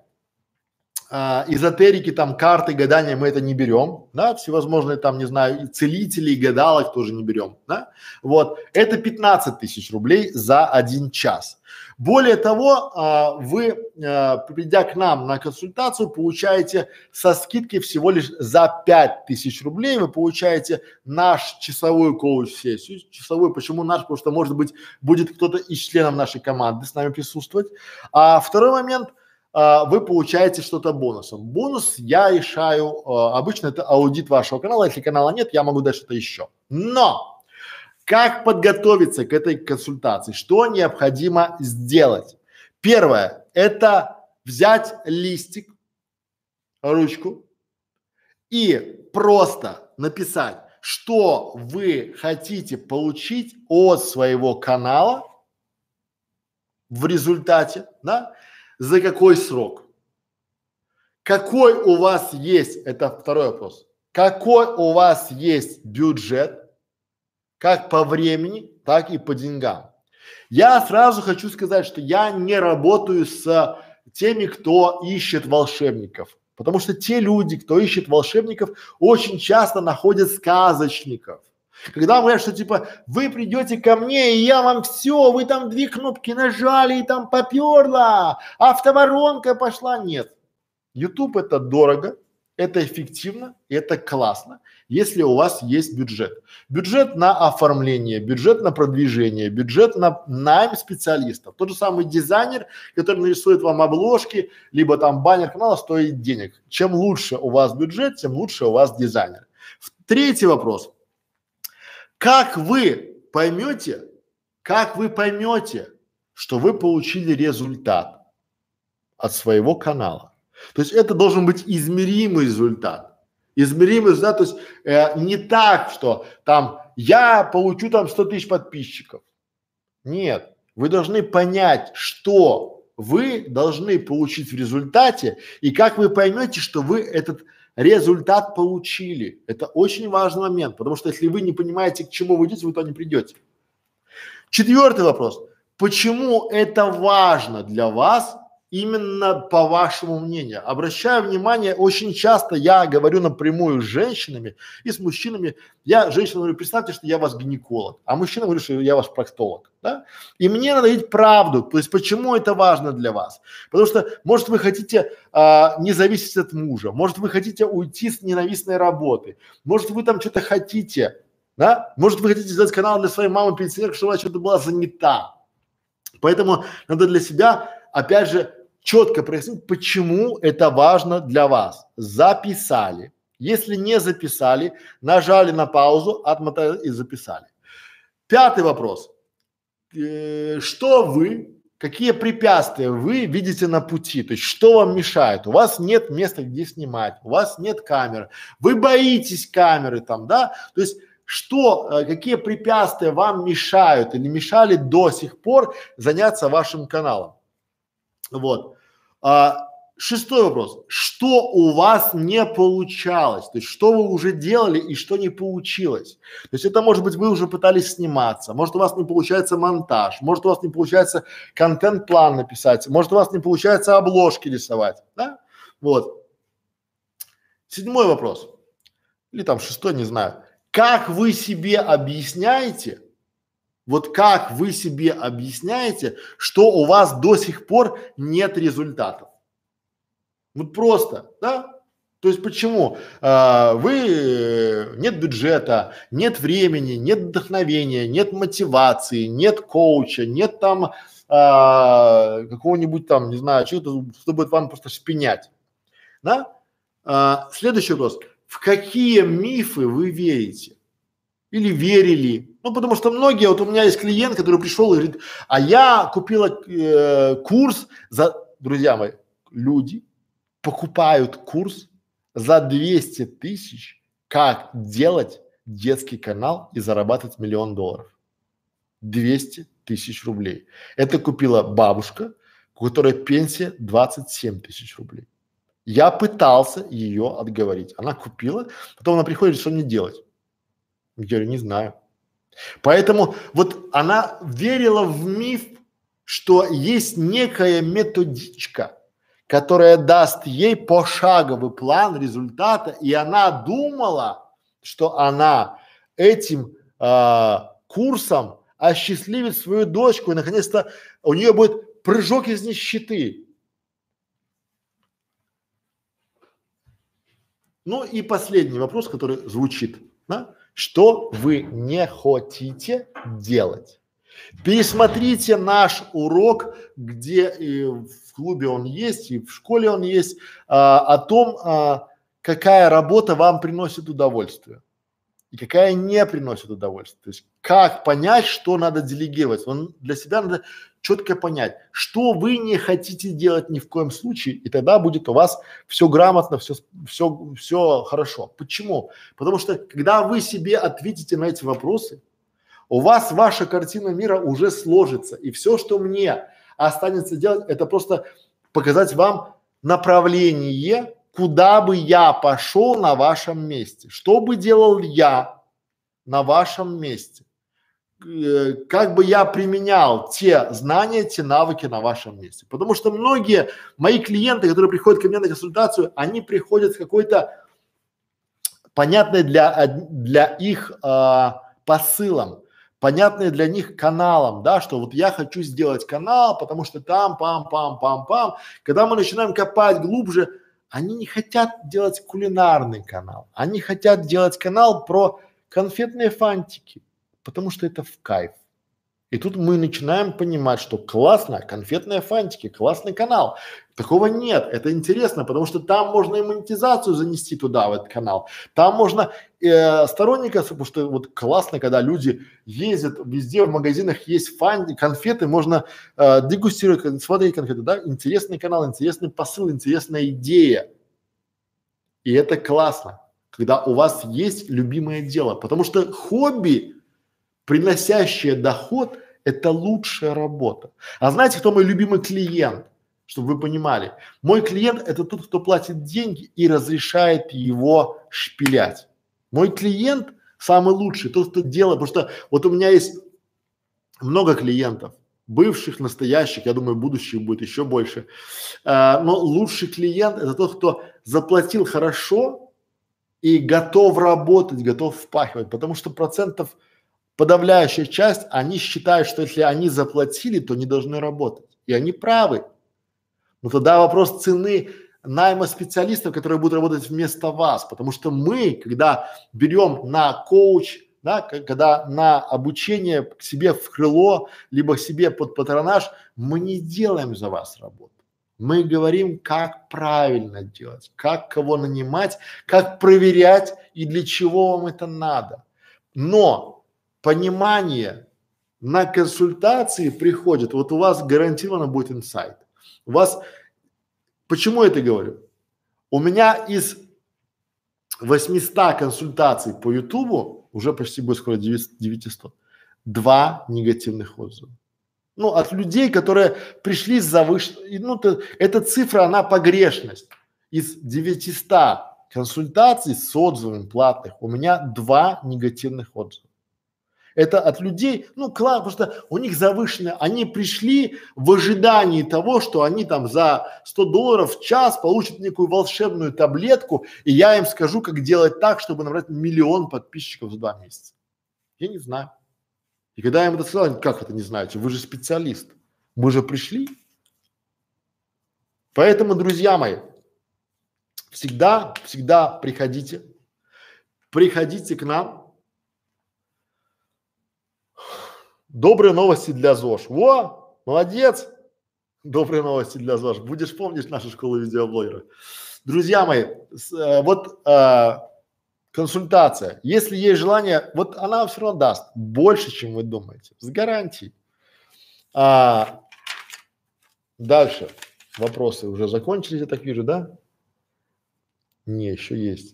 а, эзотерики, там карты, гадания мы это не берем, да, всевозможные там, не знаю, и целителей, и гадалок тоже не берем, да, вот, это пятнадцать тысяч рублей за один час. Более того, а, вы, а, придя к нам на консультацию, получаете со скидкой всего лишь за пять тысяч рублей, вы получаете наш часовую коуч-сессию, часовую, почему наш, потому что, может быть, будет кто-то из членов нашей команды с нами присутствовать, а второй момент, а, вы получаете что-то бонусом. Бонус я решаю, а, обычно это аудит вашего канала, если канала нет, я могу дать что-то еще. Но как подготовиться к этой консультации? Что необходимо сделать? Первое – это взять листик, ручку и просто написать, что вы хотите получить от своего канала в результате, да? За какой срок? Какой у вас есть, это второй вопрос, какой у вас есть бюджет, как по времени, так и по деньгам. Я сразу хочу сказать, что я не работаю с теми, кто ищет волшебников, потому что те люди, кто ищет волшебников, очень часто находят сказочников. Когда говорят, что типа вы придете ко мне и я вам все, вы там две кнопки нажали и там поперло, автоворонка пошла. Нет. YouTube это дорого, это эффективно, и это классно, если у вас есть бюджет. Бюджет на оформление, бюджет на продвижение, бюджет на найм специалистов. Тот же самый дизайнер, который нарисует вам обложки, либо там баннер канала, стоит денег. Чем лучше у вас бюджет, тем лучше у вас дизайнер. Третий вопрос. Как вы поймете, как вы поймете, что вы получили результат от своего канала? То есть это должен быть измеримый результат. Измеримый результат, то есть э, не так, что там я получу там сто тысяч подписчиков. Нет, вы должны понять, что вы должны получить в результате и как вы поймете, что вы этот результат получили. Это очень важный момент, потому что если вы не понимаете, к чему вы идете, вы туда не придете. Четвертый вопрос. Почему это важно для вас именно по вашему мнению? Обращаю внимание, очень часто я говорю напрямую с женщинами и с мужчинами. Я женщинам говорю, представьте, что я ваш гинеколог, а мужчинам говорю, что я ваш проктолог, да? И мне надо говорить правду, то есть почему это важно для вас. Потому что, может, вы хотите а, не зависеть от мужа, может, вы хотите уйти с ненавистной работы, может, вы там что-то хотите, да? Может, вы хотите сделать канал для своей мамы пенсионерки, чтобы она что-то была занята. Поэтому надо для себя, опять же, четко прояснить, почему это важно для вас. Записали. Если не записали, нажали на паузу, отмотали и записали. Пятый вопрос. Э, что вы, какие препятствия вы видите на пути? То есть, что вам мешает? У вас нет места, где снимать, у вас нет камеры, вы боитесь камеры там, да? То есть, что, э, какие препятствия вам мешают или мешали до сих пор заняться вашим каналом? Вот. А, шестой вопрос. Что у вас не получалось? То есть, что вы уже делали и что не получилось? То есть, это может быть, вы уже пытались сниматься, может, у вас не получается монтаж, может, у вас не получается контент-план написать, может, у вас не получается обложки рисовать, да? Вот. Седьмой вопрос. Или там шестой, не знаю. Как вы себе объясняете, вот как вы себе объясняете, что у вас до сих пор нет результатов? Вот просто, да? То есть почему? А, вы, нет бюджета, нет времени, нет вдохновения, нет мотивации, нет коуча, нет там а, какого-нибудь там, не знаю, чего-то, что будет вам просто шпинять, да? А, следующий вопрос. В какие мифы вы верите? Или верили? Ну, потому что многие, вот у меня есть клиент, который пришел и говорит, а я купила э, курс за, друзья мои, люди покупают курс за двести тысяч, как делать детский канал и зарабатывать миллион долларов. двести тысяч рублей. Это купила бабушка, у которой пенсия двадцать семь тысяч рублей. Я пытался ее отговорить. Она купила, потом она приходит, что мне делать? Я говорю, не знаю. Поэтому вот она верила в миф, что есть некая методичка, которая даст ей пошаговый план результата, и она думала, что она этим а, курсом осчастливит свою дочку, и наконец-то у нее будет прыжок из нищеты. Ну и последний вопрос, который звучит, да? Что вы не хотите делать? Пересмотрите наш урок, где и в клубе он есть, и в школе он есть, а, о том, а, какая работа вам приносит удовольствие и какая не приносит удовольствие. То есть как понять, что надо делегировать. Он для себя надо четко понять, что вы не хотите делать ни в коем случае, и тогда будет у вас все грамотно, все, все, все хорошо. Почему? Потому что когда вы себе ответите на эти вопросы, у вас ваша картина мира уже сложится, и все, что мне останется делать, это просто показать вам направление, куда бы я пошел на вашем месте, что бы делал я на вашем месте, э, как бы я применял те знания, те навыки на вашем месте. Потому что многие мои клиенты, которые приходят ко мне на консультацию, они приходят с какой-то понятной для, для их а, посылом, понятной для них каналом, да, что вот я хочу сделать канал, потому что там пам-пам-пам-пам. Когда мы начинаем копать глубже, они не хотят делать кулинарный канал, они хотят делать канал про конфетные фантики, потому что это в кайф. И тут мы начинаем понимать, что классно, конфетные фантики, классный канал. Такого нет, это интересно, потому что там можно и монетизацию занести туда, в этот канал. Там можно э, сторонников, потому что вот классно, когда люди ездят везде, в магазинах есть фанти, конфеты, можно э, дегустировать, смотреть конфеты, да, интересный канал, интересный посыл, интересная идея. И это классно, когда у вас есть любимое дело, потому что хобби, приносящее доход, это лучшая работа. А знаете, кто мой любимый клиент? Чтобы вы понимали, мой клиент это тот, кто платит деньги и разрешает его шпилять. Мой клиент самый лучший, тот, кто делает, потому что вот у меня есть много клиентов, бывших, настоящих, я думаю, будущих будет еще больше. А, но лучший клиент это тот, кто заплатил хорошо и готов работать, готов впахивать, потому что процентов подавляющая часть, они считают, что если они заплатили, то не должны работать. И они правы. Но тогда вопрос цены найма специалистов, которые будут работать вместо вас. Потому что мы, когда берем на коуч, да, когда на обучение к себе в крыло, либо к себе под патронаж, мы не делаем за вас работу. Мы говорим, как правильно делать, как кого нанимать, как проверять и для чего вам это надо. Но понимание на консультации приходит, вот у вас гарантированно будет инсайт. У вас, почему я это говорю? У меня из восьмисот консультаций по Ютубу, уже почти будет скоро девятьсот, два негативных отзыва. Ну, от людей, которые пришли с завышенной, ну, то, эта цифра, она погрешность. Из девятисот консультаций с отзывами платных у меня два негативных отзыва. Это от людей, ну, класс, потому что у них завышенные, они пришли в ожидании того, что они там за сто долларов в час получат некую волшебную таблетку, и я им скажу, как делать так, чтобы набрать миллион подписчиков за два месяца. Я не знаю. И когда я им это сказал, они, как это не знаете, вы же специалист, мы же пришли. Поэтому, друзья мои, всегда, всегда приходите, приходите к нам. Добрые новости для ЗОЖ. Во, молодец! Добрые новости для ЗОЖ. Будешь помнить нашу школу видеоблогеров. Друзья мои, с, э, вот э, консультация. Если есть желание, вот она все равно даст больше, чем вы думаете. С гарантией. А, дальше. Вопросы уже закончились, я так вижу, да? Не, еще есть.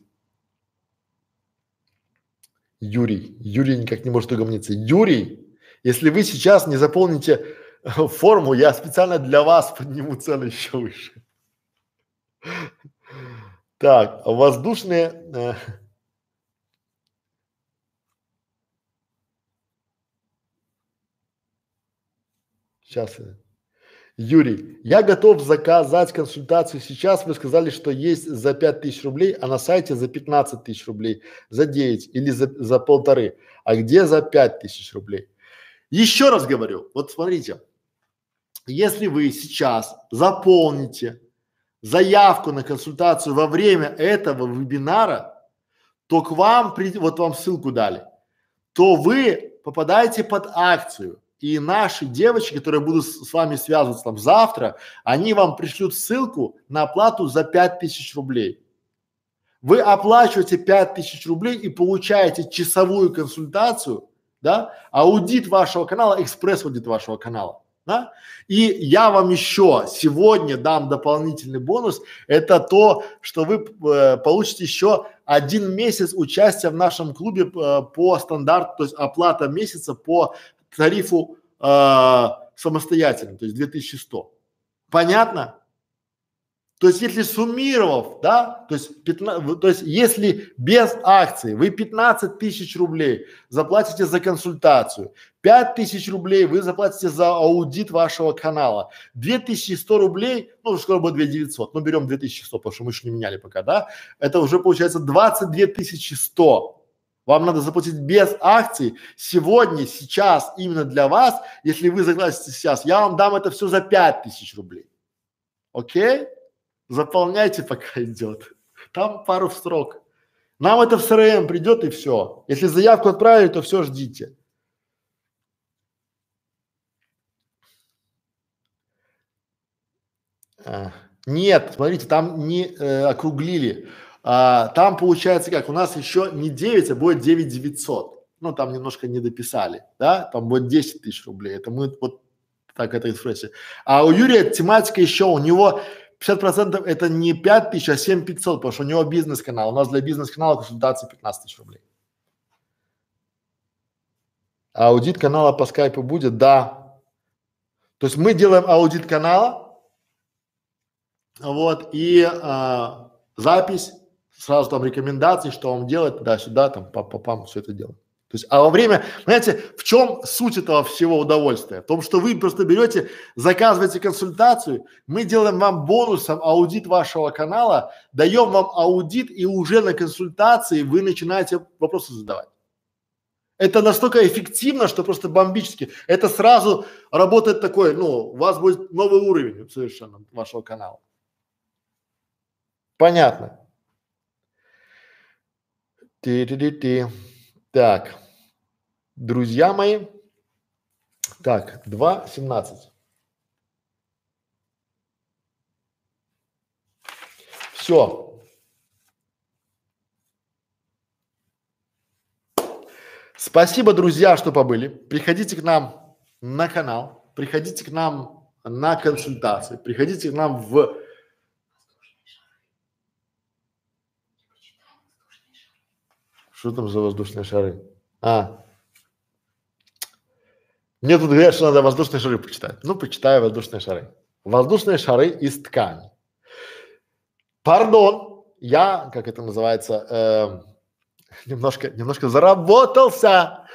Юрий. Юрий никак не может угомониться. Юрий! Если вы сейчас не заполните форму, я специально для вас подниму цены еще выше. Так, воздушные. э, Сейчас. э, Юрий, я готов заказать консультацию сейчас. Вы сказали, что есть за пять тысяч рублей, а на сайте за пятнадцать тысяч рублей, за девять или за, за полторы. А где за пять тысяч рублей? Еще раз говорю, вот смотрите, если вы сейчас заполните заявку на консультацию во время этого вебинара, то к вам, при, вот вам ссылку дали, то вы попадаете под акцию. И наши девочки, которые будут с, с вами связываться там завтра, они вам пришлют ссылку на оплату за пять тысяч рублей. Вы оплачиваете пять тысяч рублей и получаете часовую консультацию, да, аудит вашего канала, экспресс-аудит вашего канала. Да? И я вам еще сегодня дам дополнительный бонус, это то, что вы э, получите еще один месяц участия в нашем клубе э, по стандарту, то есть оплата месяца по тарифу э, самостоятельно, то есть две тысячи сто. Понятно? То есть если суммировав, да, то есть, пятнадцать, то есть если без акции вы пятнадцать тысяч рублей заплатите за консультацию, пять тысяч рублей вы заплатите за аудит вашего канала, две тысячи сто рублей, ну скоро будет две тысячи девятьсот, ну берем две тысячи сто, потому что мы еще не меняли пока, да, это уже получается двадцать две тысячи сто. Вам надо заплатить без акций сегодня, сейчас, именно для вас, если вы заплатите сейчас, я вам дам это все за пять тысяч рублей. Окей? Заполняйте, пока идет. Там пару строк. Нам это в СРМ придет и все. Если заявку отправили, то все, ждите. А, нет, смотрите, там не э, округлили. А, там получается как, у нас еще не девять, а будет девять девятьсот. Ну, там немножко не дописали, да, там будет десять тысяч рублей. Это мы вот так это экспрессе. А у Юрия тематика еще, у него пятьдесят процентов это не пять тысяч, а семь пятьсот, потому что у него бизнес-канал. У нас для бизнес-канала консультации пятнадцать тысяч рублей. А аудит канала по скайпу будет? Да. То есть мы делаем аудит канала, вот, и а, запись, сразу там рекомендации, что вам делать, туда-сюда, там, пам-пам-пам, все это делаем. То есть, а во время, понимаете, в чем суть этого всего удовольствия? В том, что вы просто берете, заказываете консультацию, мы делаем вам бонусом аудит вашего канала, даем вам аудит, и уже на консультации вы начинаете вопросы задавать. Это настолько эффективно, что просто бомбически. Это сразу работает такой, ну, у вас будет новый уровень совершенно вашего канала. Понятно. Ти-ти-ти-ти. Так, друзья мои, так, два семнадцать. Все. Спасибо, друзья, что побыли. Приходите к нам на канал, приходите к нам на консультации, приходите к нам в… Что там за воздушные шары? А. Мне тут говорят, что надо воздушные шары почитать. Ну, почитаю воздушные шары. Воздушные шары из ткани. Пардон, я, как это называется, э, немножко, немножко заработался.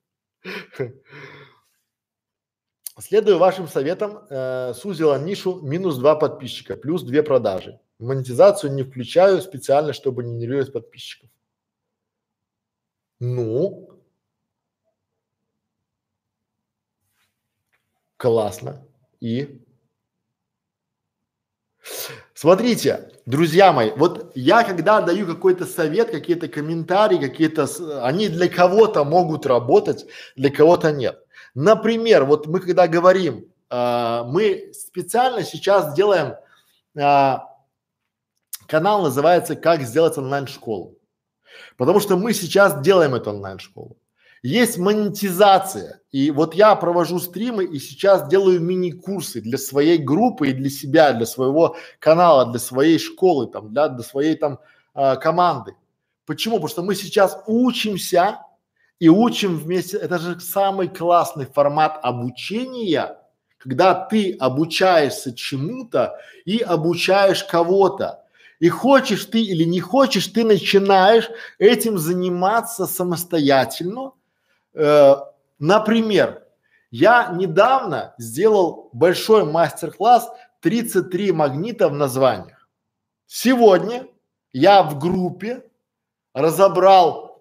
Следую вашим советам, э, сузила нишу минус два подписчика, плюс две продажи. Монетизацию не включаю специально, чтобы не нервировать подписчиков. Ну, классно. И смотрите, друзья мои, вот я когда даю какой-то совет, какие-то комментарии, какие-то, они для кого-то могут работать, для кого-то нет. Например, вот мы когда говорим, э, мы специально сейчас делаем, э, канал называется «Как сделать онлайн-школу». Потому что мы сейчас делаем эту онлайн-школу. Есть монетизация. И вот я провожу стримы и сейчас делаю мини-курсы для своей группы и для себя, для своего канала, для своей школы, там, для, для своей там э, команды. Почему? Потому что мы сейчас учимся и учим вместе. Это же самый классный формат обучения, когда ты обучаешься чему-то и обучаешь кого-то. И хочешь ты или не хочешь, ты начинаешь этим заниматься самостоятельно. Э, например, я недавно сделал большой мастер-класс тридцать три магнита в названиях. Сегодня я в группе разобрал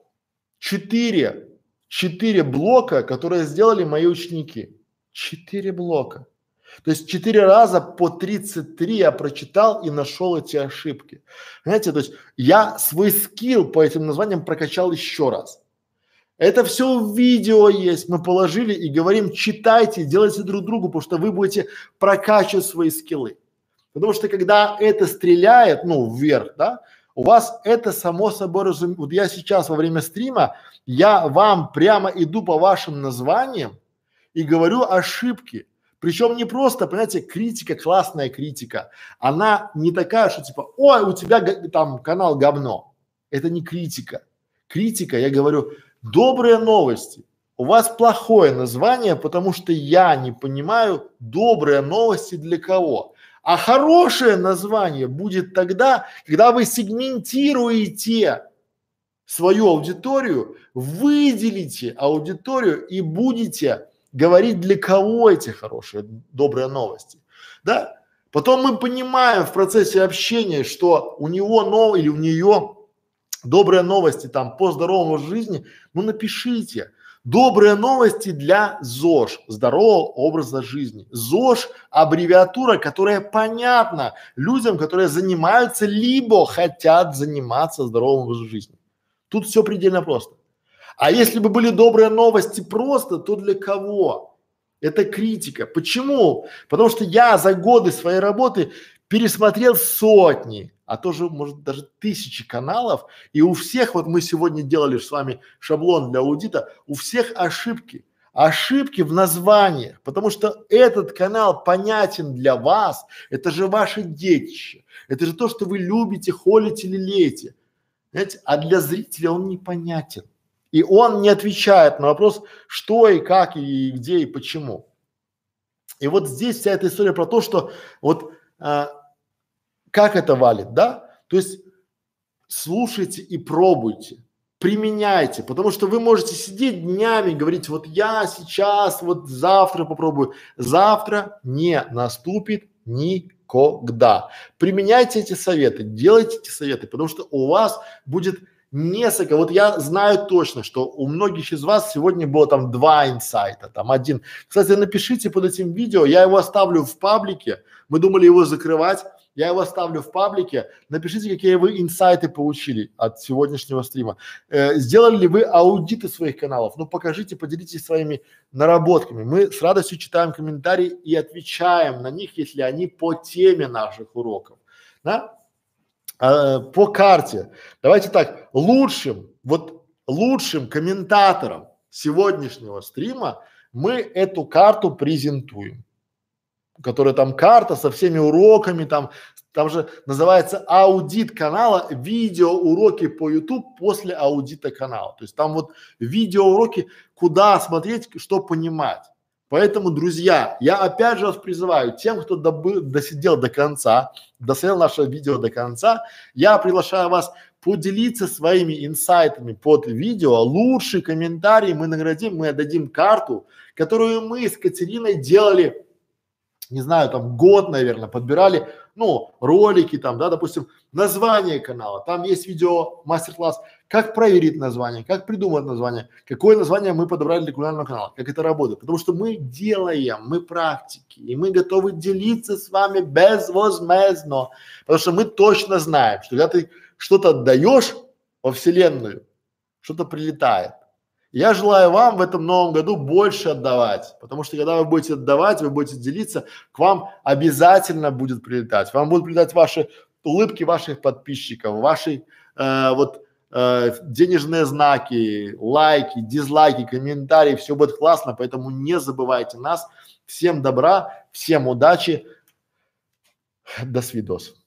четыре, четыре блока, которые сделали мои ученики. Четыре блока. То есть четыре раза по тридцать три я прочитал и нашел эти ошибки. Знаете, то есть я свой скилл по этим названиям прокачал еще раз. Это все в видео есть, мы положили и говорим, читайте, делайте друг другу, потому что вы будете прокачивать свои скиллы. Потому что когда это стреляет, ну, вверх, да, у вас это само собой разумеется. Вот я сейчас во время стрима, я вам прямо иду по вашим названиям и говорю ошибки. Причем не просто, понимаете, критика, классная критика. Она не такая, что типа, ой, у тебя г- там канал говно. Это не критика. Критика, я говорю, добрые новости. У вас плохое название, потому что я не понимаю, добрые новости для кого. А хорошее название будет тогда, когда вы сегментируете свою аудиторию, выделите аудиторию и будете говорить, для кого эти хорошие, добрые новости. Да? Потом мы понимаем в процессе общения, что у него но, или у нее добрые новости там по здоровому жизни, ну напишите. Добрые новости для ЗОЖ, здорового образа жизни. ЗОЖ – аббревиатура, которая понятна людям, которые занимаются, либо хотят заниматься здоровым образом жизни. Тут все предельно просто. А если бы были добрые новости просто, то для кого? Это критика. Почему? Потому что я за годы своей работы пересмотрел сотни, а тоже, может, даже тысячи каналов, и у всех, вот мы сегодня делали с вами шаблон для аудита, у всех ошибки. Ошибки в названиях, потому что этот канал понятен для вас, это же ваше детище, это же то, что вы любите, холите, лелеете. Знаете, а для зрителя он непонятен. И он не отвечает на вопрос, что и как, и где, и почему. И вот здесь вся эта история про то, что вот а, как это валит, да? То есть слушайте и пробуйте, применяйте, потому что вы можете сидеть днями и говорить, вот я сейчас, вот завтра попробую. Завтра не наступит никогда. Применяйте эти советы, делайте эти советы, потому что у вас будет несколько, вот я знаю точно, что у многих из вас сегодня было там два инсайта, там один. Кстати, напишите под этим видео, я его оставлю в паблике, мы думали его закрывать, я его оставлю в паблике, напишите, какие вы инсайты получили от сегодняшнего стрима. Э, сделали ли вы аудиты своих каналов? Ну покажите, поделитесь своими наработками. Мы с радостью читаем комментарии и отвечаем на них, если они по теме наших уроков, да? А, по карте. Давайте так, лучшим, вот лучшим комментатором сегодняшнего стрима мы эту карту презентуем, которая там карта со всеми уроками, там, там же называется аудит канала, видео уроки по YouTube после аудита канала. То есть там вот видео уроки, куда смотреть, что понимать. Поэтому, друзья, я опять же вас призываю, тем, кто добы, досидел до конца, досмотрел наше видео до конца, я приглашаю вас поделиться своими инсайтами под видео. Лучший комментарий мы наградим, мы отдадим карту, которую мы с Катериной делали, не знаю, там год, наверное, подбирали, ну, ролики там, да, допустим, название канала, там есть видео, мастер-класс, как проверить название, как придумать название, какое название мы подобрали для кулинарного канала, как это работает, потому что мы делаем, мы практики, и мы готовы делиться с вами безвозмездно, потому что мы точно знаем, что когда ты что-то отдаешь во вселенную, что-то прилетает. Я желаю вам в этом новом году больше отдавать, потому что когда вы будете отдавать, вы будете делиться, к вам обязательно будет прилетать. Вам будут прилетать ваши улыбки ваших подписчиков, ваши э, вот э, денежные знаки, лайки, дизлайки, комментарии, все будет классно, поэтому не забывайте нас. Всем добра, всем удачи, до свидос.